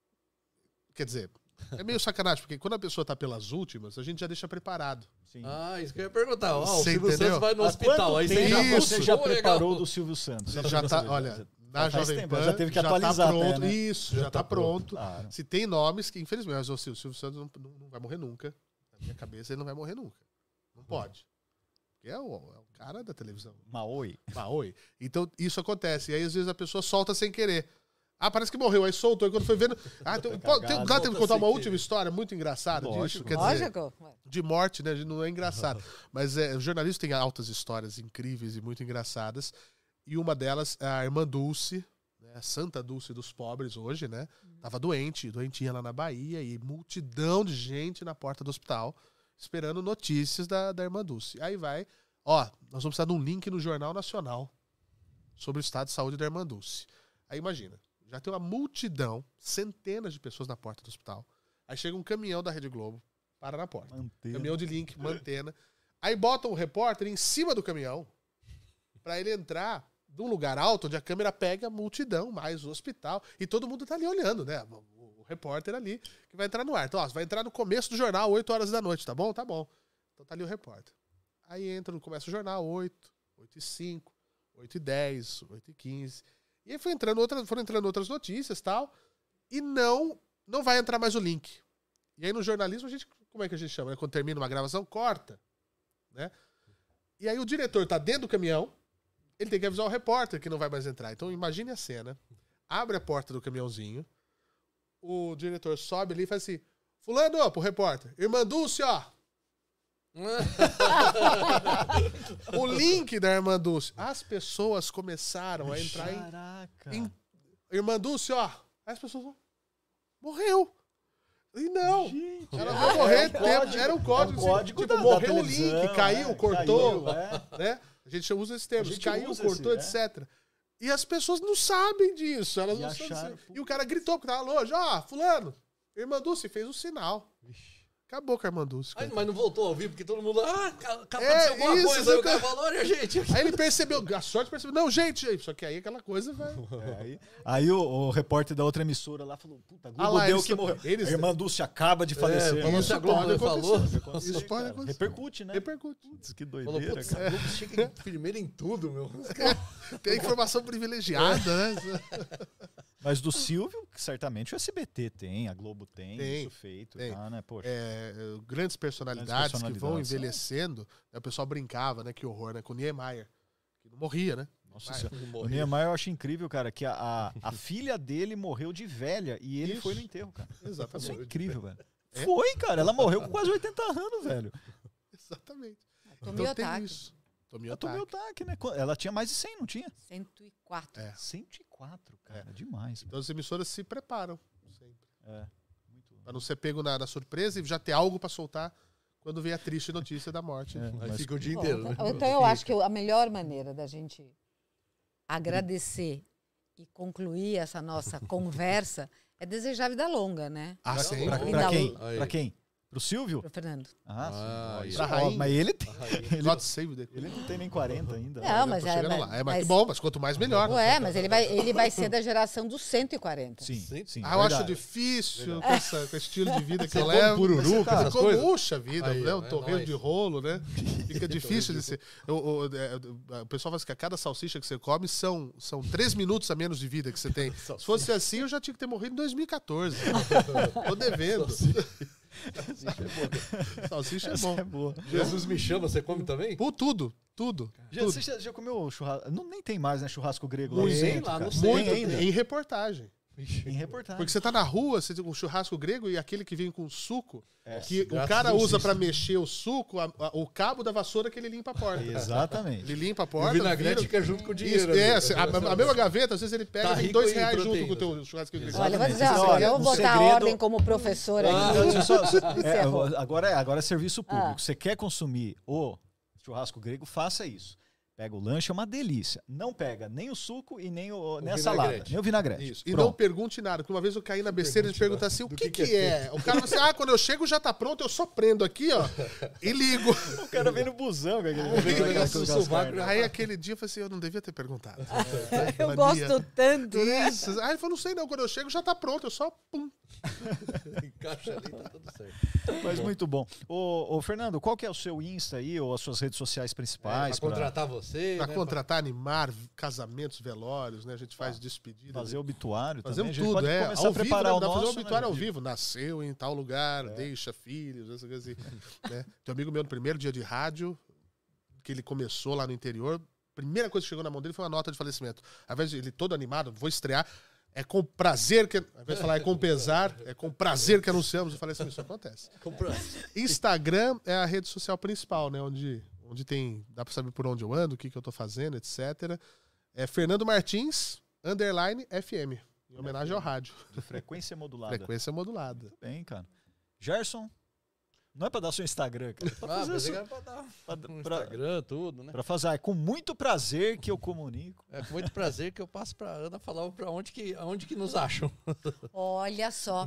quer dizer, é meio sacanagem, porque quando a pessoa tá pelas últimas, a gente já deixa preparado. Sim. Ah, isso que eu ia perguntar. Ó, o Você Silvio entendeu? Santos vai no Há hospital. quanto Aí você tempo já, Isso. você já Pô, legal. preparou do Silvio Santos? Só pra Já você tá, saber. olha, na faz Jovem tempo, Pan já teve que já tá atualizar até, pronto. né? Isso, já, tá, pronto. Claro. Se tem nomes que, infelizmente, mas, assim, o Silvio Santos não, não- não vai morrer nunca. Na minha cabeça, ele não vai morrer nunca. Não pode. Porque é o, é o cara da televisão. Maoi. Ah, oi. Então, isso acontece. E aí, às vezes, a pessoa solta sem querer. Ah, parece que morreu. Aí soltou. E quando foi vendo... Ah, tem, pô, tem, cagado. dá tempo de contar uma sem última história muito engraçada disso? Lógico. Quer dizer, Lógico. de morte, né? Não é engraçado. Mas é, o jornalista tem altas histórias incríveis e muito engraçadas. E uma delas é a irmã Dulce, né, a Santa Dulce dos pobres hoje, né? Tava doente, doentinha lá na Bahia, e multidão de gente na porta do hospital esperando notícias da, da irmã Dulce. Aí vai, ó, nós vamos precisar de um link no Jornal Nacional sobre o estado de saúde da irmã Dulce. Aí imagina, já tem uma multidão, centenas de pessoas na porta do hospital. Aí chega um caminhão da Rede Globo, para na porta. Mantena. Caminhão de link, uma antena. Aí botam o repórter em cima do caminhão pra ele entrar de um lugar alto onde a câmera pega a multidão, mais o hospital, e todo mundo tá ali olhando, né? O, o repórter ali que vai entrar no ar. Então, ó, você vai entrar no começo do jornal, oito horas da noite, tá bom? Tá bom. Então tá ali o repórter. Aí entra, começa o jornal, oito, oito e cinco, oito e dez, oito e quinze. E aí foi entrando outras, foram entrando outras notícias e tal, e não, não vai entrar mais o link. E aí no jornalismo, a gente, como é que a gente chama? Né? Quando termina uma gravação, corta. Né? E aí o diretor tá dentro do caminhão, ele tem que avisar o repórter que não vai mais entrar. Então imagine a cena, abre a porta do caminhãozinho, o diretor sobe ali e faz assim, fulano, pro repórter, irmã Dulce, ó. O link da Irmã Dulce. As pessoas começaram a entrar Caraca. em, em Irmã Dulce, ó. As pessoas ó, morreu. E não. Gente, ela vai morrer. É um tempo, código, era um código. é um código tipo, da- morreu da o link, televisão, caiu, é, cortou. caiu, é. Né? A gente usa esses termos. A gente Caiu, usa cortou, esse, etcétera. E as pessoas não sabem disso. Elas E não acharam, sabem. pô. E o cara gritou porque tava longe. Ó, fulano, Irmã Dulce fez um sinal. Acabou com a Irmã Dulce. Ai, mas não voltou ao vivo, porque todo mundo. Ah, ca- ca- É, aconteceu alguma isso, coisa. Aí o isso cara que- falou: olha, gente. Aí ele percebeu, a sorte percebeu. Não, gente, gente, só que aí aquela coisa vai. É, aí aí o, o repórter da outra emissora lá falou, puta, Google Ah lá, deu eles- que morreu. eles- A Irmã Dulce acaba de falecer. falou né? se a Globo pode falou. acontecer. Isso pode Cara, acontecer. repercute, né? Repercute. Putz, que Falou, doideira, putz, cara. a Globo chega primeiro em tudo, meu. Tem informação privilegiada, né? Mas do Silvio, que certamente o S B T tem, a Globo tem, Tem, isso feito, tem. tá, né? Poxa. É, grandes personalidades, Grandes que vão personalidades, envelhecendo. Né, o pessoal brincava, né? Que horror, né? Com o Niemeyer. Que não morria, né? Nossa Niemeyer. Senhora. O Niemeyer eu acho incrível, cara, que a, a, a filha dele morreu de velha e ele Isso. foi no enterro, cara. Isso é Exatamente. incrível, velho. É? Foi, cara. Ela morreu com quase oitenta anos, velho. Exatamente. Tomei Então tem ataque. isso. Ela Tomei tomou o taque, né? Ela tinha mais de cem, não tinha? cento e quatro. É. cento e quatro, cara. Demais. Então as emissoras se preparam sempre. É. Muito Pra não ser pego na, na surpresa e já ter algo pra soltar quando vem a triste notícia da morte. É, Aí mas- fica o dia Bom, inteiro, né? então, então eu acho que a melhor maneira da gente agradecer e concluir essa nossa conversa é desejar vida longa, né? Ah, Pra- sim. Pra, Vida pra quem? longa. Aí. Pra quem? Pro Silvio? Pro Fernando. Ah, Ah, sim. aí. Ó, Pra ó, rainha. mas ele, tem, ele, God save the ele não tem nem quarenta ainda. Não, mas Tô é. chegando Mas, lá. É, mas, mas- que bom, mas quanto mais melhor. Ué, mas ele vai, ele vai ser da geração dos cento e quarenta. Sim, Sim. sim. Ah, eu acho verdade. difícil com, essa- com esse estilo de vida que Você eu come levo. pururuca, Você essas come, coisas? puxa vida, Aí, né? ó, Um é torreio nóis. de rolo, né? Fica difícil de ser. O, o, é, o pessoal fala assim que a cada salsicha que você come são, são três minutos a menos de vida que você tem. Se fosse assim, eu já tinha que ter morrido em dois mil e quatorze. Tô devendo. Salsicha é Essa bom. é boa. Jesus me chama, você come também? Pô, tudo, tudo. Já, tudo. você já, já comeu churrasco? Não, nem tem mais, né? Churrasco grego Não lá no sei, centro, lá cara. no Tem centro. Muito, ainda. em reportagem. Em reportagem. Porque você tá na rua, você tem um churrasco grego e aquele que vem com suco, É. que o Graças cara a Deus, usa isso. pra mexer o suco, a- a- o cabo da vassoura que ele limpa a porta. Exatamente. Ele limpa a O porta, vinagrete vira... fica junto com o Isso, dinheiro. é, amigo. a, a mesma gaveta, às vezes ele pega Tá e vem rico dois em reais junto proteína. com o teu churrasco grego. Olha, eu vou dizer uma Exatamente. coisa, eu vou Um botar a segredo- ordem como professora Ah, aqui. Então, só- só- é, Encerrou. agora, é, agora é serviço público. Ah. Você quer consumir o churrasco grego, faça isso. Pega o lanche, é uma delícia. Não pega nem o suco e nem, o, nem a salada, vinagrete. nem o vinagrete. Isso. E Pronto. não pergunte nada, porque uma vez eu caí na besteira de perguntar assim, o Do que que que, que é? O cara falou assim, ah, quando eu chego já tá pronto, eu só prendo aqui, ó, e ligo. O cara vem no busão, cara. Vem com o negócio do sovaco, já- Aí aquele dia eu falei assim, eu não devia ter perguntado. Eu Mania. gosto tanto, né? Isso. Aí ele falou, não sei não, quando eu chego já tá pronto, eu só pum. Encaixa ali, tá tudo certo. Mas muito bom. Ô, ô, Fernando, qual que é o seu Insta aí, ou as suas redes sociais É, principais? pra pra contratar você. Pra né, contratar, animar casamentos, velórios, né? A gente faz despedida. fazer obituário também? Fazemos A gente tudo, pode é. começar Ao a preparar vivo, o né? Dá pra fazer nosso, um obituário né? ao vivo. Nasceu em tal lugar, deixa filhos, essa coisa assim. né? Tem um amigo meu no primeiro dia de rádio, que ele começou lá no interior, primeira coisa que chegou na mão dele foi uma nota de falecimento. Ao invés de ele todo animado, vou estrear, é com prazer que... Ao invés de falar é com pesar, é com prazer que anunciamos o falecimento. Isso acontece. Compra- Instagram é a rede social principal, né? Onde, onde tem... Dá pra saber por onde eu ando, o que, que eu tô fazendo, etcétera. É Fernando Martins, underline F M. Em homenagem ao rádio. De frequência modulada. Frequência modulada. Muito bem, cara. Gerson, não é pra dar seu Instagram, cara. É pra Ah, fazer pensei isso. que era pra dar Pra, no pra- Instagram, tudo, né? pra fazer. É com muito prazer que eu comunico. É com muito prazer que eu passo pra Ana falar pra onde que, aonde que nos acham. Olha só,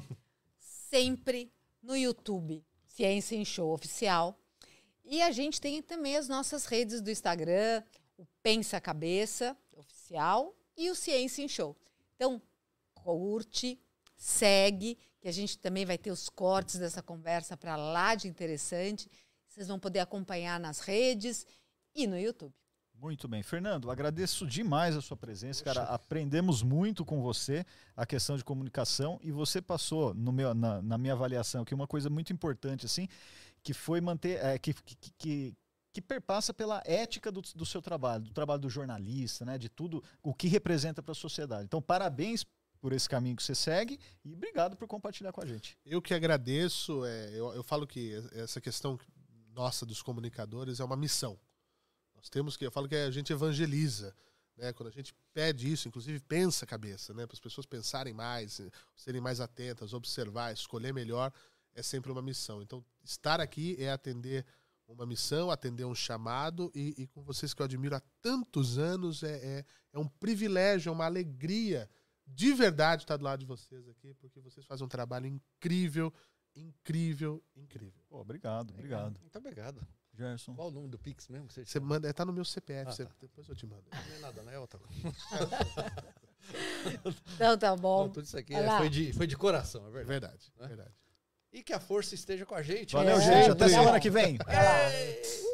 sempre no YouTube, Ciência em Show Oficial. E a gente tem também as nossas redes do Instagram, o Pensa Cabeça oficial e o Ciência em Show. Então, curte, segue, que a gente também vai ter os cortes dessa conversa para lá de interessante. Vocês vão poder acompanhar nas redes e no YouTube. Muito bem. Fernando, agradeço demais a sua presença, cara. Aprendemos muito com você a questão de comunicação e você passou no meu, na, na minha avaliação aqui uma coisa muito importante, assim, que foi manter, é, que, que, que, que perpassa pela ética do, do seu trabalho, do trabalho do jornalista, né, de tudo o que representa para a sociedade. Então, parabéns por esse caminho que você segue e obrigado por compartilhar com a gente. Eu que agradeço. É, eu, eu falo que essa questão nossa dos comunicadores é uma missão. Nós temos que, eu falo que a gente evangeliza, né? Quando a gente pede isso, inclusive pensa a cabeça, né? Para as pessoas pensarem mais, serem mais atentas, observar, escolher melhor, é sempre uma missão. Então, estar aqui é atender uma missão, atender um chamado e, e com vocês que eu admiro há tantos anos, é, é, é um privilégio, é uma alegria de verdade estar do lado de vocês aqui, porque vocês fazem um trabalho incrível, incrível, incrível. Pô, obrigado, obrigado. Muito obrigado. Gerson. Qual o número do Pix mesmo? Que você Você manda, tá no meu C P F, Ah, você, tá. depois eu te mando. Não é nada, não é outra coisa. Então tá bom. Não, tudo isso aqui Vai é- lá. foi, de, foi de coração, é É verdade. verdade, verdade. E que a força esteja com a gente. Valeu, É, gente. Até obrigado. semana que vem. É.